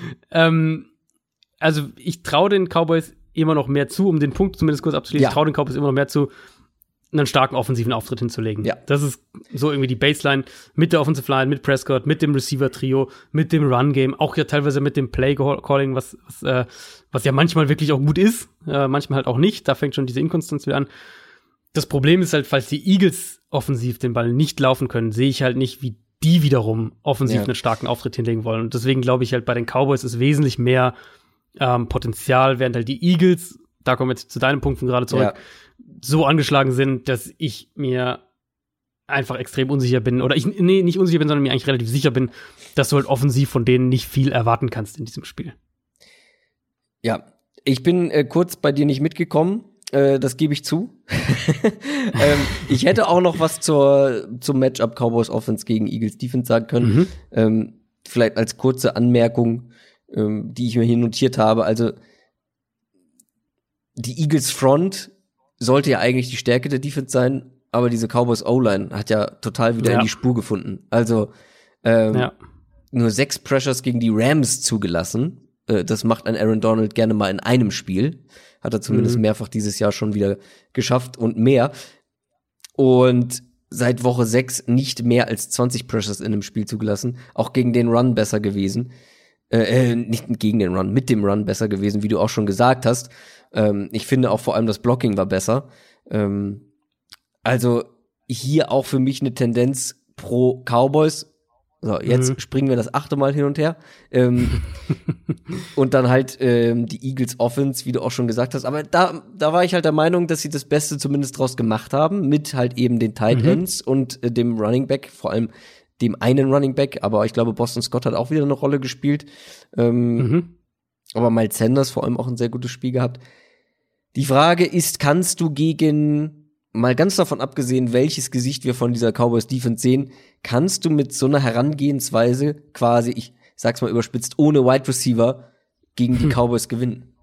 Also ich traue den Cowboys immer noch mehr zu, um den Punkt zumindest kurz abzuschließen. Ich traue den Cowboys immer noch mehr zu, einen starken offensiven Auftritt hinzulegen. Ja. Das ist so irgendwie die Baseline mit der Offensive Line, mit Prescott, mit dem Receiver-Trio, mit dem Run-Game, auch ja teilweise mit dem Play-Calling, was ja manchmal wirklich auch gut ist, manchmal halt auch nicht. Da fängt schon diese Inkonstanz wieder an. Das Problem ist halt, falls die Eagles offensiv den Ball nicht laufen können, sehe ich halt nicht, wie die wiederum offensiv einen starken Auftritt hinlegen wollen. Und deswegen glaube ich halt, bei den Cowboys ist wesentlich mehr Potenzial, während halt die Eagles, da kommen wir jetzt zu deinem Punkt von gerade zurück, so angeschlagen sind, dass ich mir einfach extrem unsicher bin, oder nicht unsicher bin, sondern mir eigentlich relativ sicher bin, dass du halt offensiv von denen nicht viel erwarten kannst in diesem Spiel. Ja, ich bin kurz bei dir nicht mitgekommen, das gebe ich zu. Ich hätte auch noch was zum Matchup Cowboys Offense gegen Eagles Defense sagen können. Vielleicht als kurze Anmerkung, die ich mir hier notiert habe. Also die Eagles Front sollte ja eigentlich die Stärke der Defense sein, aber diese Cowboys O-Line hat ja total wieder in die Spur gefunden. Also nur 6 Pressures gegen die Rams zugelassen. Das macht ein Aaron Donald gerne mal in einem Spiel. Hat er zumindest mehrfach dieses Jahr schon wieder geschafft und mehr. Und seit Woche 6 nicht mehr als 20 Pressures in einem Spiel zugelassen. Auch gegen den Run besser gewesen. Nicht gegen den Run, mit dem Run besser gewesen, wie du auch schon gesagt hast. Ich finde auch vor allem das Blocking war besser. Also hier auch für mich eine Tendenz pro Cowboys. So, jetzt springen wir das 8. Mal hin und her. Und dann halt die Eagles Offense, wie du auch schon gesagt hast. Aber da war ich halt der Meinung, dass sie das Beste zumindest draus gemacht haben, mit halt eben den Tight Ends und dem Running Back, vor allem dem einen Running Back. Aber ich glaube, Boston Scott hat auch wieder eine Rolle gespielt. Aber Miles Sanders vor allem auch ein sehr gutes Spiel gehabt. Die Frage ist, kannst du gegen, mal ganz davon abgesehen, welches Gesicht wir von dieser Cowboys Defense sehen, kannst du mit so einer Herangehensweise quasi, ich sag's mal überspitzt, ohne Wide Receiver gegen die Cowboys gewinnen?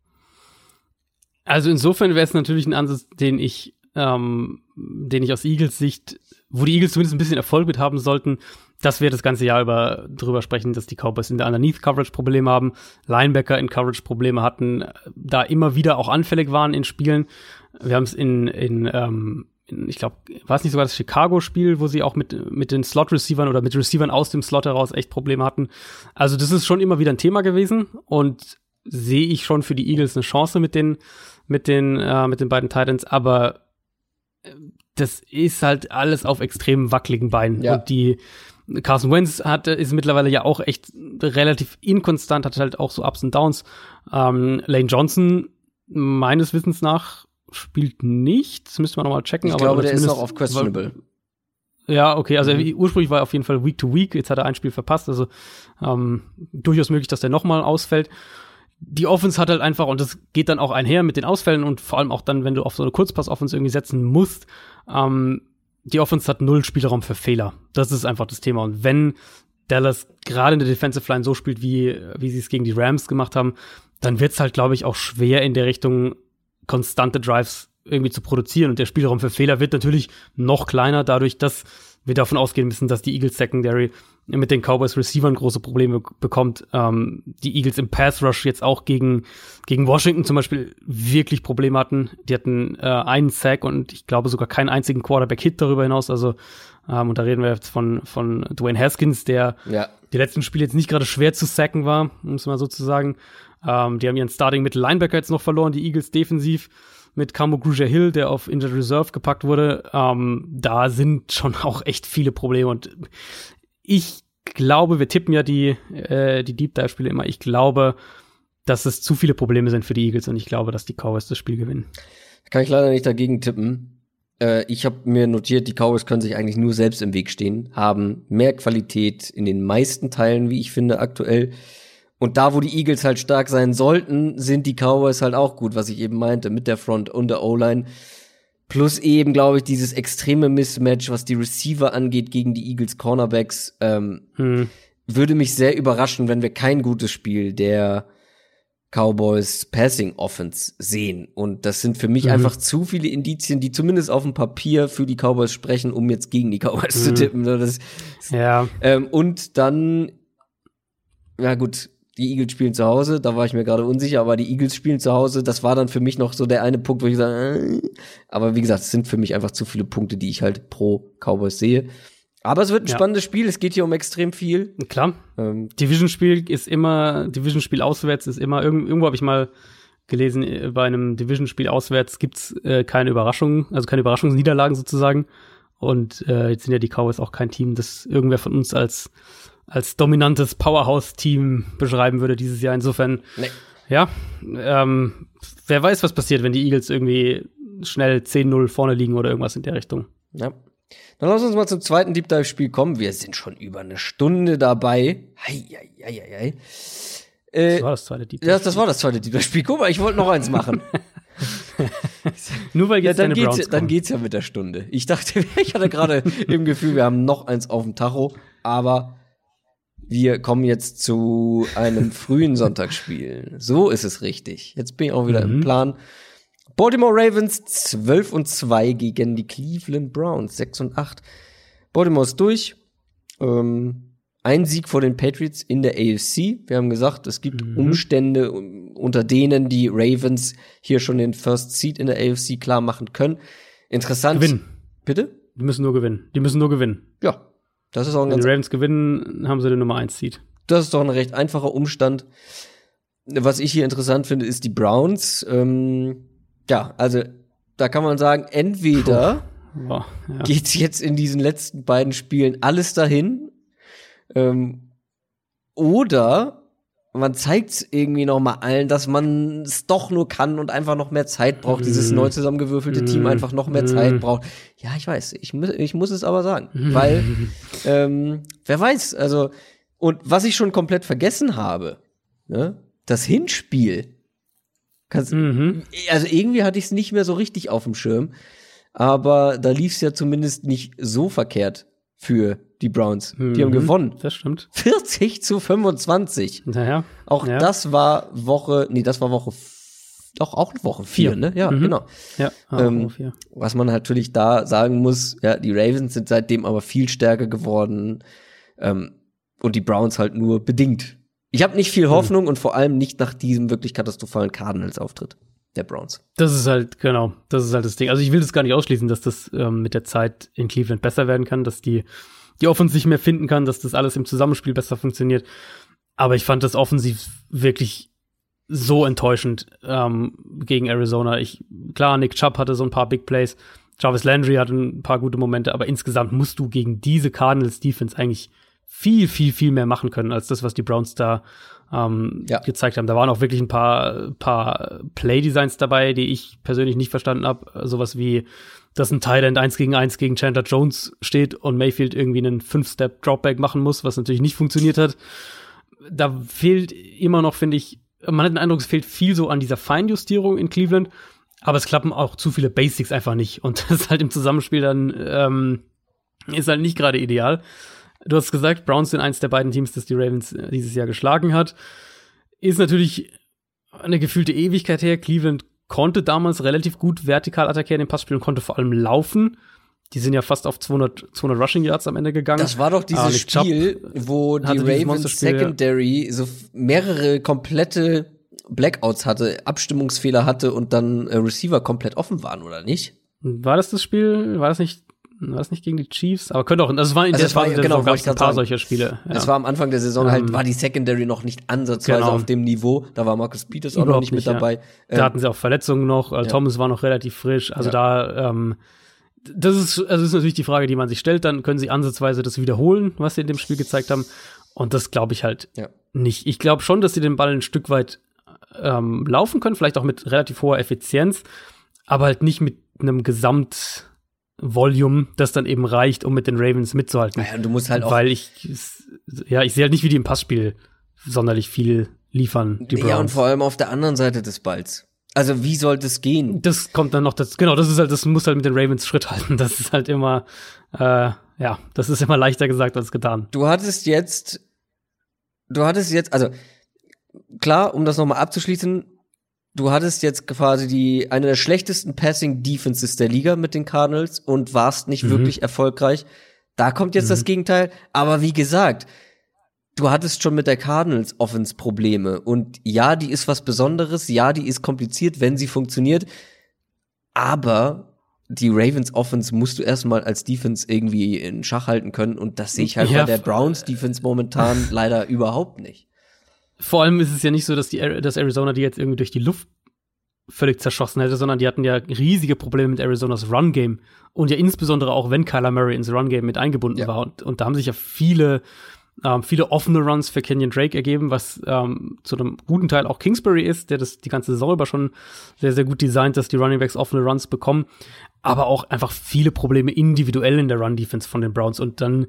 Also insofern wäre es natürlich ein Ansatz, den ich aus Eagles Sicht, wo die Eagles zumindest ein bisschen Erfolg mit haben sollten, dass wir das ganze Jahr über drüber sprechen, dass die Cowboys in der Underneath-Coverage Probleme haben, Linebacker in Coverage Probleme hatten, da immer wieder auch anfällig waren in Spielen. Wir haben es ich glaube, war es nicht sogar das Chicago-Spiel, wo sie auch mit den Slot-Receivern oder mit Receivern aus dem Slot heraus echt Probleme hatten. Also das ist schon immer wieder ein Thema gewesen und sehe ich schon für die Eagles eine Chance mit den beiden Titans, aber das ist halt alles auf extrem wackeligen Beinen. Ja. Und die Carson Wentz ist mittlerweile ja auch echt relativ inkonstant, hat halt auch so Ups und Downs. Lane Johnson, meines Wissens nach, spielt nicht. Das müsste man nochmal checken. Ich glaube, der ist noch auf questionable. Ja, okay, also ursprünglich war er auf jeden Fall Week to Week, jetzt hat er ein Spiel verpasst, also durchaus möglich, dass der nochmal ausfällt. Die Offense hat halt einfach, und das geht dann auch einher mit den Ausfällen und vor allem auch dann, wenn du auf so eine Kurzpass-Offense irgendwie setzen musst, die Offense hat 0 Spielraum für Fehler. Das ist einfach das Thema. Und wenn Dallas gerade in der Defensive Line so spielt, wie sie es gegen die Rams gemacht haben, dann wird's halt, glaube ich, auch schwer in der Richtung konstante Drives irgendwie zu produzieren. Und der Spielraum für Fehler wird natürlich noch kleiner, dadurch, dass wir davon ausgehen müssen, dass die Eagles Secondary mit den Cowboys Receivern große Probleme bekommt. Die Eagles im Pass Rush jetzt auch gegen Washington zum Beispiel wirklich Probleme hatten. Die hatten einen Sack und ich glaube sogar keinen einzigen Quarterback-Hit darüber hinaus. Also und da reden wir jetzt von Dwayne Haskins, der die letzten Spiele jetzt nicht gerade schwer zu sacken war, um es mal so zu sagen. Die haben ihren Starting Middle Linebacker jetzt noch verloren, die Eagles defensiv mit Kamo Grugier-Hill, der auf Injured Reserve gepackt wurde. Da sind schon auch echt viele Probleme und ich glaube, wir tippen ja die Deep Dive-Spiele immer. Ich glaube, dass es zu viele Probleme sind für die Eagles und ich glaube, dass die Cowboys das Spiel gewinnen. Kann ich leider nicht dagegen tippen. Ich habe mir notiert, die Cowboys können sich eigentlich nur selbst im Weg stehen, haben mehr Qualität in den meisten Teilen, wie ich finde, aktuell. Und da, wo die Eagles halt stark sein sollten, sind die Cowboys halt auch gut, was ich eben meinte, mit der Front und der O-Line. Plus eben, glaube ich, dieses extreme Mismatch, was die Receiver angeht gegen die Eagles Cornerbacks, würde mich sehr überraschen, wenn wir kein gutes Spiel der Cowboys Passing Offense sehen. Und das sind für mich einfach zu viele Indizien, die zumindest auf dem Papier für die Cowboys sprechen, um jetzt gegen die Cowboys zu tippen. Und dann, ja gut, die Eagles spielen zu Hause, da war ich mir gerade unsicher, aber die Eagles spielen zu Hause, das war dann für mich noch so der eine Punkt, wo ich sage, aber wie gesagt, es sind für mich einfach zu viele Punkte, die ich halt pro Cowboys sehe. Aber es wird ein spannendes Spiel, es geht hier um extrem viel. Klar, Division-Spiel auswärts ist immer, irgendwo habe ich mal gelesen, bei einem Division-Spiel auswärts gibt's keine Überraschungen, also keine Überraschungsniederlagen sozusagen. Und jetzt sind ja die Cowboys auch kein Team, das irgendwer von uns als dominantes Powerhouse-Team beschreiben würde dieses Jahr. Insofern, wer weiß, was passiert, wenn die Eagles irgendwie schnell 10-0 vorne liegen oder irgendwas in der Richtung. Ja. Dann lass uns mal zum zweiten Deep Dive-Spiel kommen. Wir sind schon über eine Stunde dabei. Das war das zweite Deep Dive-Spiel. Das war das zweite Deep Dive-Spiel. Guck mal, ich wollte noch eins machen. Nur weil jetzt deine Browns dann geht's ja mit der Stunde. Ich dachte, ich hatte gerade im Gefühl, wir haben noch eins auf dem Tacho, aber wir kommen jetzt zu einem frühen Sonntagsspiel. So ist es richtig. Jetzt bin ich auch wieder im Plan. Baltimore Ravens 12-2 gegen die Cleveland Browns 6-8. Baltimore ist durch. Ein Sieg vor den Patriots in der AFC. Wir haben gesagt, es gibt Umstände, unter denen die Ravens hier schon den First Seed in der AFC klar machen können. Interessant. Gewinnen. Bitte? Die müssen nur gewinnen. Ja. Das ist auch Wenn die Ravens gewinnen, haben sie den Nummer 1 Seed. Das ist doch ein recht einfacher Umstand. Was ich hier interessant finde, ist die Browns. Also da kann man sagen, entweder geht's jetzt in diesen letzten beiden Spielen alles dahin, oder man zeigt's irgendwie noch mal allen, dass man es doch nur kann und einfach noch mehr Zeit braucht, dieses neu zusammengewürfelte Team einfach noch mehr Zeit braucht. Ja, ich weiß, ich muss es aber sagen, weil wer weiß, also und was ich schon komplett vergessen habe, ne, das Hinspiel. Also irgendwie hatte ich es nicht mehr so richtig auf dem Schirm, aber da lief es ja zumindest nicht so verkehrt für die Browns. Die haben gewonnen. Das stimmt. 40-25. Naja. Das war Woche 4, ne? Ja, genau. Ja, Woche 4. Was man natürlich da sagen muss, ja, die Ravens sind seitdem aber viel stärker geworden und die Browns halt nur bedingt. Ich habe nicht viel Hoffnung und vor allem nicht nach diesem wirklich katastrophalen Cardinals-Auftritt der Browns. Das ist halt das Ding. Also ich will das gar nicht ausschließen, dass das mit der Zeit in Cleveland besser werden kann, dass die Offense sich mehr finden kann, dass das alles im Zusammenspiel besser funktioniert. Aber ich fand das offensiv wirklich so enttäuschend gegen Arizona. Klar, Nick Chubb hatte so ein paar Big Plays, Jarvis Landry hatte ein paar gute Momente, aber insgesamt musst du gegen diese Cardinals-Defense eigentlich viel, viel, viel mehr machen können, als das, was die Browns da gezeigt haben. Da waren auch wirklich ein paar Play-Designs dabei, die ich persönlich nicht verstanden habe. Sowas wie, dass ein Tight End 1 gegen 1 gegen Chandler Jones steht und Mayfield irgendwie einen 5-Step-Dropback machen muss, was natürlich nicht funktioniert hat. Da fehlt immer noch, finde ich, man hat den Eindruck, es fehlt viel so an dieser Feinjustierung in Cleveland, aber es klappen auch zu viele Basics einfach nicht. Und das ist halt im Zusammenspiel dann ist halt nicht gerade ideal. Du hast gesagt, Browns sind eins der beiden Teams, das die Ravens dieses Jahr geschlagen hat. Ist natürlich eine gefühlte Ewigkeit her. Cleveland konnte damals relativ gut vertikal attackieren im Passspiel und konnte vor allem laufen. Die sind ja fast auf 200 Rushing Yards am Ende gegangen. Das war doch dieses Spiel, wo die Ravens Secondary so mehrere komplette Blackouts hatte, Abstimmungsfehler hatte und dann Receiver komplett offen waren, oder nicht? War das Spiel? War das nicht gegen die Chiefs? Aber könnte auch, also es war in der Phase der Saison, gab es ein paar solcher Spiele. Ja. Es war am Anfang der Saison halt, war die Secondary noch nicht ansatzweise auf dem Niveau. Da war Marcus Peters auch noch nicht mit dabei. Da hatten sie auch Verletzungen noch. Thomas war noch relativ frisch. Also das ist natürlich die Frage, die man sich stellt. Dann können sie ansatzweise das wiederholen, was sie in dem Spiel gezeigt haben. Und das glaube ich halt nicht. Ich glaube schon, dass sie den Ball ein Stück weit laufen können, vielleicht auch mit relativ hoher Effizienz, aber halt nicht mit einem Gesamtvolume, das dann eben reicht, um mit den Ravens mitzuhalten. Ja, und du musst halt auch, weil ich sehe halt nicht, wie die im Passspiel sonderlich viel liefern, die Browns. Ja, und vor allem auf der anderen Seite des Balls. Also wie soll das gehen? Das kommt dann noch, das muss halt mit den Ravens Schritt halten. Das ist halt immer, das ist immer leichter gesagt als getan. Du hattest jetzt, also klar, um das nochmal abzuschließen, du hattest jetzt quasi eine der schlechtesten Passing-Defenses der Liga mit den Cardinals und warst nicht wirklich erfolgreich. Da kommt jetzt das Gegenteil. Aber wie gesagt, du hattest schon mit der Cardinals Offense Probleme. Und ja, die ist was Besonderes. Ja, die ist kompliziert, wenn sie funktioniert. Aber die Ravens Offense musst du erstmal als Defense irgendwie in Schach halten können. Und das sehe ich halt bei der Browns Defense momentan leider überhaupt nicht. Vor allem ist es ja nicht so, dass Arizona die jetzt irgendwie durch die Luft völlig zerschossen hätte, sondern die hatten ja riesige Probleme mit Arizonas Run-Game. Und ja insbesondere auch, wenn Kyler Murray ins Run-Game mit eingebunden war. Und da haben sich ja viele offene Runs für Kenyon Drake ergeben, was zu einem guten Teil auch Kingsbury ist, der das die ganze Saison über schon sehr, sehr gut designt, dass die Runningbacks offene Runs bekommen. Aber auch einfach viele Probleme individuell in der Run-Defense von den Browns. Und dann,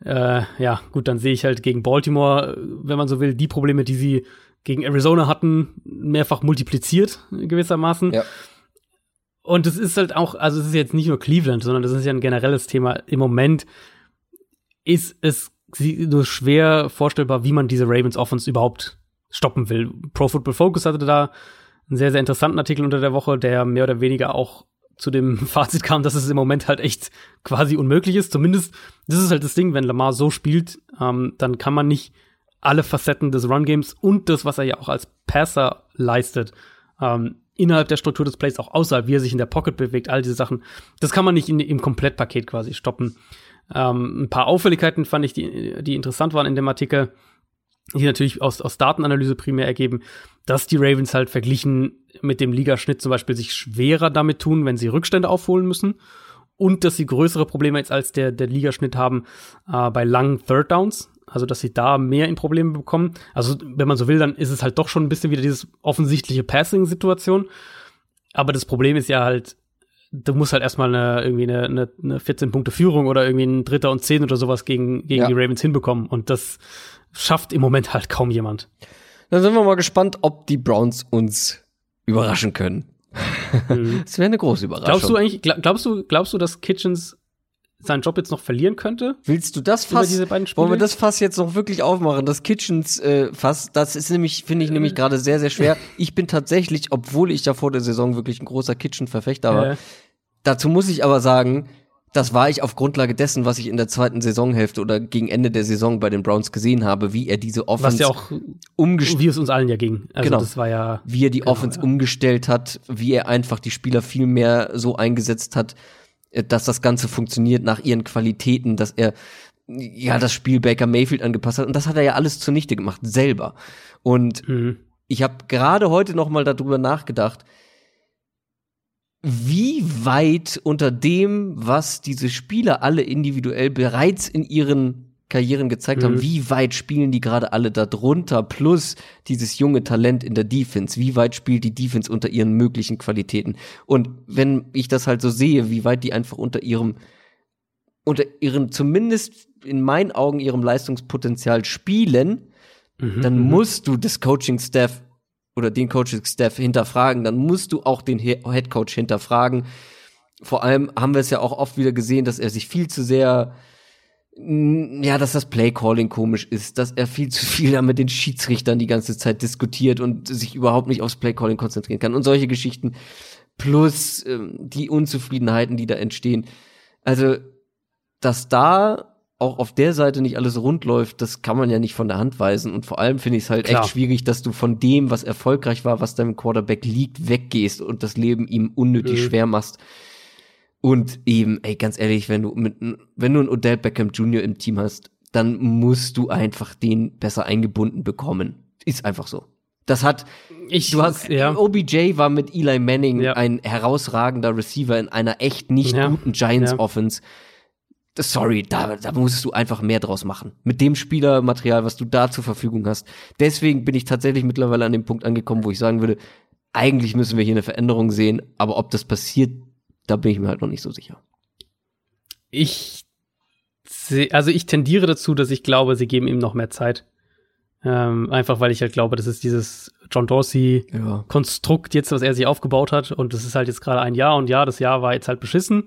dann sehe ich halt gegen Baltimore, wenn man so will, die Probleme, die sie gegen Arizona hatten, mehrfach multipliziert gewissermaßen. Ja. Und es ist halt auch, also es ist jetzt nicht nur Cleveland, sondern das ist ja ein generelles Thema. Im Moment ist es nur schwer vorstellbar, wie man diese Ravens Offense überhaupt stoppen will. Pro Football Focus hatte da einen sehr, sehr interessanten Artikel unter der Woche, der mehr oder weniger auch zu dem Fazit kam, dass es im Moment halt echt quasi unmöglich ist. Zumindest, das ist halt das Ding, wenn Lamar so spielt, dann kann man nicht alle Facetten des Run-Games und das, was er ja auch als Passer leistet, innerhalb der Struktur des Plays, auch außerhalb, wie er sich in der Pocket bewegt, all diese Sachen, das kann man nicht im Komplettpaket quasi stoppen. Ein paar Auffälligkeiten fand ich, die interessant waren in dem Artikel, die natürlich aus Datenanalyse primär ergeben, dass die Ravens halt verglichen mit dem Ligaschnitt zum Beispiel sich schwerer damit tun, wenn sie Rückstände aufholen müssen und dass sie größere Probleme jetzt als der Ligaschnitt haben bei langen Third Downs, also dass sie da mehr in Probleme bekommen. Also wenn man so will, dann ist es halt doch schon ein bisschen wieder dieses offensichtliche Passing-Situation, aber das Problem ist ja halt, du musst halt erstmal eine 14-Punkte-Führung oder irgendwie ein 3. und 10 oder sowas gegen die Ravens hinbekommen. Und das schafft im Moment halt kaum jemand. Dann sind wir mal gespannt, ob die Browns uns überraschen können. Das wäre eine große Überraschung. Glaubst du, dass Kitchens seinen Job jetzt noch verlieren könnte? Willst du das Fass? Wollen wir das Fass jetzt noch wirklich aufmachen? Das Kitchens Fass, das ist nämlich, finde ich nämlich gerade sehr, sehr schwer. Ich bin tatsächlich, obwohl ich ja vor der Saison wirklich ein großer Kitchen-Verfechter war, dazu muss ich aber sagen, das war ich auf Grundlage dessen, was ich in der zweiten Saisonhälfte oder gegen Ende der Saison bei den Browns gesehen habe, wie er diese Offense was ja auch wie es uns allen ja ging. Also genau. Das war ja wie er die Offense umgestellt hat, wie er einfach die Spieler viel mehr so eingesetzt hat, dass das Ganze funktioniert nach ihren Qualitäten, dass er das Spiel Baker Mayfield angepasst hat. Und das hat er ja alles zunichte gemacht, selber. Und ich habe gerade heute noch mal darüber nachgedacht, wie weit unter dem, was diese Spieler alle individuell bereits in ihren Karrieren gezeigt haben, wie weit spielen die gerade alle da drunter, plus dieses junge Talent in der Defense, wie weit spielt die Defense unter ihren möglichen Qualitäten. Und wenn ich das halt so sehe, wie weit die einfach unter ihrem, zumindest in meinen Augen, ihrem Leistungspotenzial spielen, dann musst du das Coaching-Staff oder den Coaching-Staff hinterfragen, dann musst du auch den Headcoach hinterfragen. Vor allem haben wir es ja auch oft wieder gesehen, dass er sich viel zu sehr dass das Play-Calling komisch ist, dass er viel zu viel da mit den Schiedsrichtern die ganze Zeit diskutiert und sich überhaupt nicht aufs Play-Calling konzentrieren kann und solche Geschichten. Plus die Unzufriedenheiten, die da entstehen. Also, dass da auch auf der Seite nicht alles rund läuft, das kann man ja nicht von der Hand weisen. Und vor allem finde ich es halt echt schwierig, dass du von dem, was erfolgreich war, was deinem Quarterback liegt, weggehst und das Leben ihm unnötig schwer machst. Und eben, ganz ehrlich, wenn du einen Odell Beckham Jr. im Team hast, dann musst du einfach den besser eingebunden bekommen. Ist einfach so. OBJ war mit Eli Manning ein herausragender Receiver in einer echt nicht guten Giants-Offense. Sorry, da musst du einfach mehr draus machen. Mit dem Spielermaterial, was du da zur Verfügung hast. Deswegen bin ich tatsächlich mittlerweile an dem Punkt angekommen, wo ich sagen würde, eigentlich müssen wir hier eine Veränderung sehen, aber ob das passiert, da bin ich mir halt noch nicht so sicher. Ich tendiere dazu, dass ich glaube, sie geben ihm noch mehr Zeit. Einfach, weil ich halt glaube, das ist dieses John Dorsey-Konstrukt jetzt, was er sich aufgebaut hat. Und das ist halt jetzt gerade ein Jahr. Und das Jahr war jetzt halt beschissen.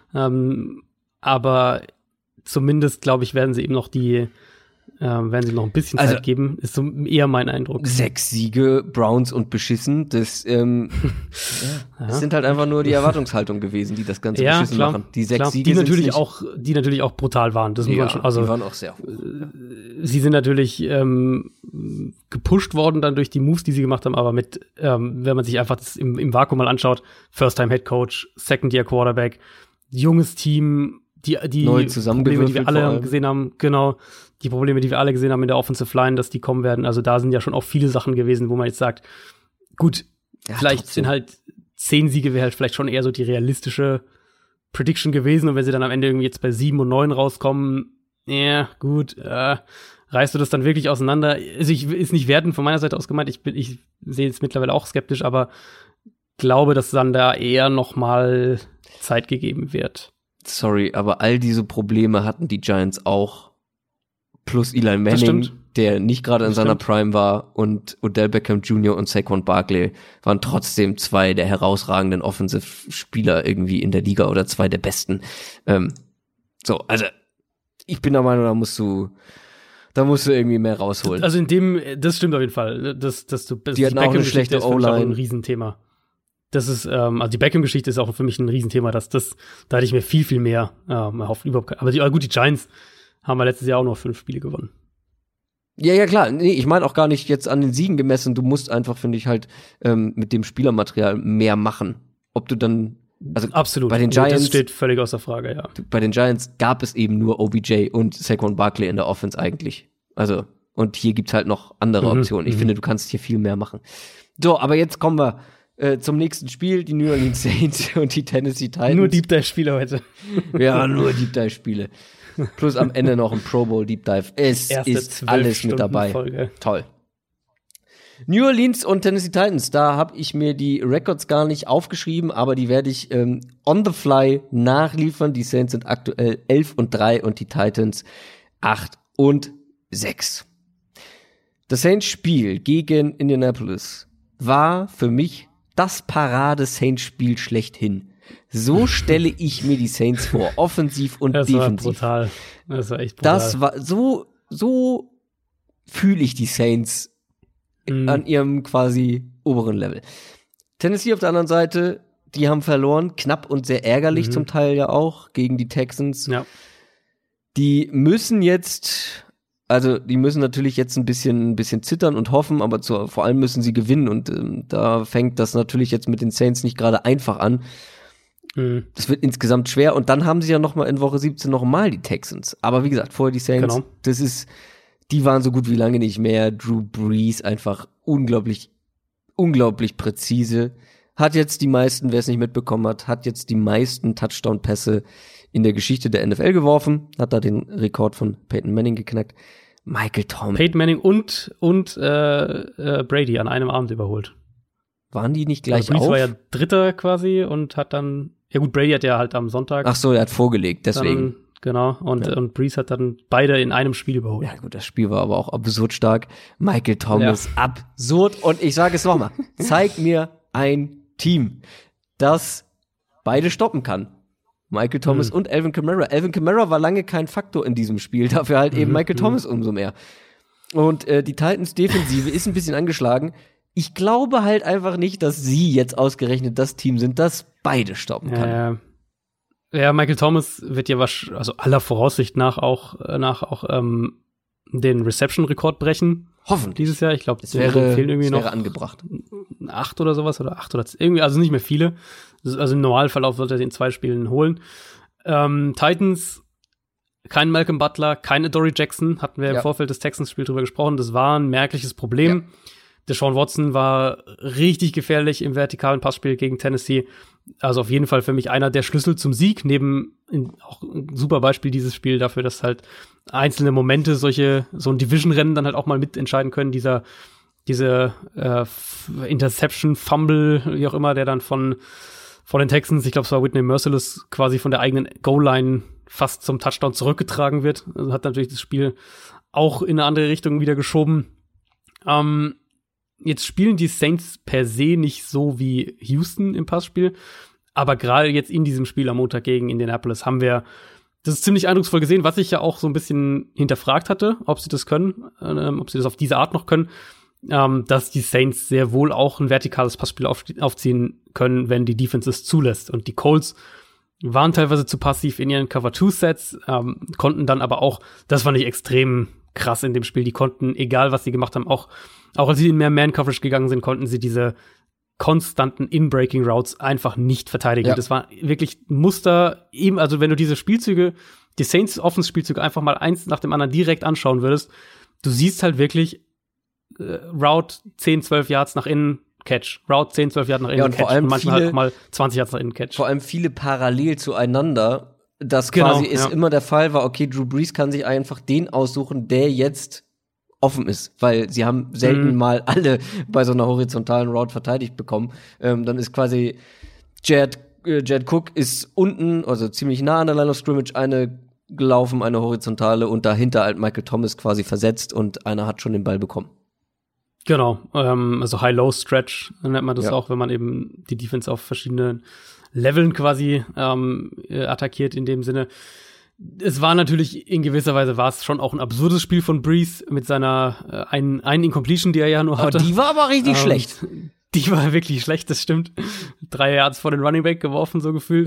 Aber zumindest, glaube ich, werden sie ihm noch noch ein bisschen Zeit geben, ist so eher mein Eindruck. 6 Siege, Browns und beschissen, das sind halt einfach nur die Erwartungshaltung gewesen, die das Ganze beschissen machen. Die 6 Siege die natürlich auch brutal waren. Das muss man schon, die waren auch sehr hoch. Sie sind natürlich gepusht worden dann durch die Moves, die sie gemacht haben, aber wenn man sich einfach das im Vakuum mal anschaut, First-Time-Head-Coach, Second-Year-Quarterback, junges Team, die neu Probleme, die wir alle gesehen haben, genau, die Probleme, die wir alle gesehen haben in der Offensive Line, dass die kommen werden. Also da sind ja schon auch viele Sachen gewesen, wo man jetzt sagt, gut, vielleicht trotzdem. Sind halt 10 Siege wäre halt vielleicht schon eher so die realistische Prediction gewesen. Und wenn sie dann am Ende irgendwie jetzt bei 7 und 9 rauskommen, reißt du das dann wirklich auseinander? Also ist nicht wertend von meiner Seite aus gemeint. Ich sehe es mittlerweile auch skeptisch, aber glaube, dass dann da eher noch mal Zeit gegeben wird. Sorry, aber all diese Probleme hatten die Giants auch. Plus Eli Manning, der nicht gerade in seiner Prime war, und Odell Beckham Jr. und Saquon Barkley waren trotzdem 2 der herausragenden Offensive-Spieler irgendwie in der Liga oder 2 der besten. Also ich bin der Meinung, da musst du irgendwie mehr rausholen. Also das stimmt auf jeden Fall. Die hatten auch eine schlechte O-Line. Ein Riesenthema. Das ist, also die Beckham-Geschichte ist auch für mich ein Riesenthema. Da hatte ich mir viel, viel mehr erhofft. Aber die Giants haben wir letztes Jahr auch noch 5 Spiele gewonnen. Ja, klar. Nee, ich meine auch gar nicht jetzt an den Siegen gemessen. Du musst einfach, finde ich, halt mit dem Spielermaterial mehr machen. Ob du dann, also absolut. Bei den Giants, das steht völlig außer Frage, ja. Bei den Giants gab es eben nur OBJ und Saquon Barkley in der Offense eigentlich. Also, und hier gibt's halt noch andere Optionen. Ich finde, du kannst hier viel mehr machen. So, aber jetzt kommen wir zum nächsten Spiel, die New Orleans Saints und die Tennessee Titans. Nur Deep Dive Spiele heute. Ja, nur Deep Dive Spiele. Plus am Ende noch ein Pro Bowl Deep Dive. Es ist alles mit dabei. Folge. Toll. New Orleans und Tennessee Titans, da habe ich mir die Records gar nicht aufgeschrieben, aber die werde ich on the fly nachliefern. Die Saints sind aktuell 11-3 und die Titans 8-6. Das Saints-Spiel gegen Indianapolis war für mich das Parade-Saints-Spiel schlechthin. So stelle ich mir die Saints vor, offensiv und defensiv. Das war echt brutal. Das war so fühle ich die Saints an ihrem quasi oberen Level. Tennessee auf der anderen Seite, die haben verloren, knapp und sehr ärgerlich zum Teil ja auch gegen die Texans. Ja. Die müssen natürlich jetzt ein bisschen zittern und hoffen, aber vor allem müssen sie gewinnen und da fängt das natürlich jetzt mit den Saints nicht gerade einfach an. Das wird insgesamt schwer und dann haben sie ja noch mal in Woche 17 noch mal die Texans. Aber wie gesagt, vorher die Saints, genau. Die waren so gut wie lange nicht mehr. Drew Brees einfach unglaublich präzise, hat jetzt die meisten, wer es nicht mitbekommen hat jetzt die meisten Touchdown-Pässe in der Geschichte der NFL geworfen, hat da den Rekord von Peyton Manning geknackt. Michael Thomas. Peyton Manning und Brady an einem Abend überholt. Waren die nicht gleich Brees auf? war ja Dritter quasi und hat dann, ja gut, Brady hat ja halt am Sonntag. Ach so, er hat vorgelegt, deswegen. Dann, genau, und Brees hat dann beide in einem Spiel überholt. Ja gut, das Spiel war aber auch absurd stark. Michael Thomas, absurd. Und ich sage es nochmal, zeig mir ein Team, das beide stoppen kann. Michael Thomas und Alvin Kamara. Alvin Kamara war lange kein Faktor in diesem Spiel, dafür halt eben Michael Thomas umso mehr. Und die Titans-Defensive ist ein bisschen angeschlagen. Ich glaube halt einfach nicht, dass sie jetzt ausgerechnet das Team sind, das beide stoppen kann. Ja, Michael Thomas wird ja also aller Voraussicht nach auch den Reception-Rekord brechen. Hoffentlich. Dieses Jahr. Ich glaube, es wäre noch angebracht. 8 oder sowas oder 8 oder irgendwie, also nicht mehr viele. Also im Normalverlauf sollte er den 2 Spielen holen. Titans, kein Malcolm Butler, kein Adoree Jackson, hatten wir im Vorfeld des Texans-Spiels drüber gesprochen. Das war ein merkliches Problem. Ja. Deshaun Watson war richtig gefährlich im vertikalen Passspiel gegen Tennessee. Also auf jeden Fall für mich einer der Schlüssel zum Sieg, auch ein super Beispiel dieses Spiel dafür, dass halt einzelne Momente so ein Division-Rennen dann halt auch mal mitentscheiden können. Diese Interception, Fumble, wie auch immer, der dann von den Texans, ich glaube es war Whitney Merciless, quasi von der eigenen Goal-Line fast zum Touchdown zurückgetragen wird. Also hat natürlich das Spiel auch in eine andere Richtung wieder geschoben. Jetzt spielen die Saints per se nicht so wie Houston im Passspiel, aber gerade jetzt in diesem Spiel am Montag gegen Indianapolis haben wir das ziemlich eindrucksvoll gesehen, was ich ja auch so ein bisschen hinterfragt hatte, ob sie das können, ob sie das auf diese Art noch können, dass die Saints sehr wohl auch ein vertikales Passspiel aufziehen können, wenn die Defense es zulässt. Und die Colts waren teilweise zu passiv in ihren Cover-2-Sets, konnten dann aber auch, das fand ich extrem krass in dem Spiel, die konnten, egal was sie gemacht haben, auch als sie in mehr Man-Coverage gegangen sind, konnten sie diese konstanten In-Breaking-Routes einfach nicht verteidigen. Ja. Das war wirklich ein Muster, eben, also wenn du diese Spielzüge, die Saints-Offense-Spielzüge einfach mal eins nach dem anderen direkt anschauen würdest, du siehst halt wirklich Route 10, 12 Yards nach innen, Catch. Route 10, 12 Yards nach innen, und Catch. Vor allem und manchmal halt auch mal 20 Yards nach innen, Catch. Vor allem viele parallel zueinander, das quasi immer der Fall war, okay, Drew Brees kann sich einfach den aussuchen, der jetzt offen ist, weil sie haben selten mal alle bei so einer horizontalen Route verteidigt bekommen. Dann ist quasi Jared Cook ist unten, also ziemlich nah an der Line of Scrimmage, eine gelaufen, eine horizontale und dahinter halt Michael Thomas quasi versetzt und einer hat schon den Ball bekommen. Genau, also High-Low-Stretch nennt man das auch, wenn man eben die Defense auf verschiedenen Leveln quasi attackiert in dem Sinne. Es war natürlich, in gewisser Weise war es schon auch ein absurdes Spiel von Brees mit seiner einen Incompletion, die er ja nur hatte. Die war aber richtig schlecht. Die war wirklich schlecht, das stimmt. 3 Yards vor den Running Back geworfen, so gefühlt.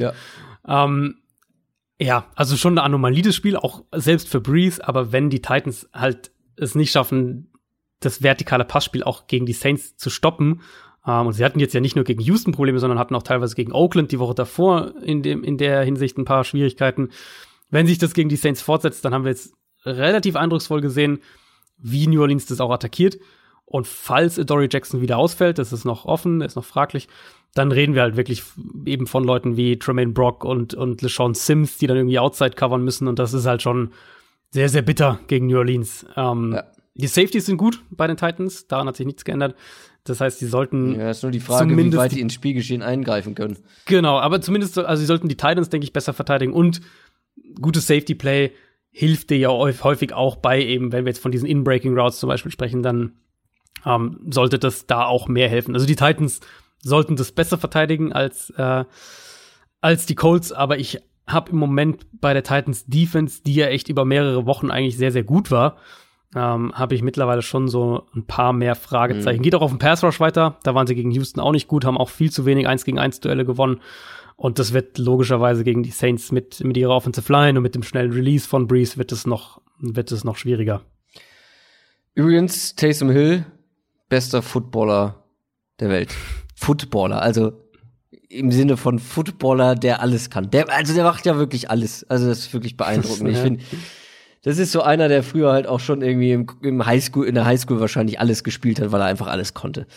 Ja. Also schon eine Anomalie des Spiel, auch selbst für Brees, aber wenn die Titans halt es nicht schaffen, das vertikale Passspiel auch gegen die Saints zu stoppen, und sie hatten jetzt ja nicht nur gegen Houston Probleme, sondern hatten auch teilweise gegen Oakland die Woche davor in der Hinsicht ein paar Schwierigkeiten. Wenn sich das gegen die Saints fortsetzt, dann haben wir jetzt relativ eindrucksvoll gesehen, wie New Orleans das auch attackiert. Und falls Adoree Jackson wieder ausfällt, das ist noch offen, ist noch fraglich, dann reden wir halt wirklich eben von Leuten wie Tremaine Brock und LeSean Sims, die dann irgendwie Outside covern müssen. Und das ist halt schon sehr, sehr bitter gegen New Orleans. Die Safeties sind gut bei den Titans, daran hat sich nichts geändert. Das heißt, sie sollten ist nur die Frage, wie weit die ins Spielgeschehen eingreifen können. Genau, aber zumindest, also sie sollten die Titans, denke ich, besser verteidigen. Und gutes Safety-Play hilft dir ja häufig auch bei eben, wenn wir jetzt von diesen In-Breaking-Routes zum Beispiel sprechen, dann sollte das da auch mehr helfen. Also die Titans sollten das besser verteidigen als die Colts, aber ich habe im Moment bei der Titans Defense, die ja echt über mehrere Wochen eigentlich sehr, sehr gut war, habe ich mittlerweile schon so ein paar mehr Fragezeichen. Geht auch auf den Pass-Rush weiter, da waren sie gegen Houston auch nicht gut, haben auch viel zu wenig 1-gegen-1-Duelle gewonnen. Und das wird logischerweise gegen die Saints mit ihrer Offensive Line und mit dem schnellen Release von Brees wird es noch schwieriger. Übrigens, Taysom Hill, bester Footballer der Welt. Footballer, also im Sinne von Footballer, der alles kann. Der macht ja wirklich alles. Also das ist wirklich beeindruckend. Ich finde, das ist so einer, der früher halt auch schon irgendwie in der Highschool wahrscheinlich alles gespielt hat, weil er einfach alles konnte.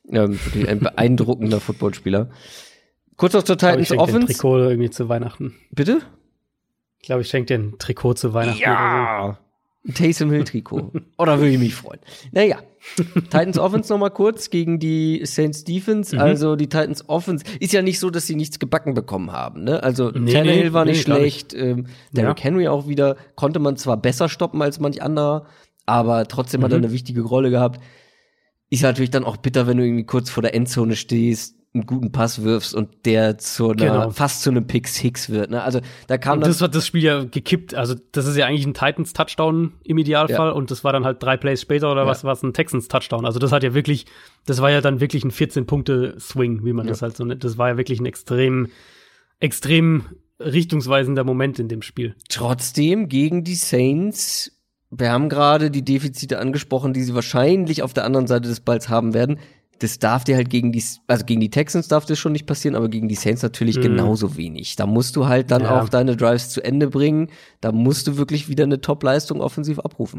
Wirklich ein beeindruckender Footballspieler. Kurz noch zur Titans Offense. Ich schenke dir ein Trikot irgendwie zu Weihnachten. Bitte? Ich glaube, ich schenke dir ein Trikot zu Weihnachten. Ja, ein Taysom Hill Trikot. Oder würde ich mich freuen. Naja, Titans Offense noch mal kurz gegen die Saints Defense. Also die Titans Offense ist ja nicht so, dass sie nichts gebacken bekommen haben. Ne? Also Tannehill war nicht schlecht. Derrick Henry auch wieder. Konnte man zwar besser stoppen als manch anderer, aber trotzdem hat er eine wichtige Rolle gehabt. Ist natürlich dann auch bitter, wenn du irgendwie kurz vor der Endzone stehst, einen guten Pass wirfst und der fast zu einem Pick-Six wird. Ne? Also da kam das hat das Spiel ja gekippt. Also das ist ja eigentlich ein Titans-Touchdown im Idealfall und das war dann halt 3 Plays später oder was war es, ein Texans-Touchdown. Also das hat ja wirklich, das war ja dann wirklich ein 14-Punkte-Swing, wie man das halt so nennt. Das war ja wirklich ein extrem richtungsweisender Moment in dem Spiel. Trotzdem gegen die Saints, wir haben gerade die Defizite angesprochen, die sie wahrscheinlich auf der anderen Seite des Balls haben werden. Das darf dir halt gegen die Texans darf das schon nicht passieren, aber gegen die Saints natürlich genauso wenig. Da musst du halt dann auch deine Drives zu Ende bringen. Da musst du wirklich wieder eine Top-Leistung offensiv abrufen.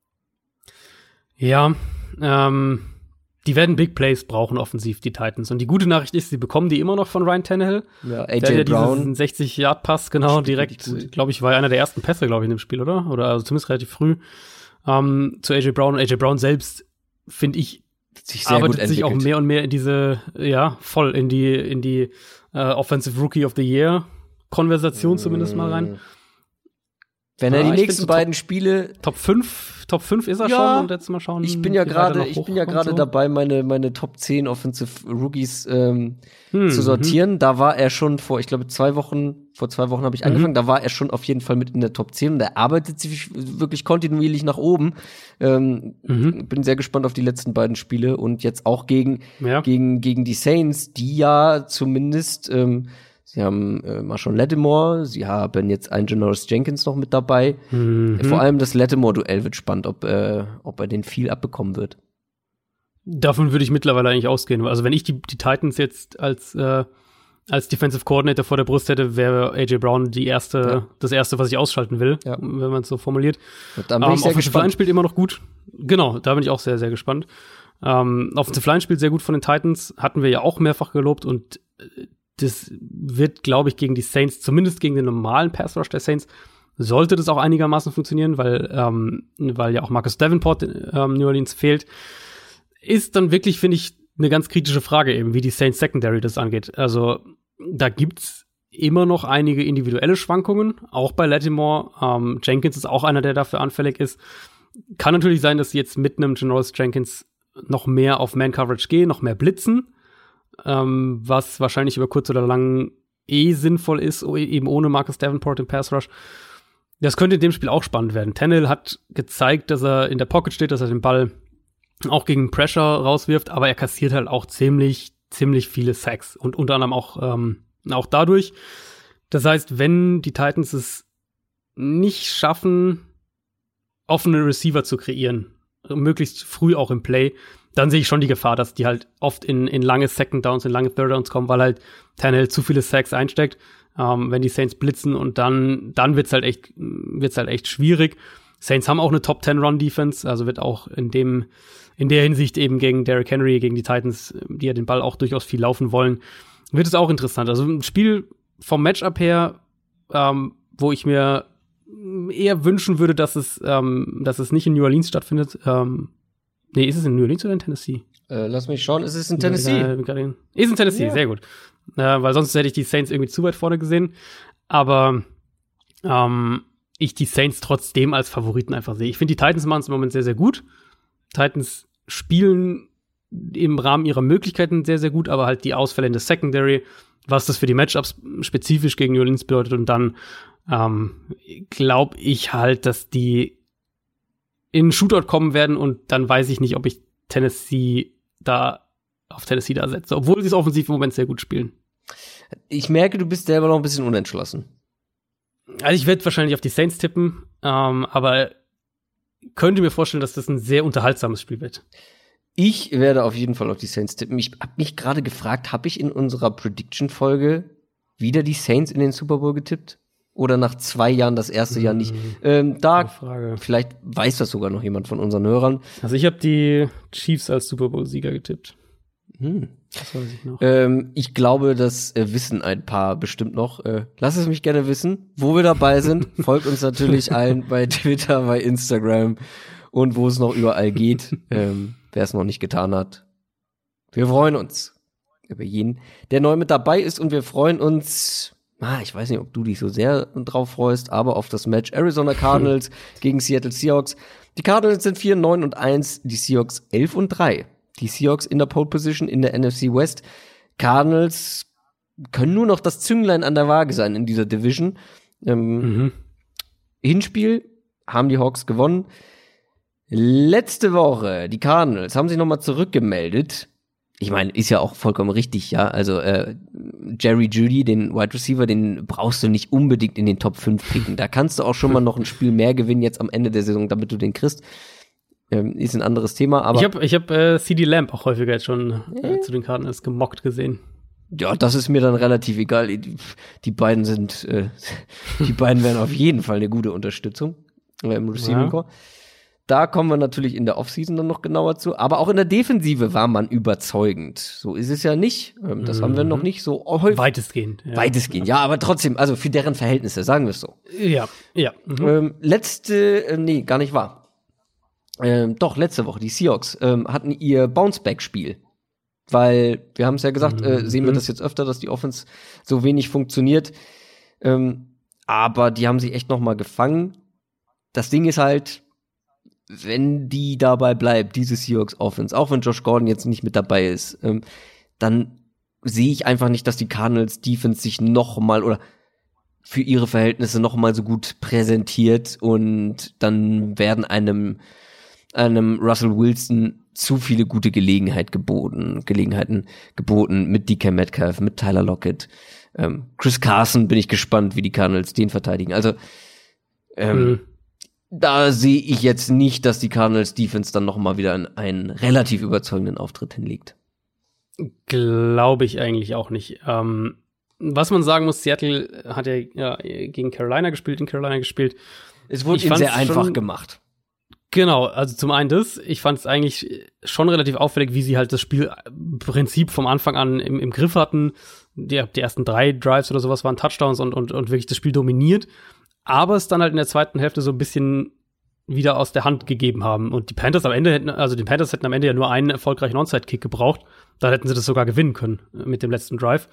Ja, die werden Big Plays brauchen offensiv, die Titans. Und die gute Nachricht ist, sie bekommen die immer noch von Ryan Tannehill. Ja, AJ Brown. 60-Yard-Pass, genau, direkt, glaube ich, war einer der ersten Pässe, glaube ich, in dem Spiel, oder? Oder also zumindest relativ früh zu AJ Brown. Und AJ Brown selbst, finde ich, arbeitet sich auch mehr und mehr in diese, voll in die Offensive Rookie of the Year Konversation zumindest mal rein. Wenn er die nächsten beiden Spiele Top 5 ist er schon und jetzt mal schauen. Ich bin ja gerade dabei, meine Top 10 Offensive Rookies zu sortieren. Da war er schon vor 2 Wochen habe ich angefangen, da war er schon auf jeden Fall mit in der Top 10 und er arbeitet sich wirklich kontinuierlich nach oben. Bin sehr gespannt auf die letzten beiden Spiele und jetzt auch gegen die Saints, die ja zumindest sie haben Marshawn Lattimore, sie haben jetzt einen Janoris Jenkins noch mit dabei. Vor allem das Lattimore-Duell wird spannend, ob er den viel abbekommen wird. Davon würde ich mittlerweile eigentlich ausgehen. Also wenn ich die Titans jetzt als Defensive Coordinator vor der Brust hätte, wäre AJ Brown das erste, was ich ausschalten will, wenn man es so formuliert. Und dann bin ich sehr gespannt. Line spielt immer noch gut. Genau, da bin ich auch sehr, sehr gespannt. Offensive Line spielt sehr gut von den Titans, hatten wir ja auch mehrfach gelobt und das wird, glaube ich, gegen die Saints, zumindest gegen den normalen Pass Rush der Saints, sollte das auch einigermaßen funktionieren, weil ja auch Marcus Davenport New Orleans fehlt. Ist dann wirklich, finde ich, eine ganz kritische Frage eben, wie die Saints Secondary das angeht. Also da gibt's immer noch einige individuelle Schwankungen, auch bei Lattimore. Jenkins ist auch einer, der dafür anfällig ist. Kann natürlich sein, dass sie jetzt mit einem Janoris Jenkins noch mehr auf Man-Coverage gehen, noch mehr blitzen, was wahrscheinlich über kurz oder lang sinnvoll ist, eben ohne Marcus Davenport im Pass Rush. Das könnte in dem Spiel auch spannend werden. Tannehill hat gezeigt, dass er in der Pocket steht, dass er den Ball auch gegen Pressure rauswirft, aber er kassiert halt auch ziemlich viele Sacks und unter anderem auch dadurch. Das heißt, wenn die Titans es nicht schaffen, offene Receiver zu kreieren, möglichst früh auch im Play, dann sehe ich schon die Gefahr, dass die halt oft in lange Second Downs, in lange Third Downs kommen, weil halt Tannehill zu viele Sacks einsteckt, wenn die Saints blitzen und dann wird's halt echt schwierig. Saints haben auch eine Top 10 Run Defense, also wird auch in der Hinsicht eben gegen Derrick Henry, gegen die Titans, die ja den Ball auch durchaus viel laufen wollen, wird es auch interessant. Also ein Spiel vom Matchup her, wo ich mir eher wünschen würde, dass es nicht in New Orleans stattfindet. Ist es in New Orleans oder in Tennessee? Lass mich schauen, es ist in Tennessee. Ist in Tennessee, sehr gut. Weil sonst hätte ich die Saints irgendwie zu weit vorne gesehen. Aber ich die Saints trotzdem als Favoriten einfach sehe. Ich finde, die Titans machen es im Moment sehr, sehr gut. Titans spielen im Rahmen ihrer Möglichkeiten sehr, sehr gut, aber halt die Ausfälle in der Secondary, was das für die Matchups spezifisch gegen New Orleans bedeutet. Und dann glaube ich halt, dass die in einen Shootout kommen werden und dann weiß ich nicht, ob ich Tennessee da setze, obwohl sie es offensiv im Moment sehr gut spielen. Ich merke, du bist selber noch ein bisschen unentschlossen. Also ich werde wahrscheinlich auf die Saints tippen, aber könnte mir vorstellen, dass das ein sehr unterhaltsames Spiel wird. Ich werde auf jeden Fall auf die Saints tippen. Ich habe mich gerade gefragt, habe ich in unserer Prediction-Folge wieder die Saints in den Super Bowl getippt? Oder nach 2 Jahren das erste Jahr nicht? Vielleicht weiß das sogar noch jemand von unseren Hörern. Also ich habe die Chiefs als Super Bowl-Sieger getippt. Das weiß ich noch. Ich glaube, das wissen ein paar bestimmt noch. Lasst es mich gerne wissen, wo wir dabei sind. Folgt uns natürlich allen bei Twitter, bei Instagram und wo es noch überall geht. Wer es noch nicht getan hat. Wir freuen uns über jeden, der neu mit dabei ist, und wir freuen uns, ich weiß nicht, ob du dich so sehr drauf freust, aber auf das Match Arizona Cardinals gegen Seattle Seahawks. Die Cardinals sind 4-9-1, die Seahawks 11-3. Die Seahawks in der Pole Position in der NFC West. Cardinals können nur noch das Zünglein an der Waage sein in dieser Division. Hinspiel haben die Hawks gewonnen. Letzte Woche, die Cardinals haben sich nochmal zurückgemeldet. Ich meine, ist ja auch vollkommen richtig, ja. Also Jerry Jeudy, den Wide Receiver, den brauchst du nicht unbedingt in den Top 5 picken. Da kannst du auch schon mal noch ein Spiel mehr gewinnen jetzt am Ende der Saison, damit du den kriegst. Ist ein anderes Thema, aber ich hab CD Lamb auch häufiger jetzt schon zu den Cardinals gemockt gesehen. Ja, das ist mir dann relativ egal. Die beiden wären auf jeden Fall eine gute Unterstützung im Receiving Core. Da kommen wir natürlich in der Offseason dann noch genauer zu. Aber auch in der Defensive war man überzeugend. So ist es ja nicht. Das haben wir noch nicht so häufig. Weitestgehend. Ja. Weitestgehend, ja, aber trotzdem, also für deren Verhältnisse, sagen wir es so. Ja. Gar nicht wahr. Doch, letzte Woche, die Seahawks hatten ihr Bounce-Back-Spiel. Weil, wir haben es ja gesagt, sehen wir das jetzt öfter, dass die Offense so wenig funktioniert. Aber die haben sich echt noch mal gefangen. Das Ding ist halt, wenn die dabei bleibt, diese Seahawks Offense, auch wenn Josh Gordon jetzt nicht mit dabei ist, dann sehe ich einfach nicht, dass die Cardinals Defense sich noch mal oder für ihre Verhältnisse noch mal so gut präsentiert, und dann werden einem Russell Wilson zu viele gute Gelegenheiten geboten mit DK Metcalf, mit Tyler Lockett. Chris Carson, bin ich gespannt, wie die Cardinals den verteidigen. Also da sehe ich jetzt nicht, dass die Cardinals Defense dann noch mal wieder einen relativ überzeugenden Auftritt hinlegt. Glaube ich eigentlich auch nicht. Was man sagen muss, Seattle hat ja gegen Carolina gespielt, Es wurde ihnen sehr einfach gemacht. Genau, also zum einen das, ich fand es eigentlich schon relativ auffällig, wie sie halt das Spielprinzip vom Anfang an im Griff hatten. Die ersten 3 Drives oder sowas waren Touchdowns und wirklich das Spiel dominiert, aber es dann halt in der zweiten Hälfte so ein bisschen wieder aus der Hand gegeben haben. Und die Panthers hätten am Ende ja nur einen erfolgreichen Onside-Kick gebraucht. Da hätten sie das sogar gewinnen können mit dem letzten Drive.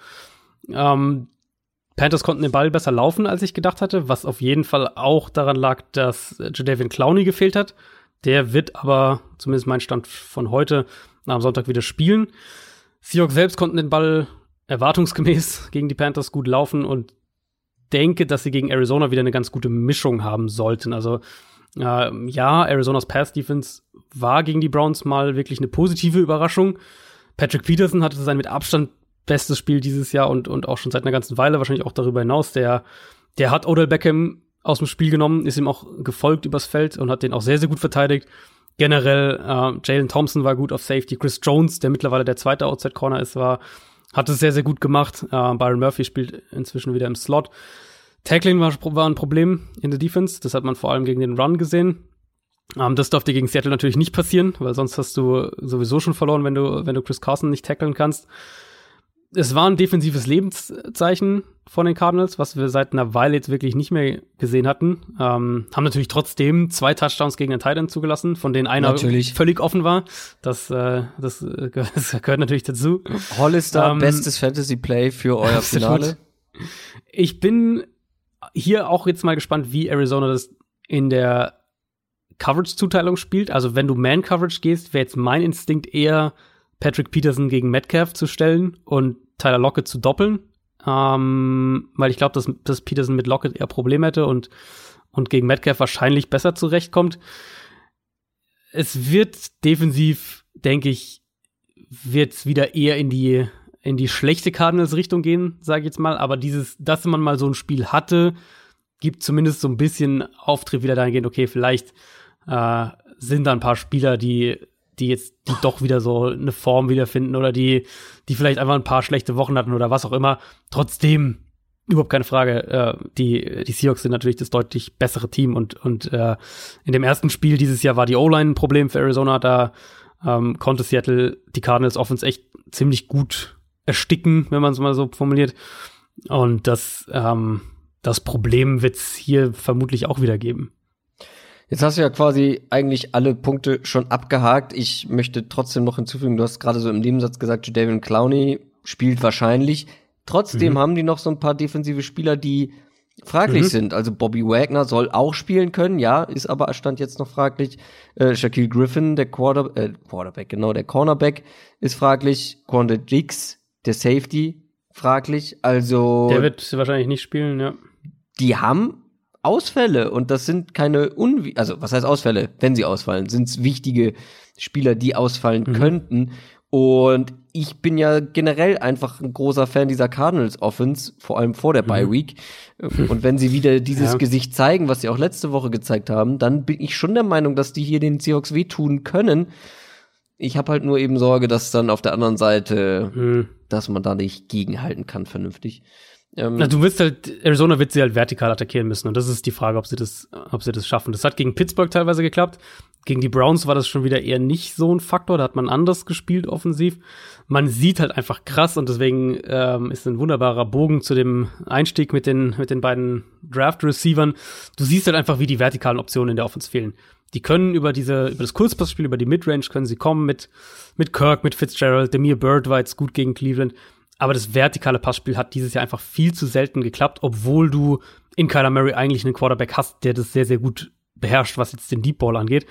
Panthers konnten den Ball besser laufen, als ich gedacht hatte, was auf jeden Fall auch daran lag, dass Jadeveon Clowney gefehlt hat. Der wird aber, zumindest mein Stand von heute, am Sonntag wieder spielen. Seahawks selbst konnten den Ball erwartungsgemäß gegen die Panthers gut laufen und denke, dass sie gegen Arizona wieder eine ganz gute Mischung haben sollten. Also Arizonas Pass-Defense war gegen die Browns mal wirklich eine positive Überraschung. Patrick Peterson hatte sein mit Abstand bestes Spiel dieses Jahr und auch schon seit einer ganzen Weile, wahrscheinlich auch darüber hinaus. Der hat Odell Beckham aus dem Spiel genommen, ist ihm auch gefolgt übers Feld und hat den auch sehr, sehr gut verteidigt. Generell, Jalen Thompson war gut auf Safety. Chris Jones, der mittlerweile der zweite Outside Corner ist, hat es sehr, sehr gut gemacht. Byron Murphy spielt inzwischen wieder im Slot. Tackling war ein Problem in der Defense. Das hat man vor allem gegen den Run gesehen. Das durfte gegen Seattle natürlich nicht passieren, weil sonst hast du sowieso schon verloren, wenn du Chris Carson nicht tackeln kannst. Es war ein defensives Lebenszeichen von den Cardinals, was wir seit einer Weile jetzt wirklich nicht mehr gesehen hatten. Haben natürlich trotzdem 2 Touchdowns gegen den Tight End zugelassen, von denen einer völlig offen war. Das gehört natürlich dazu. Hollister, bestes Fantasy-Play für euer Finale. Ich bin hier auch jetzt mal gespannt, wie Arizona das in der Coverage-Zuteilung spielt. Also wenn du Man-Coverage gehst, wäre jetzt mein Instinkt eher, Patrick Peterson gegen Metcalf zu stellen und Tyler Lockett zu doppeln, weil ich glaube, dass Peterson mit Lockett eher Probleme hätte und gegen Metcalf wahrscheinlich besser zurechtkommt. Es wird defensiv, denke ich, wird's wieder eher in die schlechte Cardinals-Richtung gehen, sage ich jetzt mal, aber dass man mal so ein Spiel hatte, gibt zumindest so ein bisschen Auftrieb wieder dahingehend, okay, vielleicht sind da ein paar Spieler, die doch wieder so eine Form wiederfinden oder die vielleicht einfach ein paar schlechte Wochen hatten oder was auch immer. Trotzdem, überhaupt keine Frage, die Seahawks sind natürlich das deutlich bessere Team und in dem ersten Spiel dieses Jahr war die O-Line ein Problem für Arizona. Da konnte Seattle die Cardinals Offense echt ziemlich gut ersticken, wenn man es mal so formuliert. Und das Problem wird es hier vermutlich auch wieder geben. Jetzt hast du ja quasi eigentlich alle Punkte schon abgehakt. Ich möchte trotzdem noch hinzufügen, du hast gerade so im Nebensatz gesagt, Jadeveon Clowney spielt wahrscheinlich. Trotzdem haben die noch so ein paar defensive Spieler, die fraglich sind. Also Bobby Wagner soll auch spielen können, ja, ist aber Stand jetzt noch fraglich. Shaquille Griffin, der Quarterback, genau, der Cornerback ist fraglich. Quandre Diggs, der Safety, fraglich. Also der wird wahrscheinlich nicht spielen, ja. Die haben Ausfälle und das sind keine also was heißt Ausfälle? Wenn sie ausfallen, sind es wichtige Spieler, die ausfallen könnten. Und ich bin ja generell einfach ein großer Fan dieser Cardinals Offense, vor allem vor der Bye Week. Und wenn sie wieder dieses Gesicht zeigen, was sie auch letzte Woche gezeigt haben, dann bin ich schon der Meinung, dass die hier den Seahawks wehtun können. Ich habe halt nur eben Sorge, dass dann auf der anderen Seite, dass man da nicht gegenhalten kann vernünftig. Na, Arizona wird sie halt vertikal attackieren müssen und das ist die Frage, ob sie das schaffen. Das hat gegen Pittsburgh teilweise geklappt. Gegen die Browns war das schon wieder eher nicht so ein Faktor, da hat man anders gespielt offensiv. Man sieht halt einfach krass und deswegen ist ein wunderbarer Bogen zu dem Einstieg mit den beiden Draft-Receivern. Du siehst halt einfach, wie die vertikalen Optionen in der Offense fehlen. Die können über das Kurzpassspiel, über die Midrange können sie kommen mit Kirk, mit Fitzgerald. Damiere Byrd war jetzt gut gegen Cleveland. Aber das vertikale Passspiel hat dieses Jahr einfach viel zu selten geklappt, obwohl du in Kyler Murray eigentlich einen Quarterback hast, der das sehr, sehr gut beherrscht, was jetzt den Deep Ball angeht.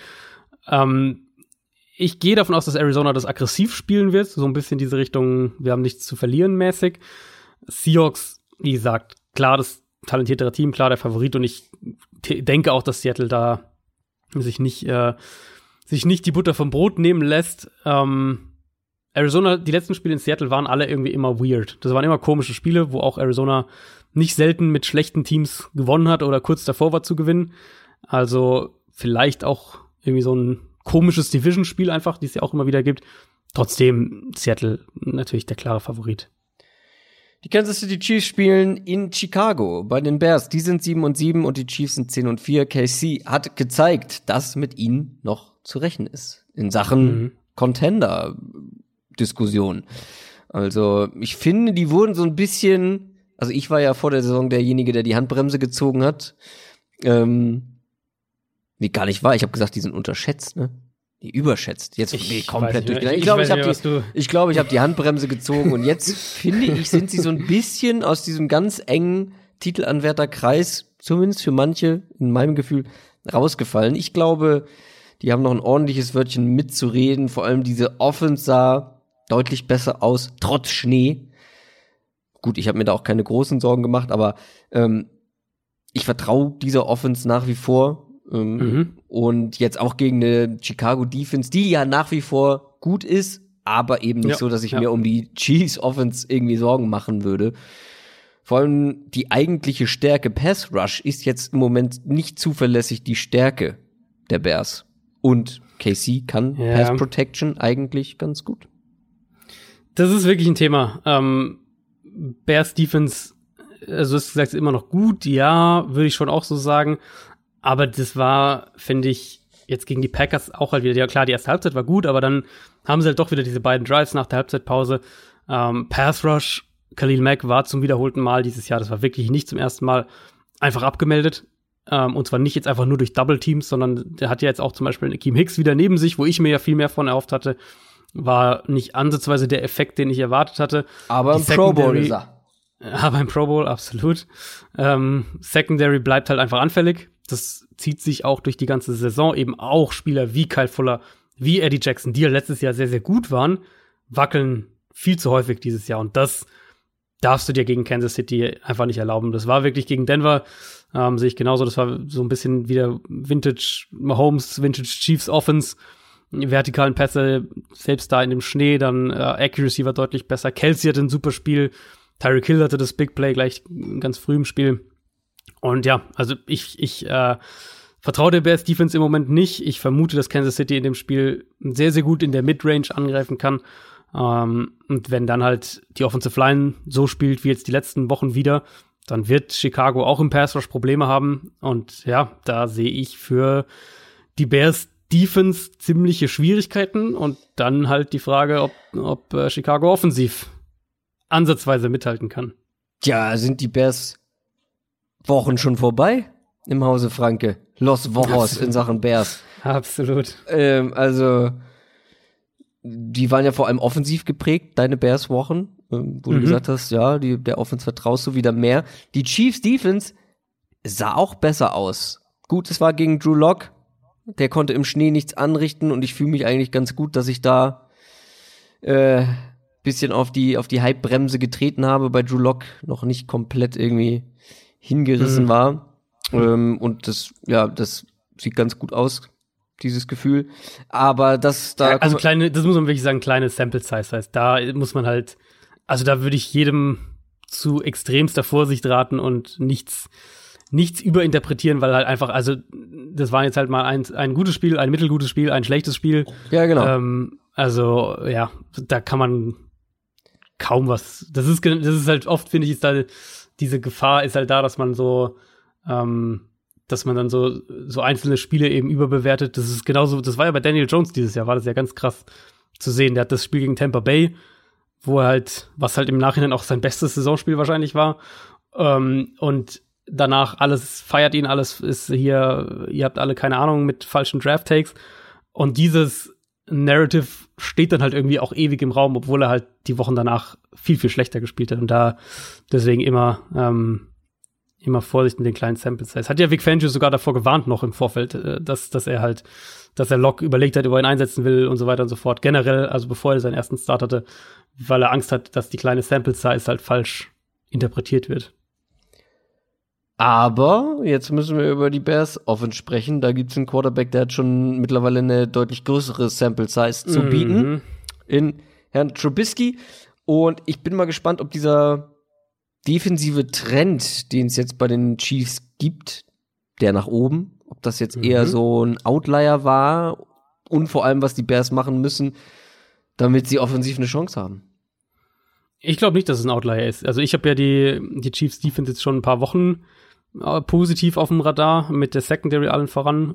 Ich gehe davon aus, dass Arizona das aggressiv spielen wird, so ein bisschen diese Richtung, wir haben nichts zu verlieren mäßig. Seahawks, wie gesagt, klar das talentiertere Team, klar der Favorit und ich denke auch, dass Seattle da sich nicht die Butter vom Brot nehmen lässt. Arizona, die letzten Spiele in Seattle waren alle irgendwie immer weird. Das waren immer komische Spiele, wo auch Arizona nicht selten mit schlechten Teams gewonnen hat oder kurz davor war zu gewinnen. Also vielleicht auch irgendwie so ein komisches Division-Spiel einfach, die es ja auch immer wieder gibt. Trotzdem Seattle natürlich der klare Favorit. Die Kansas City Chiefs spielen in Chicago bei den Bears. Die sind 7-7 und die Chiefs sind 10-4. KC hat gezeigt, dass mit ihnen noch zu rechnen ist in Sachen Contender-Diskussion. Also ich finde, die wurden so ein bisschen, also ich war ja vor der Saison derjenige, der die Handbremse gezogen hat. Nee, gar nicht wahr. Ich habe gesagt, die sind unterschätzt, ne? Die überschätzt. Jetzt bin ich komplett durchgegangen. Ich glaube, ich habe die Handbremse gezogen und jetzt finde ich, sind sie so ein bisschen aus diesem ganz engen Titelanwärterkreis, zumindest für manche, in meinem Gefühl, rausgefallen. Ich glaube, die haben noch ein ordentliches Wörtchen mitzureden. Vor allem diese Offense sah deutlich besser aus, trotz Schnee. Gut, ich habe mir da auch keine großen Sorgen gemacht, aber ich vertraue dieser Offense nach wie vor. Und jetzt auch gegen eine Chicago Defense, die ja nach wie vor gut ist, aber eben nicht so, dass ich mir um die Chiefs Offense irgendwie Sorgen machen würde. Vor allem die eigentliche Stärke Pass Rush ist jetzt im Moment nicht zuverlässig die Stärke der Bears. Und KC kann Pass Protection eigentlich ganz gut. Das ist wirklich ein Thema. Bears Defense, also du hast gesagt, ist immer noch gut, ja, würde ich schon auch so sagen. Aber das war, finde ich, jetzt gegen die Packers auch halt wieder, ja klar, die erste Halbzeit war gut, aber dann haben sie halt doch wieder diese beiden Drives nach der Halbzeitpause. Pass Rush, Khalil Mack war zum wiederholten Mal dieses Jahr, das war wirklich nicht zum ersten Mal, einfach abgemeldet. Und zwar nicht jetzt einfach nur durch Double Teams, sondern der hat ja jetzt auch zum Beispiel einen Akeem Hicks wieder neben sich, wo ich mir ja viel mehr von erhofft hatte. War nicht ansatzweise der Effekt, den ich erwartet hatte. Aber im Pro Bowl ist er. Aber im Pro Bowl, absolut. Secondary bleibt halt einfach anfällig. Das zieht sich auch durch die ganze Saison. Eben auch Spieler wie Kyle Fuller, wie Eddie Jackson, die ja letztes Jahr sehr, sehr gut waren, wackeln viel zu häufig dieses Jahr. Und das darfst du dir gegen Kansas City einfach nicht erlauben. Das war wirklich gegen Denver, sehe ich genauso. Das war so ein bisschen wieder Vintage Mahomes, Vintage Chiefs Offense. Vertikalen Pässe, selbst da in dem Schnee, dann Accuracy war deutlich besser. Kelsey hatte ein super Spiel. Tyreek Hill hatte das Big Play gleich ganz früh im Spiel. Und ja, also ich vertraue der Bears Defense im Moment nicht. Ich vermute, dass Kansas City in dem Spiel sehr, sehr gut in der Midrange angreifen kann. Und wenn dann halt die Offensive Line so spielt wie jetzt die letzten Wochen wieder, dann wird Chicago auch im Pass Rush Probleme haben. Und ja, da sehe ich für die Bears Defense ziemliche Schwierigkeiten und dann halt die Frage, ob Chicago offensiv ansatzweise mithalten kann. Tja, sind die Bears Wochen schon vorbei im Hause Franke? Los Wochos in Sachen Bears. Absolut. Also, die waren ja vor allem offensiv geprägt, deine Bears-Wochen, wo du gesagt hast, ja, der Offense vertraust du wieder mehr. Die Chiefs Defense sah auch besser aus. Gut, es war gegen Drew Lock, der konnte im Schnee nichts anrichten und ich fühle mich eigentlich ganz gut, dass ich da bisschen auf die Hype-Bremse getreten habe, bei Drew Lock noch nicht komplett irgendwie hingerissen war. Und das sieht ganz gut aus, dieses Gefühl. Aber das muss man wirklich sagen, kleine Sample Size heißt. Da muss man halt, also da würde ich jedem zu extremster Vorsicht raten und nichts überinterpretieren, weil halt einfach, also das war jetzt halt mal ein gutes Spiel, ein mittelgutes Spiel, ein schlechtes Spiel. Ja, genau. Also, ja, da kann man kaum was. Das ist halt oft, finde ich, ist da diese Gefahr ist halt da, dass man so, dass man dann so einzelne Spiele eben überbewertet. Das ist genauso, das war ja bei Daniel Jones dieses Jahr, war das ja ganz krass zu sehen. Der hat das Spiel gegen Tampa Bay, wo er halt, was halt im Nachhinein auch sein bestes Saisonspiel wahrscheinlich war. Und danach feiert ihn, alles ist hier, ihr habt alle keine Ahnung mit falschen Draft-Takes. Und dieses Narrative steht dann halt irgendwie auch ewig im Raum, obwohl er halt die Wochen danach viel, viel schlechter gespielt hat. Und da deswegen immer Vorsicht mit den kleinen Sample Size. Hat ja Vic Fangio sogar davor gewarnt noch im Vorfeld, dass er Locke überlegt hat, ob er ihn einsetzen will und so weiter und so fort. Generell, also bevor er seinen ersten Start hatte, weil er Angst hat, dass die kleine Sample Size halt falsch interpretiert wird. Aber jetzt müssen wir über die Bears Offense sprechen. Da gibt's einen Quarterback, der hat schon mittlerweile eine deutlich größere Sample Size zu bieten. In Herrn Trubisky. Und ich bin mal gespannt, ob dieser defensive Trend, den es jetzt bei den Chiefs gibt, der nach oben, ob das jetzt eher so ein Outlier war und vor allem, was die Bears machen müssen, damit sie offensiv eine Chance haben. Ich glaube nicht, dass es ein Outlier ist. Also ich habe ja die Chiefs Defense jetzt schon ein paar Wochen positiv auf dem Radar, mit der Secondary allen voran.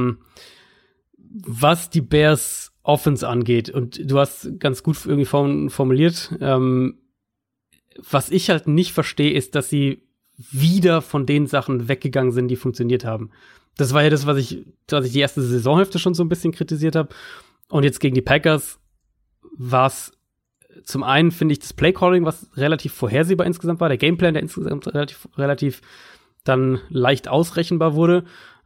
Was die Bears Offense angeht, und du hast ganz gut irgendwie formuliert, was ich halt nicht verstehe, ist, dass sie wieder von den Sachen weggegangen sind, die funktioniert haben. Das war ja das, was ich die erste Saisonhälfte schon so ein bisschen kritisiert habe. Und jetzt gegen die Packers war es zum einen, finde ich, das Playcalling, was relativ vorhersehbar insgesamt war, der Gameplan, der insgesamt relativ dann leicht ausrechenbar wurde.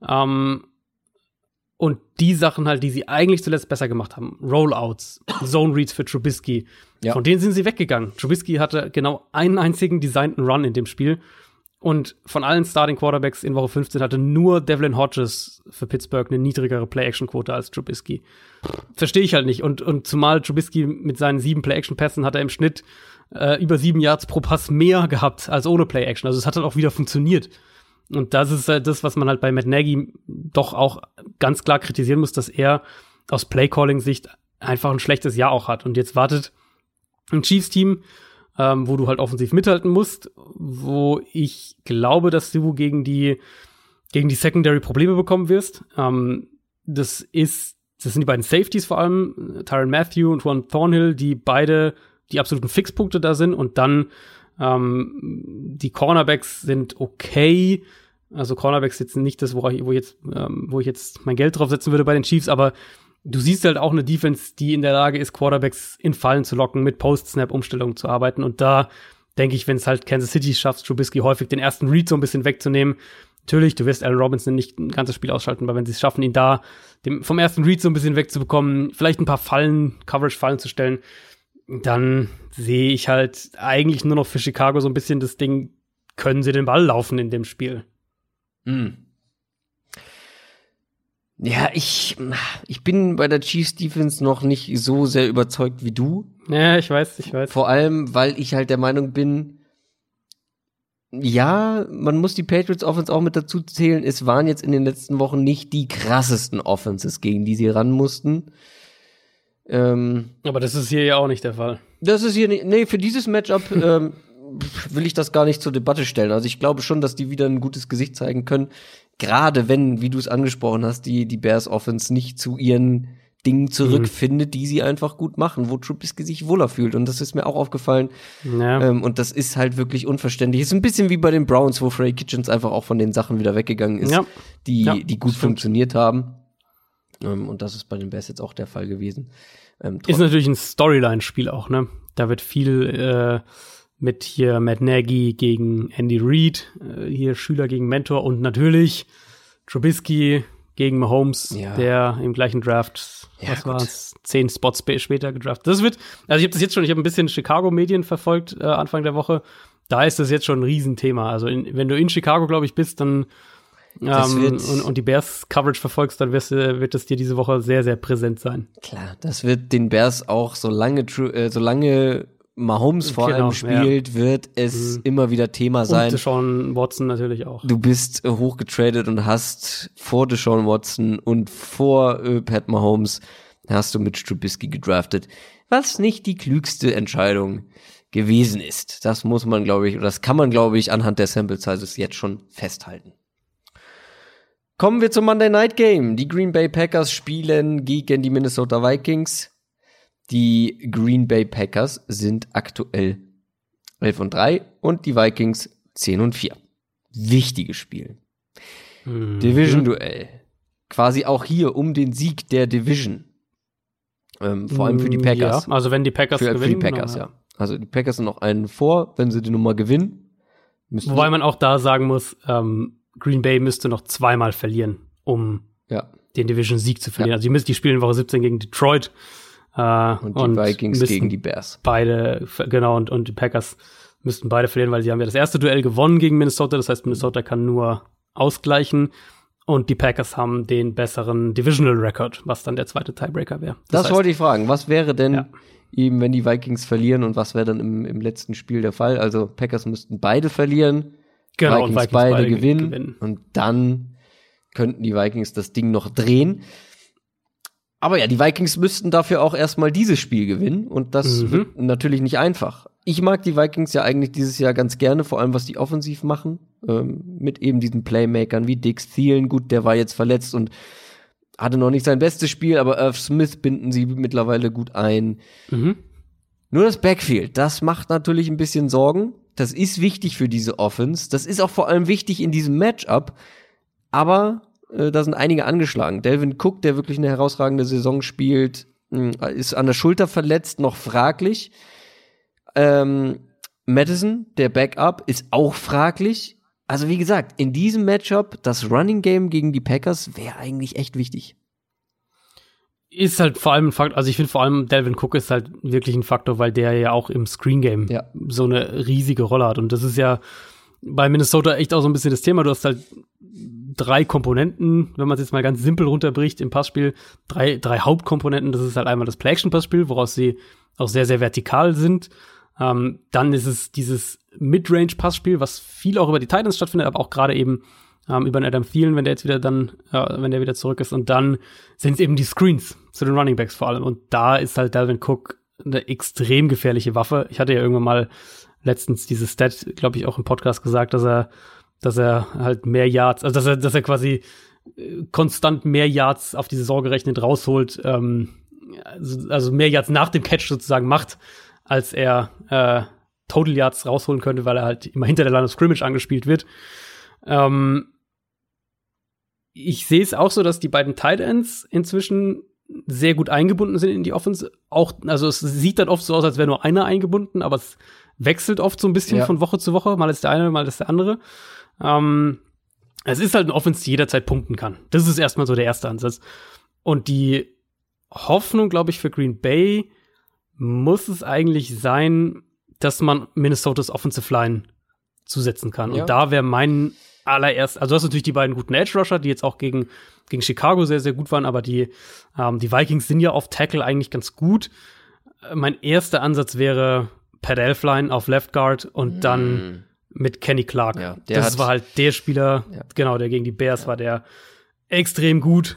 Und die Sachen halt, die sie eigentlich zuletzt besser gemacht haben, Rollouts, Zone Reads für Trubisky, von denen sind sie weggegangen. Trubisky hatte genau einen einzigen designten Run in dem Spiel. Und von allen Starting Quarterbacks in Woche 15 hatte nur Devlin Hodges für Pittsburgh eine niedrigere Play-Action-Quote als Trubisky. Verstehe ich halt nicht. Und zumal Trubisky mit seinen 7 Play-Action-Pässen hat er im Schnitt über 7 Yards pro Pass mehr gehabt als ohne Play-Action. Also es hat halt auch wieder funktioniert. Und das ist halt das, was man halt bei Matt Nagy doch auch ganz klar kritisieren muss, dass er aus Play-Calling-Sicht einfach ein schlechtes Jahr auch hat. Und jetzt wartet ein Chiefs-Team, wo du halt offensiv mithalten musst, wo ich glaube, dass du gegen die Secondary Probleme bekommen wirst. Das sind die beiden Safeties vor allem, Tyrann Mathieu und Juan Thornhill, die beide die absoluten Fixpunkte da sind. Und dann die Cornerbacks sind okay. Also Cornerbacks jetzt nicht das, wo ich jetzt mein Geld drauf setzen würde bei den Chiefs, aber du siehst halt auch eine Defense, die in der Lage ist, Quarterbacks in Fallen zu locken, mit Post-Snap-Umstellungen zu arbeiten. Und da denke ich, wenn es halt Kansas City schafft, Trubisky häufig den ersten Read so ein bisschen wegzunehmen. Natürlich, du wirst Allen Robinson nicht ein ganzes Spiel ausschalten, aber wenn sie es schaffen, ihn da vom ersten Read so ein bisschen wegzubekommen, vielleicht ein paar Coverage-Fallen zu stellen, dann sehe ich halt eigentlich nur noch für Chicago so ein bisschen das Ding, können sie den Ball laufen in dem Spiel? Ja, ich bin bei der Chiefs Defense noch nicht so sehr überzeugt wie du. Ja, ich weiß. Vor allem, weil ich halt der Meinung bin, ja, man muss die Patriots Offense auch mit dazu zählen. Es waren jetzt in den letzten Wochen nicht die krassesten Offenses, gegen die sie ran mussten. Aber das ist hier ja auch nicht der Fall. Das ist hier nicht, nee, für dieses Matchup will ich das gar nicht zur Debatte stellen. Also ich glaube schon, dass die wieder ein gutes Gesicht zeigen können. Gerade wenn, wie du es angesprochen hast, die Bears Offense nicht zu ihren Dingen zurückfindet, die sie einfach gut machen, wo Trubisky sich wohler fühlt. Und das ist mir auch aufgefallen. Ja. Und das ist halt wirklich unverständlich. Ist ein bisschen wie bei den Browns, wo Freddie Kitchens einfach auch von den Sachen wieder weggegangen ist, die gut funktioniert haben. Und das ist bei den Bears jetzt auch der Fall gewesen. Ist natürlich ein Storyline-Spiel auch, ne? Da wird viel mit hier Matt Nagy gegen Andy Reid, hier Schüler gegen Mentor und natürlich Trubisky gegen Mahomes, der im gleichen Draft, was war's, 10 Spots später gedraftet. Das wird, also ich habe ein bisschen Chicago-Medien verfolgt Anfang der Woche. Da ist das jetzt schon ein Riesenthema. Also wenn du in Chicago, glaube ich, bist, dann und die Bears-Coverage verfolgst, dann wird es dir diese Woche sehr, sehr präsent sein. Klar, das wird den Bears auch, solange Mahomes vor allem spielt, wird es immer wieder Thema sein. Und Deshaun Watson natürlich auch. Du bist hochgetradet und hast vor Deshaun Watson und vor Pat Mahomes hast du mit Trubisky gedraftet, was nicht die klügste Entscheidung gewesen ist. Das muss man, glaube ich, oder das kann man, glaube ich, anhand der Sample Sizes jetzt schon festhalten. Kommen wir zum Monday Night Game. Die Green Bay Packers spielen gegen die Minnesota Vikings. Die Green Bay Packers sind aktuell 11-3 und die Vikings 10-4. Wichtiges Spiel. Division-Duell. Quasi auch hier um den Sieg der Division. Vor allem für die Packers. Ja, also wenn die Packers gewinnen. Für die Packers, ja. Also die Packers sind noch einen vor, wenn sie die Nummer gewinnen. Wobei man auch da sagen muss, Green Bay müsste noch zweimal verlieren, um den Division-Sieg zu verlieren. Also die spielen in Woche 17 gegen Detroit. Und die Vikings gegen die Bears. Beide, genau, und die Packers müssten beide verlieren, weil sie haben ja das erste Duell gewonnen gegen Minnesota. Das heißt, Minnesota kann nur ausgleichen. Und die Packers haben den besseren Divisional Record, was dann der zweite Tiebreaker wäre. Das heißt, wollte ich fragen. Was wäre denn eben, wenn die Vikings verlieren und was wäre dann im letzten Spiel der Fall? Also Packers müssten beide verlieren, genau, Vikings beide gewinnen und dann könnten die Vikings das Ding noch drehen. Aber ja, die Vikings müssten dafür auch erstmal dieses Spiel gewinnen und das wird natürlich nicht einfach. Ich mag die Vikings ja eigentlich dieses Jahr ganz gerne, vor allem was die offensiv machen, mit eben diesen Playmakern wie Dix Thielen. Gut, der war jetzt verletzt und hatte noch nicht sein bestes Spiel, aber Irv Smith binden sie mittlerweile gut ein. Nur das Backfield, das macht natürlich ein bisschen Sorgen. Das ist wichtig für diese Offense. Das ist auch vor allem wichtig in diesem Matchup. Aber da sind einige angeschlagen. Dalvin Cook, der wirklich eine herausragende Saison spielt, ist an der Schulter verletzt, noch fraglich. Madison, der Backup, ist auch fraglich. Also wie gesagt, in diesem Matchup, das Running Game gegen die Packers wäre eigentlich echt wichtig. Ist halt vor allem ein Faktor, also ich finde vor allem Dalvin Cook ist halt wirklich ein Faktor, weil der ja auch im Screen Game so eine riesige Rolle hat. Und das ist ja bei Minnesota echt auch so ein bisschen das Thema. Du hast halt 3 Komponenten, wenn man es jetzt mal ganz simpel runterbricht im Passspiel, drei Hauptkomponenten. Das ist halt einmal das Play-Action-Passspiel, woraus sie auch sehr, sehr vertikal sind. Dann ist es dieses Mid-Range-Passspiel, was viel auch über die Titans stattfindet, aber auch gerade eben über den Adam Thielen, wenn der jetzt wieder wenn der wieder zurück ist. Und dann sind es eben die Screens zu den Runningbacks vor allem. Und da ist halt Dalvin Cook eine extrem gefährliche Waffe. Ich hatte ja irgendwann mal letztens diese Stat, glaube ich, auch im Podcast gesagt, dass er halt mehr Yards, also dass er quasi konstant mehr Yards auf die Saison gerechnet rausholt, also mehr Yards nach dem Catch sozusagen macht, als er Total Yards rausholen könnte, weil er halt immer hinter der Line of Scrimmage angespielt wird. Ich sehe es auch so, dass die beiden Tight Ends inzwischen sehr gut eingebunden sind in die Offense. Auch, also es sieht dann oft so aus, als wäre nur einer eingebunden, aber es wechselt oft so ein bisschen von Woche zu Woche. Mal ist der eine, mal ist der andere. Es ist halt eine Offense, die jederzeit punkten kann. Das ist erstmal so der erste Ansatz. Und die Hoffnung, glaube ich, für Green Bay muss es eigentlich sein, dass man Minnesotas Offensive Line zusetzen kann. Und da wäre mein allererst, also du hast natürlich die beiden guten Edge-Rusher, die jetzt auch gegen Chicago sehr, sehr gut waren, aber die Vikings sind ja auf Tackle eigentlich ganz gut. Mein erster Ansatz wäre Pat Elflein auf Left Guard und dann mit Kenny Clark. Ja, das war halt der Spieler, genau, der gegen die Bears war, der extrem gut.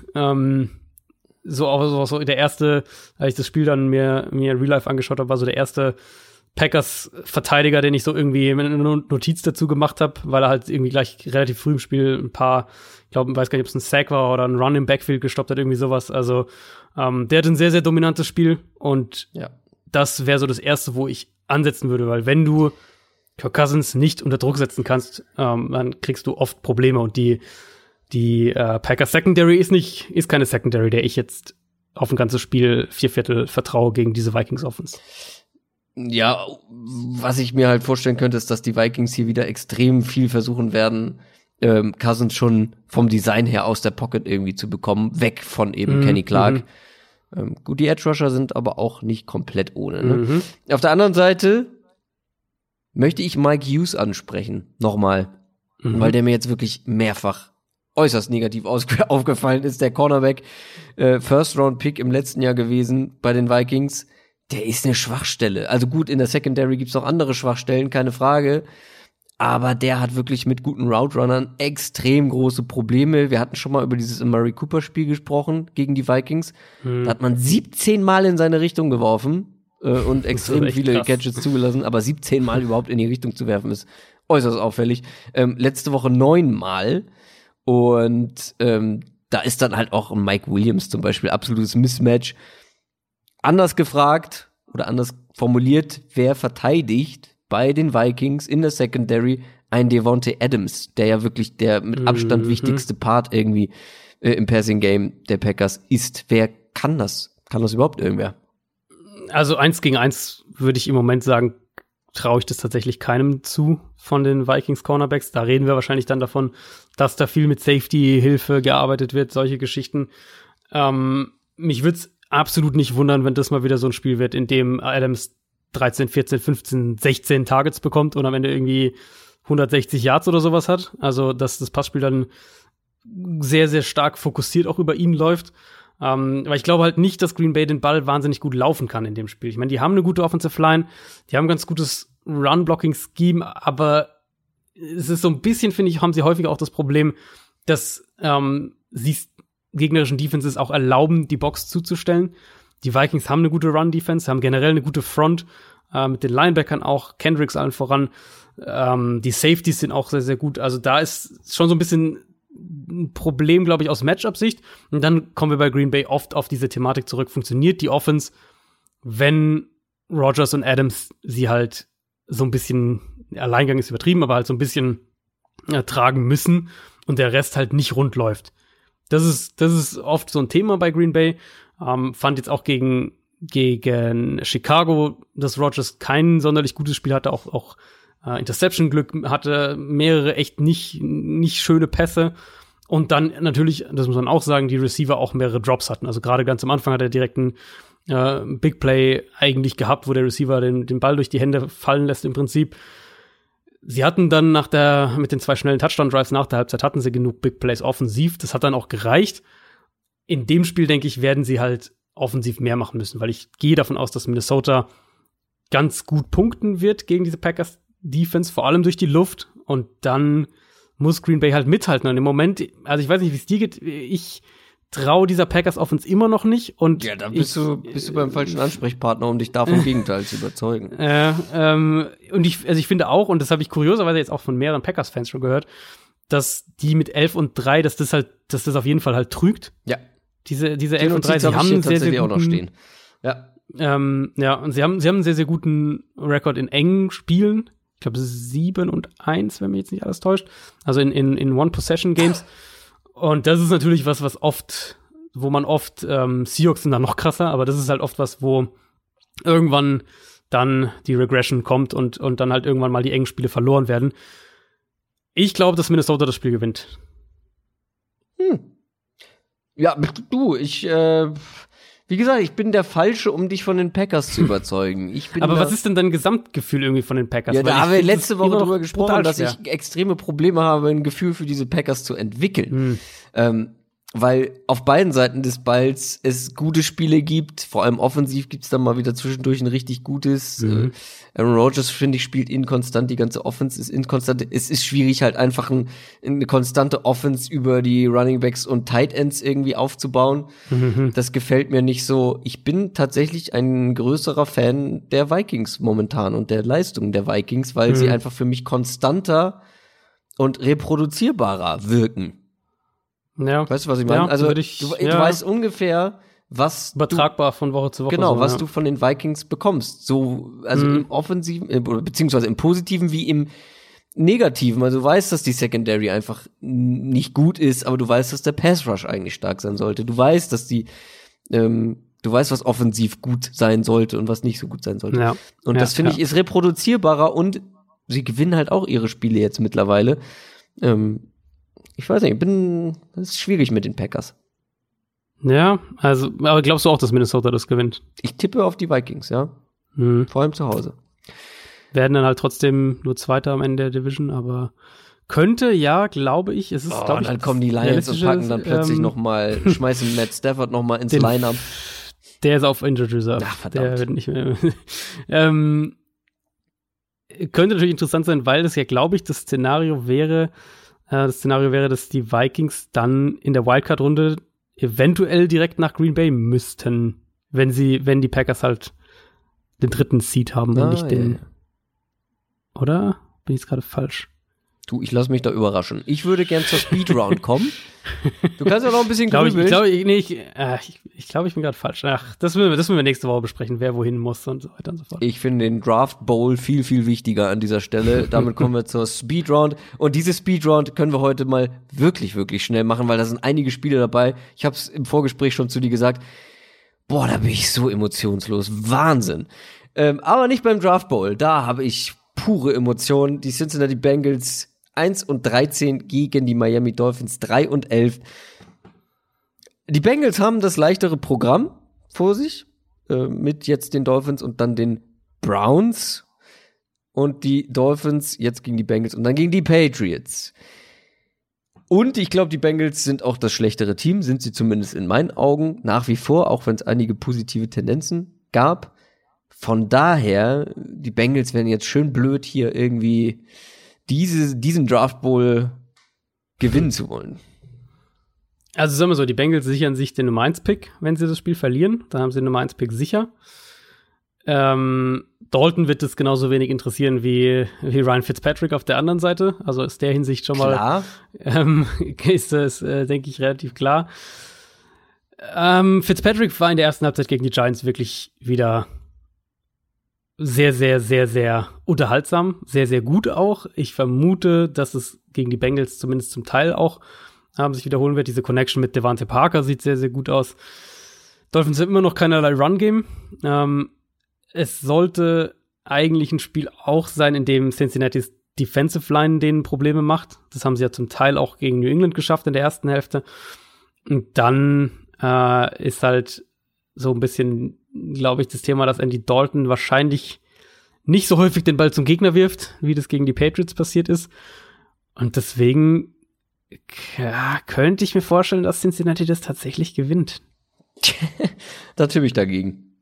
So der erste, als ich das Spiel dann mir Real Life angeschaut habe, war so der erste Packers-Verteidiger, den ich so irgendwie eine Notiz dazu gemacht habe, weil er halt irgendwie gleich relativ früh im Spiel ein paar, ich glaube, ich weiß gar nicht, ob es ein Sack war oder ein Run im Backfield gestoppt hat, irgendwie sowas. Also der hat ein sehr, sehr dominantes Spiel und das wäre so das Erste, wo ich ansetzen würde, weil wenn du Kirk Cousins nicht unter Druck setzen kannst, dann kriegst du oft Probleme und die Packers Secondary ist keine Secondary, der ich jetzt auf ein ganzes Spiel 4/4 vertraue gegen diese Vikings Offense. Ja, was ich mir halt vorstellen könnte, ist, dass die Vikings hier wieder extrem viel versuchen werden, Cousins schon vom Design her aus der Pocket irgendwie zu bekommen, weg von eben Kenny Clark. Gut, die Edge Rusher sind aber auch nicht komplett ohne. Ne? Auf der anderen Seite möchte ich Mike Hughes ansprechen, nochmal, weil der mir jetzt wirklich mehrfach äußerst negativ aufgefallen ist. Der Cornerback, First-Round-Pick im letzten Jahr gewesen bei den Vikings, der ist eine Schwachstelle. Also gut, in der Secondary gibt's noch andere Schwachstellen, keine Frage. Aber der hat wirklich mit guten Route-Runnern extrem große Probleme. Wir hatten schon mal über dieses Amari Cooper-Spiel gesprochen gegen die Vikings. Da hat man 17 Mal in seine Richtung geworfen und extrem viele krass. Catches zugelassen. Aber 17 Mal überhaupt in die Richtung zu werfen, ist äußerst auffällig. Letzte Woche 9 Mal. Und da ist dann halt auch Mike Williams zum Beispiel absolutes Mismatch. Anders gefragt oder anders formuliert, wer verteidigt bei den Vikings in der Secondary ein Devontae Adams, der ja wirklich der mit Abstand wichtigste Part irgendwie im Passing-Game der Packers ist. Wer kann das? Kann das überhaupt irgendwer? Also 1 gegen 1 würde ich im Moment sagen, traue ich das tatsächlich keinem zu von den Vikings Cornerbacks. Da reden wir wahrscheinlich dann davon, dass da viel mit Safety-Hilfe gearbeitet wird, solche Geschichten. Mich würde es absolut nicht wundern, wenn das mal wieder so ein Spiel wird, in dem Adams 13, 14, 15, 16 Targets bekommt und am Ende irgendwie 160 Yards oder sowas hat. Also, dass das Passspiel dann sehr, sehr stark fokussiert auch über ihn läuft. Weil ich glaube halt nicht, dass Green Bay den Ball wahnsinnig gut laufen kann in dem Spiel. Ich meine, die haben eine gute Offensive Line, die haben ein ganz gutes Run-Blocking-Scheme, aber es ist so ein bisschen, finde ich, haben sie häufig auch das Problem, dass sie gegnerischen Defenses auch erlauben, die Box zuzustellen. Die Vikings haben eine gute Run-Defense, haben generell eine gute Front, mit den Linebackern auch, Kendricks allen voran. Die Safeties sind auch sehr, sehr gut. Also da ist schon so ein bisschen ein Problem, glaube ich, aus Matchup-Sicht. Und dann kommen wir bei Green Bay oft auf diese Thematik zurück. Funktioniert die Offense, wenn Rodgers und Adams sie halt so ein bisschen, Alleingang ist übertrieben, aber halt so ein bisschen tragen müssen und der Rest halt nicht rund läuft. Das ist oft so ein Thema bei Green Bay. Fand jetzt auch gegen Chicago, dass Rodgers kein sonderlich gutes Spiel hatte, auch Interception-Glück hatte, mehrere echt nicht schöne Pässe. Und dann natürlich, das muss man auch sagen, die Receiver auch mehrere Drops hatten. Also gerade ganz am Anfang hat er direkt einen Big Play eigentlich gehabt, wo der Receiver den Ball durch die Hände fallen lässt im Prinzip. Sie hatten dann mit den 2 schnellen Touchdown-Drives nach der Halbzeit hatten sie genug Big Plays offensiv. Das hat dann auch gereicht. In dem Spiel, denke ich, werden sie halt offensiv mehr machen müssen, weil ich gehe davon aus, dass Minnesota ganz gut punkten wird gegen diese Packers-Defense, vor allem durch die Luft. Und dann muss Green Bay halt mithalten. Und im Moment, also ich weiß nicht, wie es dir geht, ich traue dieser Packers-Offense immer noch nicht. Und ja, da bist du beim falschen Ansprechpartner, um dich da vom Gegenteil zu überzeugen. Und ich finde auch, und das habe ich kurioserweise jetzt auch von mehreren Packers-Fans schon gehört, dass die mit 11-3, dass das auf jeden Fall halt trügt. Ja. Diese 11-3, sie haben sehr, sehr guten, auch noch stehen. Ja. Und sie haben einen sehr, sehr guten Rekord in engen Spielen. Ich glaube, 7-1, wenn mich jetzt nicht alles täuscht. Also in One-Possession-Games. Und das ist natürlich was wo man oft, Seahawks sind da noch krasser, aber das ist halt oft was, wo irgendwann dann die Regression kommt und dann halt irgendwann mal die engen Spiele verloren werden. Ich glaube, dass Minnesota das Spiel gewinnt. Ja, wie gesagt, ich bin der Falsche, um dich von den Packers zu überzeugen. Aber was ist denn dein Gesamtgefühl irgendwie von den Packers? Ja, da haben wir letzte Woche drüber gesprochen, dass ich extreme Probleme habe, ein Gefühl für diese Packers zu entwickeln. weil auf beiden Seiten des Balls es gute Spiele gibt, vor allem offensiv gibt's dann mal wieder zwischendurch ein richtig gutes. Aaron Rodgers, finde ich, spielt inkonstant, die ganze Offense ist inkonstant. Es ist schwierig, halt einfach eine konstante Offense über die Running Backs und Tight Ends irgendwie aufzubauen. Das gefällt mir nicht so. Ich bin tatsächlich ein größerer Fan der Vikings momentan und der Leistungen der Vikings, weil sie einfach für mich konstanter und reproduzierbarer wirken. Ja. Weißt du, was ich meine? Ja, also du weißt ungefähr, was übertragbar von Woche zu Woche. Genau, so, was du von den Vikings bekommst. So, also im Offensiven, beziehungsweise im Positiven wie im Negativen. Also du weißt, dass die Secondary einfach nicht gut ist, aber du weißt, dass der Pass Rush eigentlich stark sein sollte. Du weißt, dass du weißt, was offensiv gut sein sollte und was nicht so gut sein sollte. Ja. Und das finde ich ist reproduzierbarer und sie gewinnen halt auch ihre Spiele jetzt mittlerweile. Ich weiß nicht, das ist schwierig mit den Packers. Ja, also, aber glaubst du auch, dass Minnesota das gewinnt? Ich tippe auf die Vikings, ja. Vor allem zu Hause. Werden dann halt trotzdem nur Zweiter am Ende der Division, aber könnte, ja, glaube ich. Es ist, glaube ich, dann kommen die Lions und packen dann plötzlich schmeißen Matt Stafford noch mal ins Line-Up. Der ist auf Injured Reserve. Ach, verdammt. Der wird nicht mehr. Könnte natürlich interessant sein, weil das ja, glaube ich, das Szenario wäre, dass die Vikings dann in der Wildcard-Runde eventuell direkt nach Green Bay müssten, wenn die Packers halt den 3. Seed haben und nicht den. Oder? Bin ich jetzt gerade falsch? Du, ich lass mich da überraschen. Ich würde gern zur Speedround kommen. Du kannst ja noch ein bisschen grübeln. Ich glaube, ich bin gerade falsch. Ach, das müssen wir nächste Woche besprechen, wer wohin muss und so weiter und so fort. Ich finde den Draft Bowl viel, viel wichtiger an dieser Stelle. Damit kommen wir zur Speedround. Und diese Speedround können wir heute mal wirklich, wirklich schnell machen, weil da sind einige Spiele dabei. Ich habe es im Vorgespräch schon zu dir gesagt. Boah, da bin ich so emotionslos. Wahnsinn. Aber nicht beim Draft Bowl. Da habe ich pure Emotionen. Die Cincinnati Bengals 1-13 gegen die Miami Dolphins 3-11. Die Bengals haben das leichtere Programm vor sich, mit jetzt den Dolphins und dann den Browns. Und die Dolphins jetzt gegen die Bengals und dann gegen die Patriots. Und ich glaube, die Bengals sind auch das schlechtere Team, sind sie zumindest in meinen Augen nach wie vor, auch wenn es einige positive Tendenzen gab. Von daher, die Bengals werden jetzt schön blöd, hier irgendwie diesen Draft Bowl gewinnen zu wollen. Also sagen wir so, die Bengals sichern sich den Nummer 1-Pick, wenn sie das Spiel verlieren. Dann haben sie den Nummer 1-Pick sicher. Dalton wird es genauso wenig interessieren wie Ryan Fitzpatrick auf der anderen Seite. Also ist der Hinsicht schon mal ist das, denke ich, relativ klar. Fitzpatrick war in der ersten Halbzeit gegen die Giants wirklich wieder sehr, sehr, sehr, sehr unterhaltsam, sehr, sehr gut auch. Ich vermute, dass es gegen die Bengals zumindest zum Teil auch sich wiederholen wird. Diese Connection mit Devante Parker sieht sehr, sehr gut aus. Dolphins haben immer noch keinerlei Run-Game. Es sollte eigentlich ein Spiel auch sein, in dem Cincinnati's Defensive Line denen Probleme macht. Das haben sie ja zum Teil auch gegen New England geschafft in der ersten Hälfte. Und dann ist halt so ein bisschen, glaube ich, das Thema, dass Andy Dalton wahrscheinlich nicht so häufig den Ball zum Gegner wirft, wie das gegen die Patriots passiert ist. Und deswegen könnte ich mir vorstellen, dass Cincinnati das tatsächlich gewinnt. Da tippe ich dagegen.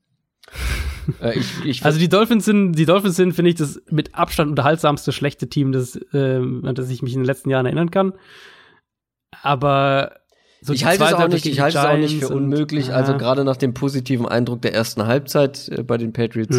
Also die Dolphins sind, finde ich, das mit Abstand unterhaltsamste schlechte Team, an das ich mich in den letzten Jahren erinnern kann. Aber ich halte es auch nicht für unmöglich, also gerade nach dem positiven Eindruck der ersten Halbzeit bei den Patriots.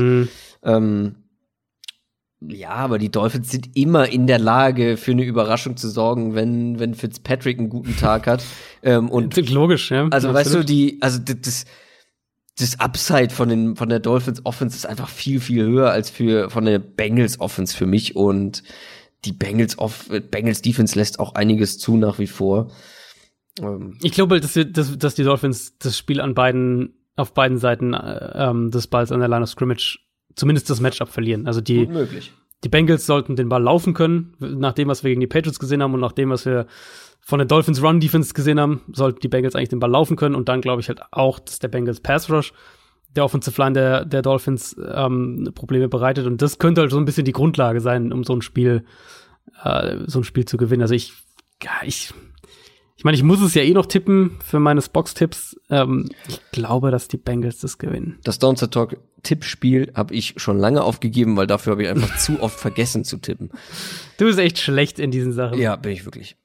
Ja, aber die Dolphins sind immer in der Lage, für eine Überraschung zu sorgen, wenn Fitzpatrick einen guten Tag hat. Und logisch, ja. Also absolut. Weißt du, das Upside von der Dolphins Offense ist einfach viel, viel höher als von der Bengals Offense für mich. Und die Bengals Defense lässt auch einiges zu nach wie vor. Ich glaube, dass die Dolphins das Spiel auf beiden Seiten des Balls an der Line of Scrimmage zumindest das Matchup verlieren. Also die Bengals sollten den Ball laufen können, nach dem, was wir gegen die Patriots gesehen haben und nach dem, was wir von der Dolphins Run Defense gesehen haben, sollten die Bengals eigentlich den Ball laufen können und dann glaube ich halt auch, dass der Bengals Pass Rush der Offensive Line der Dolphins Probleme bereitet und das könnte halt so ein bisschen die Grundlage sein, um so ein Spiel zu gewinnen. Also ich meine, ich muss es ja eh noch tippen für meine Box-Tipps. Ich glaube, dass die Bengals das gewinnen. Das Downset Talk Tippspiel habe ich schon lange aufgegeben, weil dafür habe ich einfach zu oft vergessen zu tippen. Du bist echt schlecht in diesen Sachen. Ja, bin ich wirklich.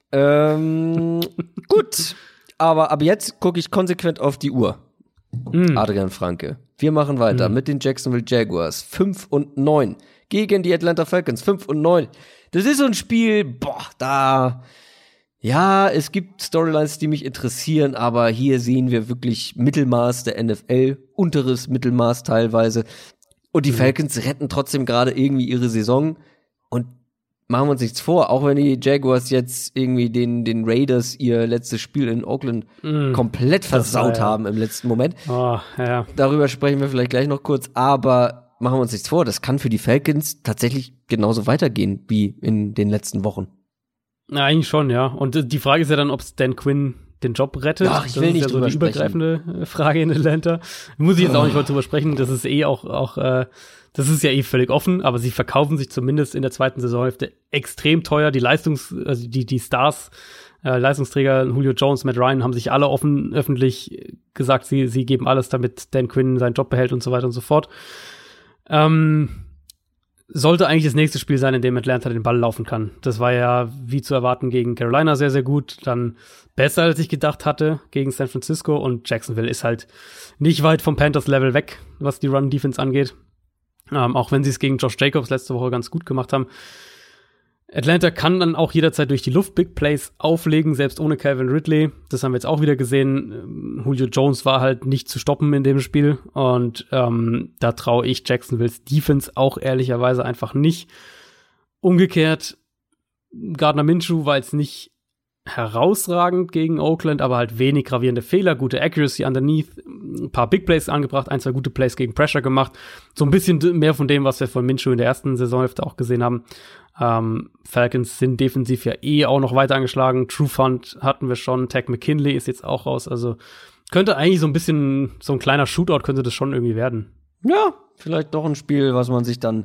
Gut, aber ab jetzt gucke ich konsequent auf die Uhr. Adrian Franke. Wir machen weiter mit den Jacksonville Jaguars. 5-9 gegen die Atlanta Falcons. 5-9. Das ist so ein Spiel, ja, es gibt Storylines, die mich interessieren, aber hier sehen wir wirklich Mittelmaß der NFL, unteres Mittelmaß teilweise. Und die Falcons retten trotzdem gerade irgendwie ihre Saison. Und machen wir uns nichts vor, auch wenn die Jaguars jetzt irgendwie den Raiders ihr letztes Spiel in Oakland komplett versaut haben im letzten Moment. Oh, ja. Darüber sprechen wir vielleicht gleich noch kurz, aber machen wir uns nichts vor, das kann für die Falcons tatsächlich genauso weitergehen wie in den letzten Wochen. Na, eigentlich schon, ja. Und die Frage ist ja dann, ob Dan Quinn den Job rettet. Ach, ich will nicht drüber sprechen. Das ist ja so die übergreifende Frage in Atlanta. Muss ich jetzt auch nicht mal drüber sprechen. Das ist das ist ja völlig offen, aber sie verkaufen sich zumindest in der zweiten Saisonhälfte extrem teuer. Die Stars, Leistungsträger Julio Jones, Matt Ryan haben sich alle öffentlich gesagt, sie geben alles, damit Dan Quinn seinen Job behält und so weiter und so fort. Sollte eigentlich das nächste Spiel sein, in dem Atlanta den Ball laufen kann. Das war ja, wie zu erwarten, gegen Carolina sehr, sehr gut. Dann besser, als ich gedacht hatte, gegen San Francisco. Und Jacksonville ist halt nicht weit vom Panthers-Level weg, was die Run-Defense angeht. Auch wenn sie es gegen Josh Jacobs letzte Woche ganz gut gemacht haben. Atlanta kann dann auch jederzeit durch die Luft Big Plays auflegen, selbst ohne Calvin Ridley. Das haben wir jetzt auch wieder gesehen. Julio Jones war halt nicht zu stoppen in dem Spiel. Und da traue ich Jacksonvilles Defense auch ehrlicherweise einfach nicht. Umgekehrt, Gardner Minshew war jetzt nicht herausragend gegen Oakland, aber halt wenig gravierende Fehler, gute Accuracy underneath, ein paar Big Plays angebracht, 1, 2 gute Plays gegen Pressure gemacht. So ein bisschen mehr von dem, was wir von Minshew in der ersten Saisonhälfte auch gesehen haben. Falcons sind defensiv ja auch noch weiter angeschlagen. Trufant hatten wir schon, Tech McKinley ist jetzt auch raus. Also könnte eigentlich so ein bisschen, so ein kleiner Shootout könnte das schon irgendwie werden. Ja, vielleicht doch ein Spiel, was man sich dann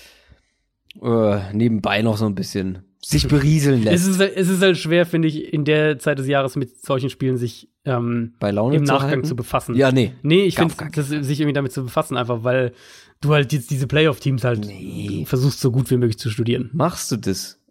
nebenbei noch so ein bisschen sich berieseln lässt. Es ist halt schwer, finde ich, in der Zeit des Jahres mit solchen Spielen sich bei Laune im Nachgang zu befassen. Ja, nee. Nee, ich finde, sich irgendwie damit zu befassen, einfach weil du halt jetzt diese Playoff-Teams halt versuchst, so gut wie möglich zu studieren. Machst du das?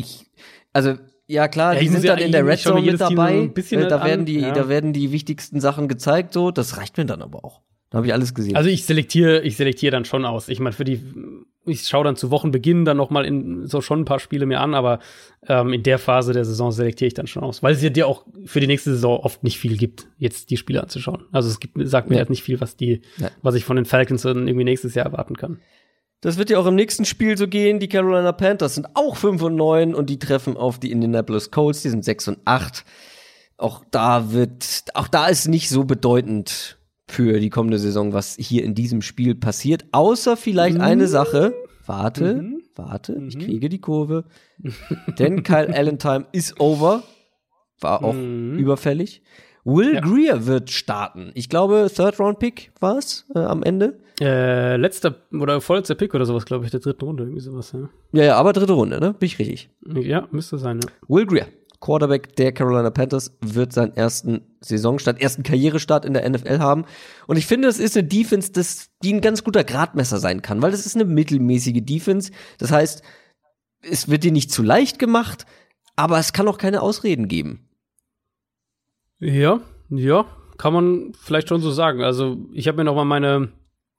Ja klar, die sind dann in der Red Zone mit dabei. Da werden die wichtigsten Sachen gezeigt, so. Das reicht mir dann aber auch. Da habe ich alles gesehen. Also ich selektiere dann schon aus. Ich meine, ich schaue dann zu Wochenbeginn dann noch mal schon ein paar Spiele mir an, aber in der Phase der Saison selektiere ich dann schon aus, weil es dir auch für die nächste Saison oft nicht viel gibt, jetzt die Spiele anzuschauen. Also sagt mir halt nicht viel, was ich von den Falcons dann irgendwie nächstes Jahr erwarten kann. Das wird ja auch im nächsten Spiel so gehen. Die Carolina Panthers sind auch 5-9 und die treffen auf die Indianapolis Colts, die sind 6-8. Auch da ist nicht so bedeutend für die kommende Saison, was hier in diesem Spiel passiert, außer vielleicht eine Sache. Warte, ich kriege die Kurve. Denn Kyle Allen Time is over. War auch überfällig. Will Grier wird starten. Ich glaube, Third-Round-Pick war es am Ende. Letzter oder vorletzter Pick oder sowas, glaube ich, der dritten Runde, irgendwie sowas, ja. Ja, aber dritte Runde, ne? Bin ich richtig? Ja, müsste sein, ja. Will Grier, Quarterback der Carolina Panthers, wird seinen ersten Karrierestart in der NFL haben. Und ich finde, das ist eine Defense, die ein ganz guter Gradmesser sein kann, weil das ist eine mittelmäßige Defense. Das heißt, es wird dir nicht zu leicht gemacht, aber es kann auch keine Ausreden geben. Ja, kann man vielleicht schon so sagen. Also, ich habe mir noch mal meine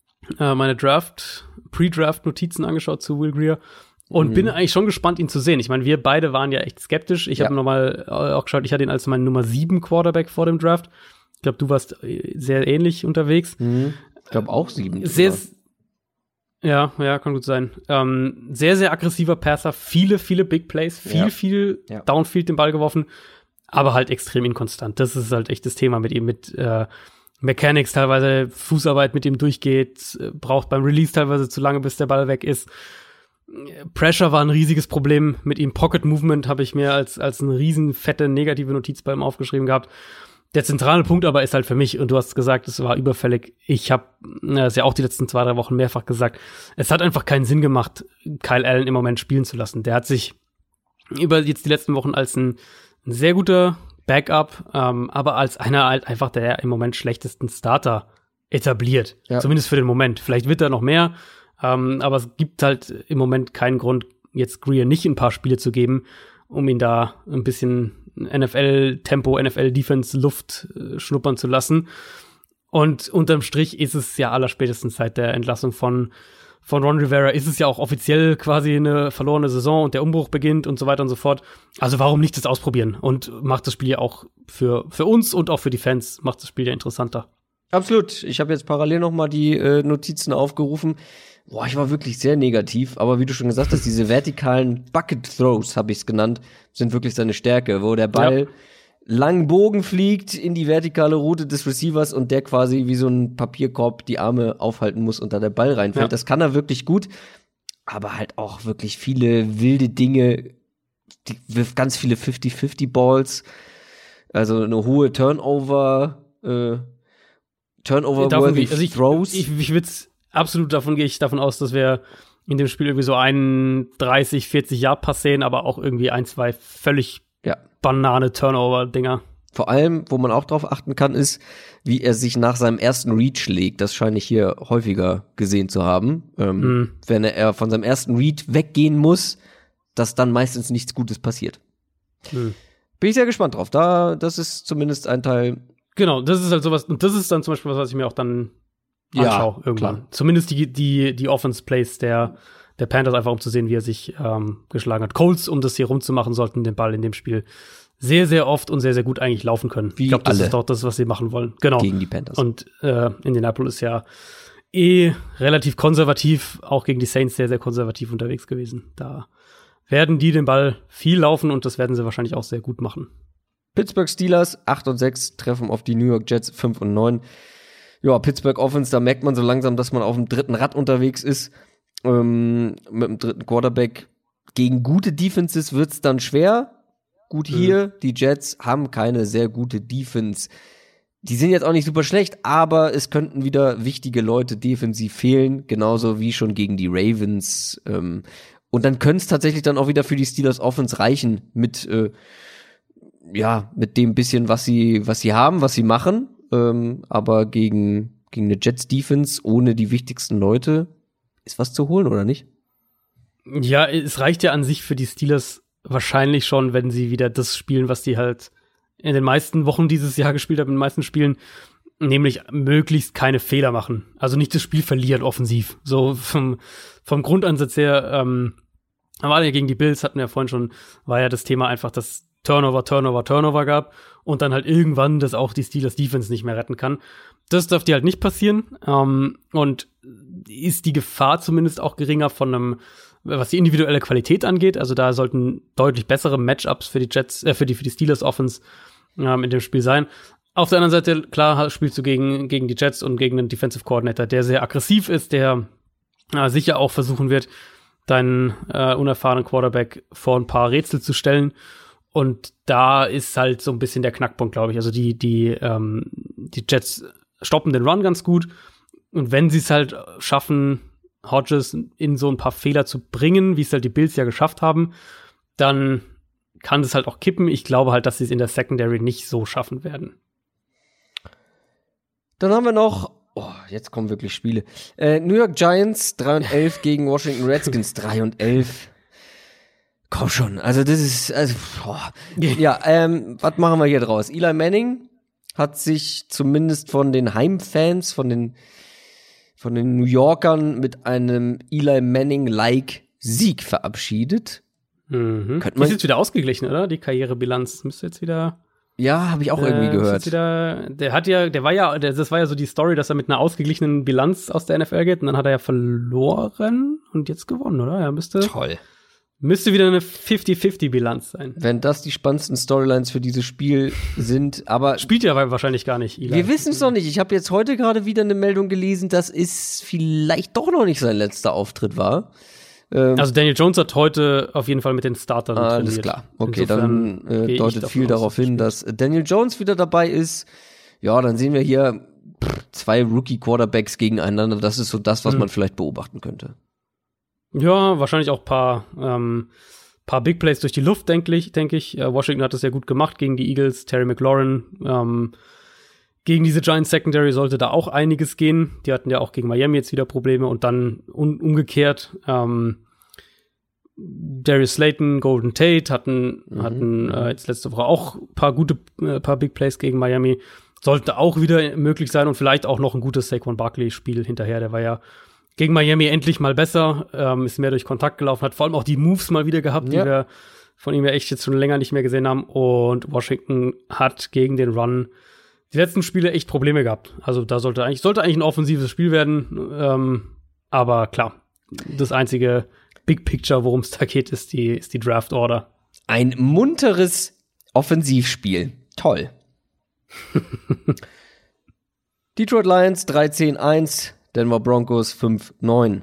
Pre-Draft-Notizen angeschaut zu Will Grier. Und bin eigentlich schon gespannt, ihn zu sehen. Ich meine, wir beide waren ja echt skeptisch. Ich habe nochmal auch geschaut, ich hatte ihn als mein Nummer 7 Quarterback vor dem Draft. Ich glaube, du warst sehr ähnlich unterwegs. Ich glaube auch 7. Ja, kann gut sein. Sehr, sehr aggressiver Passer, viele Big Plays, viel Downfield den Ball geworfen, aber halt extrem inkonstant. Das ist halt echt das Thema mit ihm, mit Mechanics, teilweise Fußarbeit mit ihm durchgeht, braucht beim Release teilweise zu lange, bis der Ball weg ist. Pressure war ein riesiges Problem mit ihm. Pocket Movement habe ich mir als eine riesen fette negative Notiz bei ihm aufgeschrieben gehabt. Der zentrale Punkt aber ist halt für mich, und du hast gesagt, es war überfällig. Ich habe das ja auch die letzten 2-3 Wochen mehrfach gesagt, es hat einfach keinen Sinn gemacht, Kyle Allen im Moment spielen zu lassen. Der hat sich über jetzt die letzten Wochen als ein sehr guter Backup, aber als einer halt einfach der im Moment schlechtesten Starter etabliert. Ja. Zumindest für den Moment. Vielleicht wird da noch mehr, aber es gibt halt im Moment keinen Grund, jetzt Greer nicht ein paar Spiele zu geben, um ihn da ein bisschen NFL-Tempo, NFL-Defense-Luft schnuppern zu lassen. Und unterm Strich ist es ja allerspätestens seit der Entlassung von Ron Rivera ist es ja auch offiziell quasi eine verlorene Saison und der Umbruch beginnt und so weiter und so fort. Also warum nicht das ausprobieren? Und macht das Spiel ja auch für uns und auch für die Fans macht das Spiel ja interessanter. Absolut. Ich habe jetzt parallel noch mal die Notizen aufgerufen. Boah, ich war wirklich sehr negativ, aber wie du schon gesagt hast, diese vertikalen Bucket Throws, habe ich es genannt, sind wirklich seine Stärke, wo der Ball lang Bogen fliegt in die vertikale Route des Receivers und der quasi wie so ein Papierkorb die Arme aufhalten muss und da der Ball reinfällt. Ja. Das kann er wirklich gut, aber halt auch wirklich viele wilde Dinge, die wirft ganz viele 50-50 Balls, also eine hohe Turnover-worthy Throws. Ich will's absolut, gehe ich davon aus, dass wir in dem Spiel irgendwie so 31, 40 Yard-Pass sehen, aber auch irgendwie 1, 2 völlig Banane-Turnover-Dinger. Vor allem, wo man auch drauf achten kann, ist, wie er sich nach seinem ersten Read schlägt. Das scheine ich hier häufiger gesehen zu haben. Wenn er von seinem ersten Read weggehen muss, dass dann meistens nichts Gutes passiert. Bin ich sehr gespannt drauf. Das ist zumindest ein Teil. Genau, das ist halt sowas, und das ist dann zum Beispiel was ich mir auch dann anschaue irgendwann. Klar. Zumindest die Offense-Plays der Panthers, einfach um zu sehen, wie er sich geschlagen hat. Colts, um das hier rumzumachen, sollten den Ball in dem Spiel sehr, sehr oft und sehr, sehr gut eigentlich laufen können. Wie ich glaube, das alle. ist doch das, was sie machen wollen. Genau. Gegen die Panthers. Und Indianapolis ist ja relativ konservativ, auch gegen die Saints sehr, sehr konservativ unterwegs gewesen. Da werden die den Ball viel laufen und das werden sie wahrscheinlich auch sehr gut machen. Pittsburgh Steelers 8-6 treffen auf die New York Jets 5-9. Ja, Pittsburgh Offense, da merkt man so langsam, dass man auf dem dritten Rad unterwegs ist. Mit dem dritten Quarterback. Gegen gute Defenses wird's dann schwer. Gut hier, die Jets haben keine sehr gute Defense. Die sind jetzt auch nicht super schlecht, aber es könnten wieder wichtige Leute defensiv fehlen, genauso wie schon gegen die Ravens. Und dann könnte es tatsächlich dann auch wieder für die Steelers Offense reichen mit dem bisschen, was sie haben, was sie machen. Aber gegen eine Jets Defense ohne die wichtigsten Leute ist was zu holen, oder nicht? Ja, es reicht ja an sich für die Steelers wahrscheinlich schon, wenn sie wieder das spielen, was die halt in den meisten Wochen dieses Jahr gespielt haben, in den meisten Spielen, nämlich möglichst keine Fehler machen. Also nicht das Spiel verlieren offensiv. So vom Grundansatz her, war ja gegen die Bills, hatten wir ja vorhin schon, war ja das Thema einfach, dass Turnover gab und dann halt irgendwann, dass auch die Steelers Defense nicht mehr retten kann. Das darf dir halt nicht passieren. Und ist die Gefahr zumindest auch geringer von einem, was die individuelle Qualität angeht. Also da sollten deutlich bessere Matchups für die Jets, für die Steelers Offense in dem Spiel sein. Auf der anderen Seite, klar, spielst du gegen die Jets und gegen einen Defensive Coordinator, der sehr aggressiv ist, der sicher auch versuchen wird, deinen unerfahrenen Quarterback vor ein paar Rätsel zu stellen. Und da ist halt so ein bisschen der Knackpunkt, glaube ich. Also die Jets stoppen den Run ganz gut. Und wenn sie es halt schaffen, Hodges in so ein paar Fehler zu bringen, wie es halt die Bills ja geschafft haben, dann kann es halt auch kippen. Ich glaube halt, dass sie es in der Secondary nicht so schaffen werden. Dann haben wir noch, jetzt kommen wirklich Spiele. New York Giants 3-11 gegen Washington Redskins 3-11. Komm schon, also das ist, ja, was machen wir hier draus? Eli Manning hat sich zumindest von den Heimfans, von den New Yorkern mit einem Eli Manning-like Sieg verabschiedet. Mhm. Die ist jetzt wieder ausgeglichen, oder? Die Karrierebilanz müsste jetzt wieder. Ja, habe ich auch irgendwie gehört. Das war ja so die Story, dass er mit einer ausgeglichenen Bilanz aus der NFL geht und dann hat er ja verloren und jetzt gewonnen, oder? Er müsste wieder eine 50-50-Bilanz sein. Wenn das die spannendsten Storylines für dieses Spiel sind, aber spielt ja wahrscheinlich gar nicht, Eli. Wir wissen es noch nicht. Ich habe jetzt heute gerade wieder eine Meldung gelesen, dass es vielleicht doch noch nicht sein letzter Auftritt war. Also Daniel Jones hat heute auf jeden Fall mit den Startern trainiert. Alles klar. Okay, dann deutet viel darauf hin, dass Daniel Jones wieder dabei ist. Ja, dann sehen wir hier 2 Rookie-Quarterbacks gegeneinander. Das ist so das, was man vielleicht beobachten könnte. Ja, wahrscheinlich auch Paar Big Plays durch die Luft, denke ich. Washington hat das ja gut gemacht gegen die Eagles. Terry McLaurin gegen diese Giants Secondary sollte da auch einiges gehen. Die hatten ja auch gegen Miami jetzt wieder Probleme. Und dann umgekehrt Darius Slayton, Golden Tate hatten jetzt letzte Woche auch paar Big Plays gegen Miami. Sollte auch wieder möglich sein und vielleicht auch noch ein gutes Saquon Barkley-Spiel hinterher. Der war ja gegen Miami endlich mal besser, ist mehr durch Kontakt gelaufen, hat vor allem auch die Moves mal wieder gehabt, die wir von ihm ja echt jetzt schon länger nicht mehr gesehen haben. Und Washington hat gegen den Run die letzten Spiele echt Probleme gehabt. Also da sollte eigentlich ein offensives Spiel werden. Aber klar, das einzige Big Picture, worum es da geht, ist die Draft Order. Ein munteres Offensivspiel. Toll. Detroit Lions 13-1, Denver Broncos 5-9.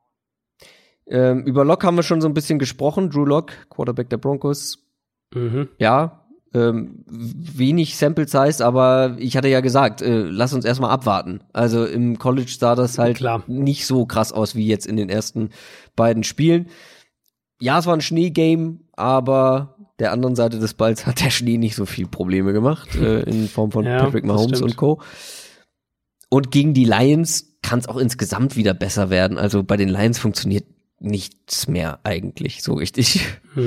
Über Lock haben wir schon so ein bisschen gesprochen. Drew Lock, Quarterback der Broncos. Ja, wenig Sample Size, aber ich hatte ja gesagt, lass uns erstmal abwarten. Also im College sah das halt nicht so krass aus wie jetzt in den ersten beiden Spielen. Ja, es war ein Schneegame, aber der anderen Seite des Balls hat der Schnee nicht so viel Probleme gemacht, in Form von Patrick Mahomes und Co. Und gegen die Lions kann es auch insgesamt wieder besser werden. Also bei den Lions funktioniert nichts mehr eigentlich so richtig.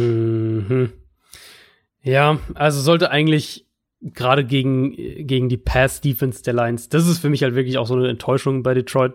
Ja, also sollte eigentlich gerade gegen die Pass-Defense der Lions, das ist für mich halt wirklich auch so eine Enttäuschung bei Detroit,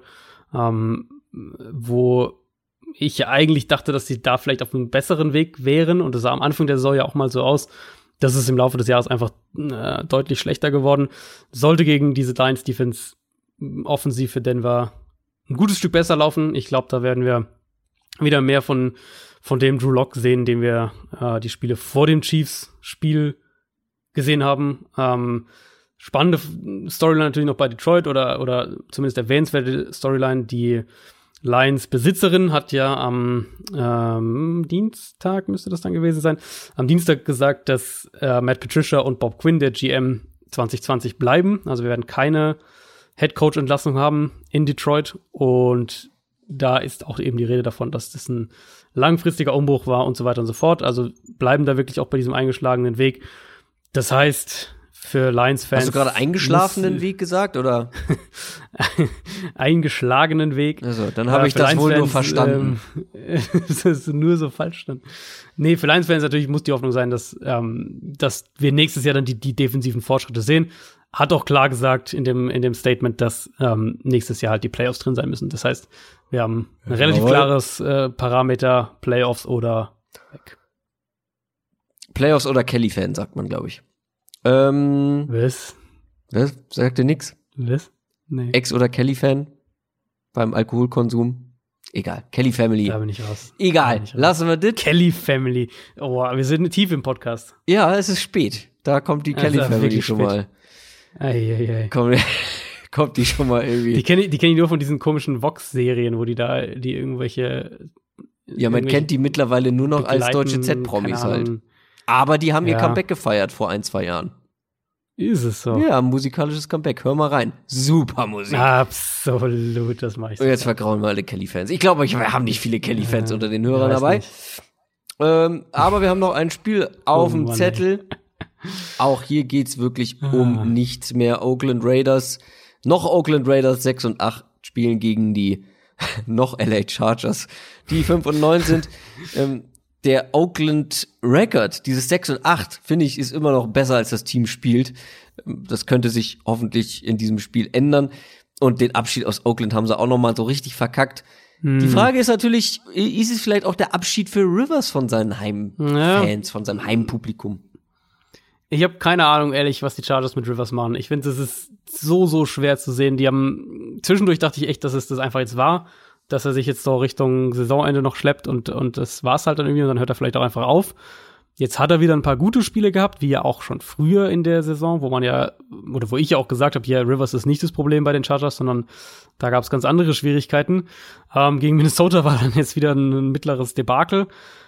wo ich eigentlich dachte, dass sie da vielleicht auf einem besseren Weg wären, und das sah am Anfang der Saison ja auch mal so aus. Das ist im Laufe des Jahres einfach deutlich schlechter geworden. Sollte gegen diese Lions-Defense offensiv für Denver ein gutes Stück besser laufen. Ich glaube, da werden wir wieder mehr von dem Drew Lock sehen, den wir die Spiele vor dem Chiefs-Spiel gesehen haben. Spannende Storyline natürlich noch bei Detroit oder zumindest erwähnenswerte Storyline. Die Lions-Besitzerin hat ja am Dienstag, müsste das dann gewesen sein, am Dienstag gesagt, dass Matt Patricia und Bob Quinn, der GM, 2020 bleiben. Also wir werden keine Head-Coach-Entlassung haben in Detroit, und da ist auch eben die Rede davon, dass das ein langfristiger Umbruch war und so weiter und so fort. Also bleiben da wirklich auch bei diesem eingeschlagenen Weg. Das heißt, für Lions-Fans. Hast du gerade eingeschlafenen Weg gesagt, oder? Eingeschlagenen Weg. Also, dann habe ich das wohl nur verstanden. Das ist nur so falsch dann. Nee, für Lions-Fans natürlich muss die Hoffnung sein, dass wir nächstes Jahr dann die defensiven Fortschritte sehen. Hat auch klar gesagt in dem Statement, dass nächstes Jahr halt die Playoffs drin sein müssen. Das heißt, wir haben ein relativ klares Parameter, Playoffs oder weg. Playoffs oder Kelly-Fan, sagt man, glaube ich. Was? Sagt dir nix? Was? Nee. Ex- oder Kelly-Fan beim Alkoholkonsum? Egal. Kelly-Family. Da bin ich raus. Egal. Lassen wir das. Kelly-Family. Oh, wir sind tief im Podcast. Ja, es ist spät. Da kommt die Kelly-Family schon mal. Ei. Kommt die schon mal irgendwie. Die kenn ich nur von diesen komischen Vox-Serien, wo die irgendwelche. Ja, man kennt die mittlerweile nur noch als deutsche Z-Promis halt. Aber die haben ihr Comeback gefeiert vor 1-2 Jahren. Ist es so? Ja, musikalisches Comeback. Hör mal rein. Super Musik. Absolut, das mache ich so. Und jetzt vergrauen wir alle Kelly-Fans. Ich glaube, wir haben nicht viele Kelly-Fans unter den Hörern dabei. Aber wir haben noch ein Spiel auf dem Zettel. Auch hier geht's wirklich um nichts mehr. Oakland Raiders 6-8 spielen gegen die noch LA Chargers, die 5-9 sind. Der Oakland Record, dieses 6-8, finde ich, ist immer noch besser, als das Team spielt. Das könnte sich hoffentlich in diesem Spiel ändern. Und den Abschied aus Oakland haben sie auch noch mal so richtig verkackt. Die Frage ist natürlich, ist es vielleicht auch der Abschied für Rivers von seinen Heimfans, von seinem Heimpublikum? Ich habe keine Ahnung, ehrlich, was die Chargers mit Rivers machen. Ich finde, das ist so schwer zu sehen. Zwischendurch dachte ich echt, dass es das einfach jetzt war, dass er sich jetzt so Richtung Saisonende noch schleppt und das war's halt dann irgendwie und dann hört er vielleicht auch einfach auf. Jetzt hat er wieder ein paar gute Spiele gehabt, wie ja auch schon früher in der Saison, wo ich ja auch gesagt habe, ja, Rivers ist nicht das Problem bei den Chargers, sondern da gab es ganz andere Schwierigkeiten. Gegen Minnesota war dann jetzt wieder ein mittleres Debakel.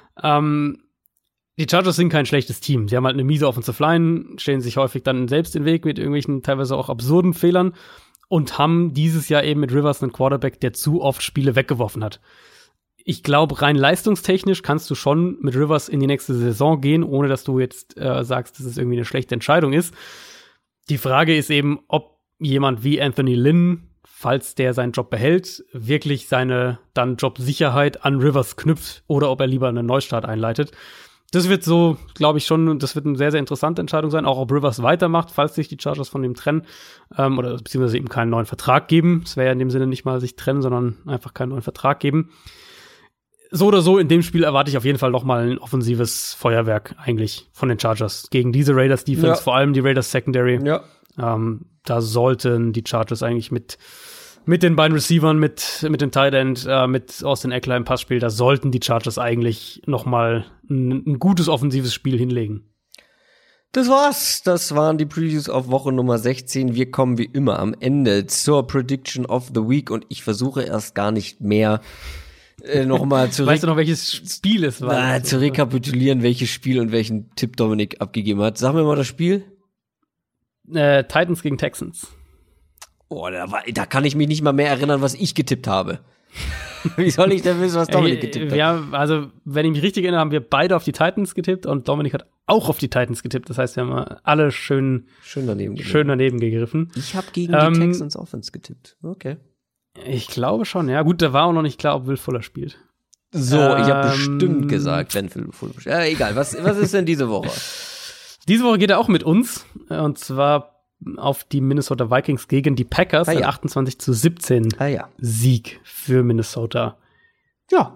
Die Chargers sind kein schlechtes Team. Sie haben halt eine miese Offensive Line, stellen sich häufig dann selbst in den Weg mit irgendwelchen teilweise auch absurden Fehlern und haben dieses Jahr eben mit Rivers einen Quarterback, der zu oft Spiele weggeworfen hat. ich glaube, rein leistungstechnisch kannst du schon mit Rivers in die nächste Saison gehen, ohne dass du jetzt sagst, dass es irgendwie eine schlechte Entscheidung ist. Die Frage ist eben, ob jemand wie Anthony Lynn, falls der seinen Job behält, wirklich seine dann Jobsicherheit an Rivers knüpft oder ob er lieber einen Neustart einleitet. Das wird so, glaube ich schon, das wird eine sehr, sehr interessante Entscheidung sein, auch ob Rivers weitermacht, falls sich die Chargers von ihm trennen oder beziehungsweise ihm keinen neuen Vertrag geben. Es wäre ja in dem Sinne nicht mal sich trennen, sondern einfach keinen neuen Vertrag geben. So oder so, in dem Spiel erwarte ich auf jeden Fall noch mal ein offensives Feuerwerk eigentlich von den Chargers gegen diese Raiders-Defense, vor allem die Raiders-Secondary. Ja. Da sollten die Chargers eigentlich mit den beiden Receivern, mit dem Tight End, mit Austin Eckler im Passspiel, da sollten die Chargers eigentlich noch mal ein gutes offensives Spiel hinlegen. Das war's. Das waren die Previews auf Woche Nummer 16. Wir kommen wie immer am Ende zur Prediction of the Week und ich versuche erst gar nicht mehr nochmal zu Weißt du noch, welches Spiel es war? zu rekapitulieren, welches Spiel und welchen Tipp Dominik abgegeben hat. Sag mir mal das Spiel. Titans gegen Texans. Oh, da kann ich mich nicht mal mehr erinnern, was ich getippt habe. Wie soll ich denn wissen, was Dominik getippt hat? Ja, also, wenn ich mich richtig erinnere, haben wir beide auf die Titans getippt und Dominik hat auch auf die Titans getippt. Das heißt, wir haben alle schön daneben gegriffen. Ich habe gegen die Texans Offense getippt. Okay. Ich glaube schon, ja. Gut, da war auch noch nicht klar, ob Will Fuller spielt. So, ich habe bestimmt gesagt, wenn Will Fuller spielt. Egal, was ist denn diese Woche? Diese Woche geht er auch mit uns. Und zwar auf die Minnesota Vikings gegen die Packers. Ein 28-17 Sieg für Minnesota. Ja.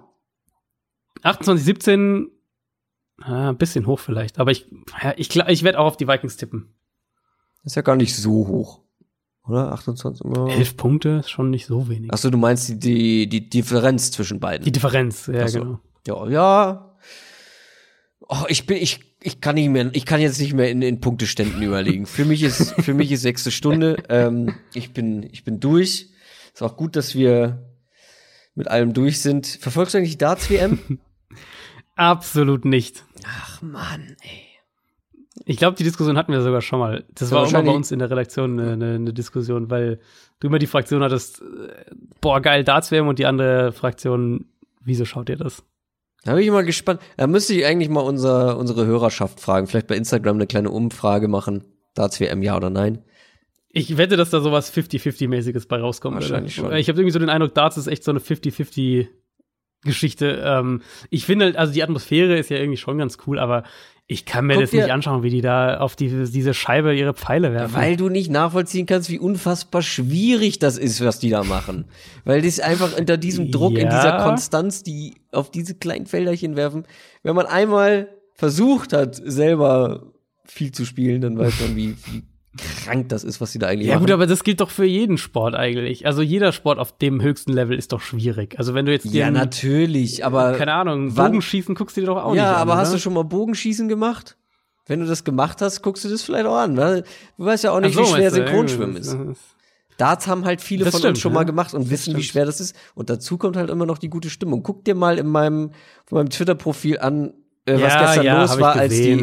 28-17, ein bisschen hoch vielleicht. Aber ich werde auch auf die Vikings tippen. Das ist ja gar nicht so hoch. Oder? 28? 11 Punkte ist schon nicht so wenig. Achso, du meinst die Differenz zwischen beiden? Die Differenz, ja, genau. Ja. Oh, ich kann jetzt nicht mehr in Punkteständen überlegen. Für mich ist 6. Stunde. Ich bin durch. Ist auch gut, dass wir mit allem durch sind. Verfolgst du eigentlich die Darts-WM? Absolut nicht. Ach Mann, ey. Ich glaube, die Diskussion hatten wir sogar schon mal. Das war auch mal bei uns in der Redaktion eine Diskussion, weil du immer die Fraktion hattest, boah, geil, Darts-WM, und die andere Fraktion, wieso schaut ihr das? Da bin ich mal gespannt. Da müsste ich eigentlich mal unsere Hörerschaft fragen. Vielleicht bei Instagram eine kleine Umfrage machen. Darts-WM, ja oder nein? Ich wette, dass da sowas 50-50-mäßiges bei rauskommt. Wahrscheinlich schon. Ich habe irgendwie so den Eindruck, Darts ist echt so eine 50-50-Geschichte. Ich finde halt, also die Atmosphäre ist ja irgendwie schon ganz cool, aber ich kann mir das nicht anschauen, wie die da auf diese Scheibe ihre Pfeile werfen. Weil du nicht nachvollziehen kannst, wie unfassbar schwierig das ist, was die da machen. Weil das einfach unter diesem Druck, in dieser Konstanz, die auf diese kleinen Felderchen werfen. Wenn man einmal versucht hat, selber viel zu spielen, dann weiß man, wie krank das ist, was sie da eigentlich machen. Ja gut, aber das gilt doch für jeden Sport eigentlich. Also jeder Sport auf dem höchsten Level ist doch schwierig. Also wenn du jetzt ja, natürlich, aber keine Ahnung, Bogenschießen guckst du dir doch auch nicht an. Ja, aber oder? Hast du schon mal Bogenschießen gemacht? Wenn du das gemacht hast, guckst du das vielleicht auch an. Weil du weißt ja auch nicht, wie schwer Synchronschwimmen ist. Darts haben halt viele von uns schon mal gemacht und wissen, wie schwer das ist. Und dazu kommt halt immer noch die gute Stimmung. Guck dir mal von meinem Twitter-Profil an, was gestern los war, als die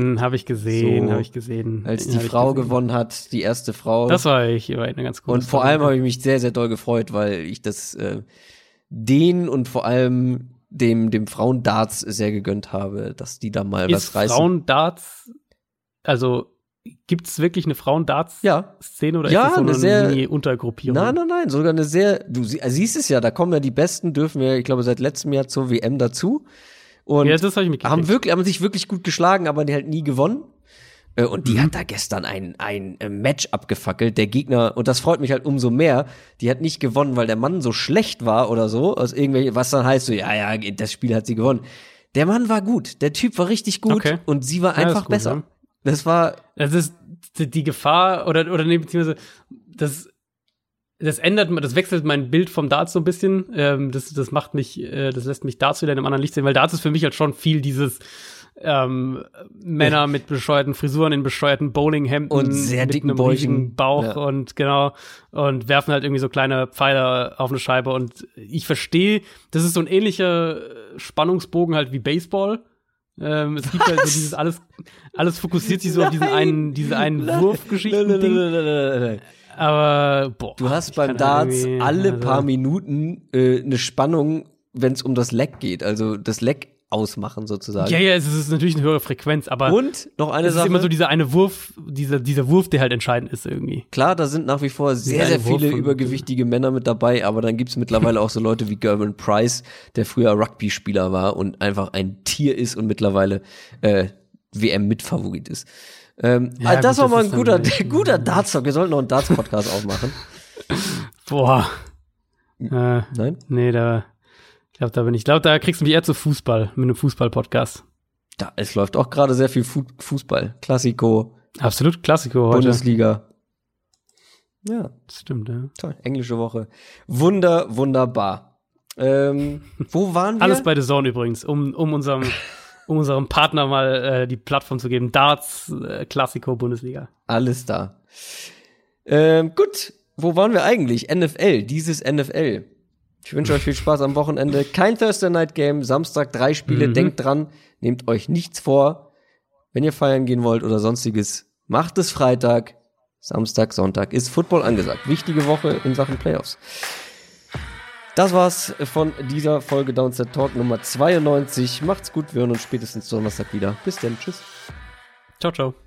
Frau gewonnen hat, die erste Frau. Das war eine ganz coole Und vor allem habe ich mich sehr, sehr doll gefreut, weil ich das denen und vor allem dem Frauendarts sehr gegönnt habe, dass die da mal was reißen. Frauendarts, also gibt's wirklich eine Frauendarts-Szene oder ist das so eine Mini-Untergruppierung? Nein, sogar eine sehr, du siehst es ja, da kommen ja die Besten, dürfen ja, ich glaube, seit letztem Jahr zur WM dazu. Und ja, das hab ich mitgekriegt. haben sich wirklich gut geschlagen, aber die halt nie gewonnen. Und die hat da gestern ein Match abgefackelt, der Gegner, und das freut mich halt umso mehr, die hat nicht gewonnen, weil der Mann so schlecht war oder so, aus irgendwelchen, was dann heißt so, ja, das Spiel hat sie gewonnen. Der Mann war gut, der Typ war richtig gut und sie war einfach gut, besser. Ja. Das ist die Gefahr, oder nee, beziehungsweise, das wechselt mein Bild vom Darts so ein bisschen. Das lässt mich Darts wieder in einem anderen Licht sehen, weil Darts ist für mich halt schon viel dieses Männer mit bescheuerten Frisuren in bescheuerten Bowlinghemden und sehr mit dicken einem Bäuchen. riesigen Bauch und werfen halt irgendwie so kleine Pfeile auf eine Scheibe, und ich verstehe, das ist so ein ähnlicher Spannungsbogen halt wie Baseball. Es gibt halt so dieses alles fokussiert sich so auf diese einen Wurfgeschichten-Ding. Aber, du hast beim Darts alle paar Minuten eine Spannung wenn es um das Lag geht, also das Lag ausmachen sozusagen. Ja, es ist natürlich eine höhere Frequenz, aber Und noch eine es Sache. ist immer so dieser eine Wurf, dieser Wurf, der halt entscheidend ist irgendwie. Klar, da sind nach wie vor sehr, Dieser sehr eine Wurf viele von- übergewichtige Männer mit dabei, aber dann gibt's mittlerweile auch so Leute wie Gervin Price, der früher Rugby-Spieler war und einfach ein Tier ist und mittlerweile WM-Mitfavorit ist. Ja, Das gut, war mal das ein ist dann- guter Darts-Talk. Wir sollten noch einen Darts-Podcast aufmachen. Boah. Nein? Nee, ich glaube, da kriegst du mich eher zu Fußball, mit einem Fußball-Podcast. Es läuft auch gerade sehr viel Fußball. Klassiko, Absolut Klassiko heute. Bundesliga. Ja, Das stimmt, ja. toll. Englische Woche. Wunderbar. Wo waren wir? Alles bei The Zone übrigens, um unserem Partner mal die Plattform zu geben. Darts, Klassiko, Bundesliga. Alles da. Gut, wo waren wir eigentlich? NFL, dieses NFL. Ich wünsche euch viel Spaß am Wochenende. Kein Thursday Night Game, Samstag 3 Spiele. Denkt dran, nehmt euch nichts vor. Wenn ihr feiern gehen wollt oder sonstiges, macht es Freitag. Samstag, Sonntag ist Football angesagt. Wichtige Woche in Sachen Playoffs. Das war's von dieser Folge Downset Talk Nummer 92. Macht's gut, wir hören uns spätestens Donnerstag wieder. Bis dann, tschüss. Ciao, ciao.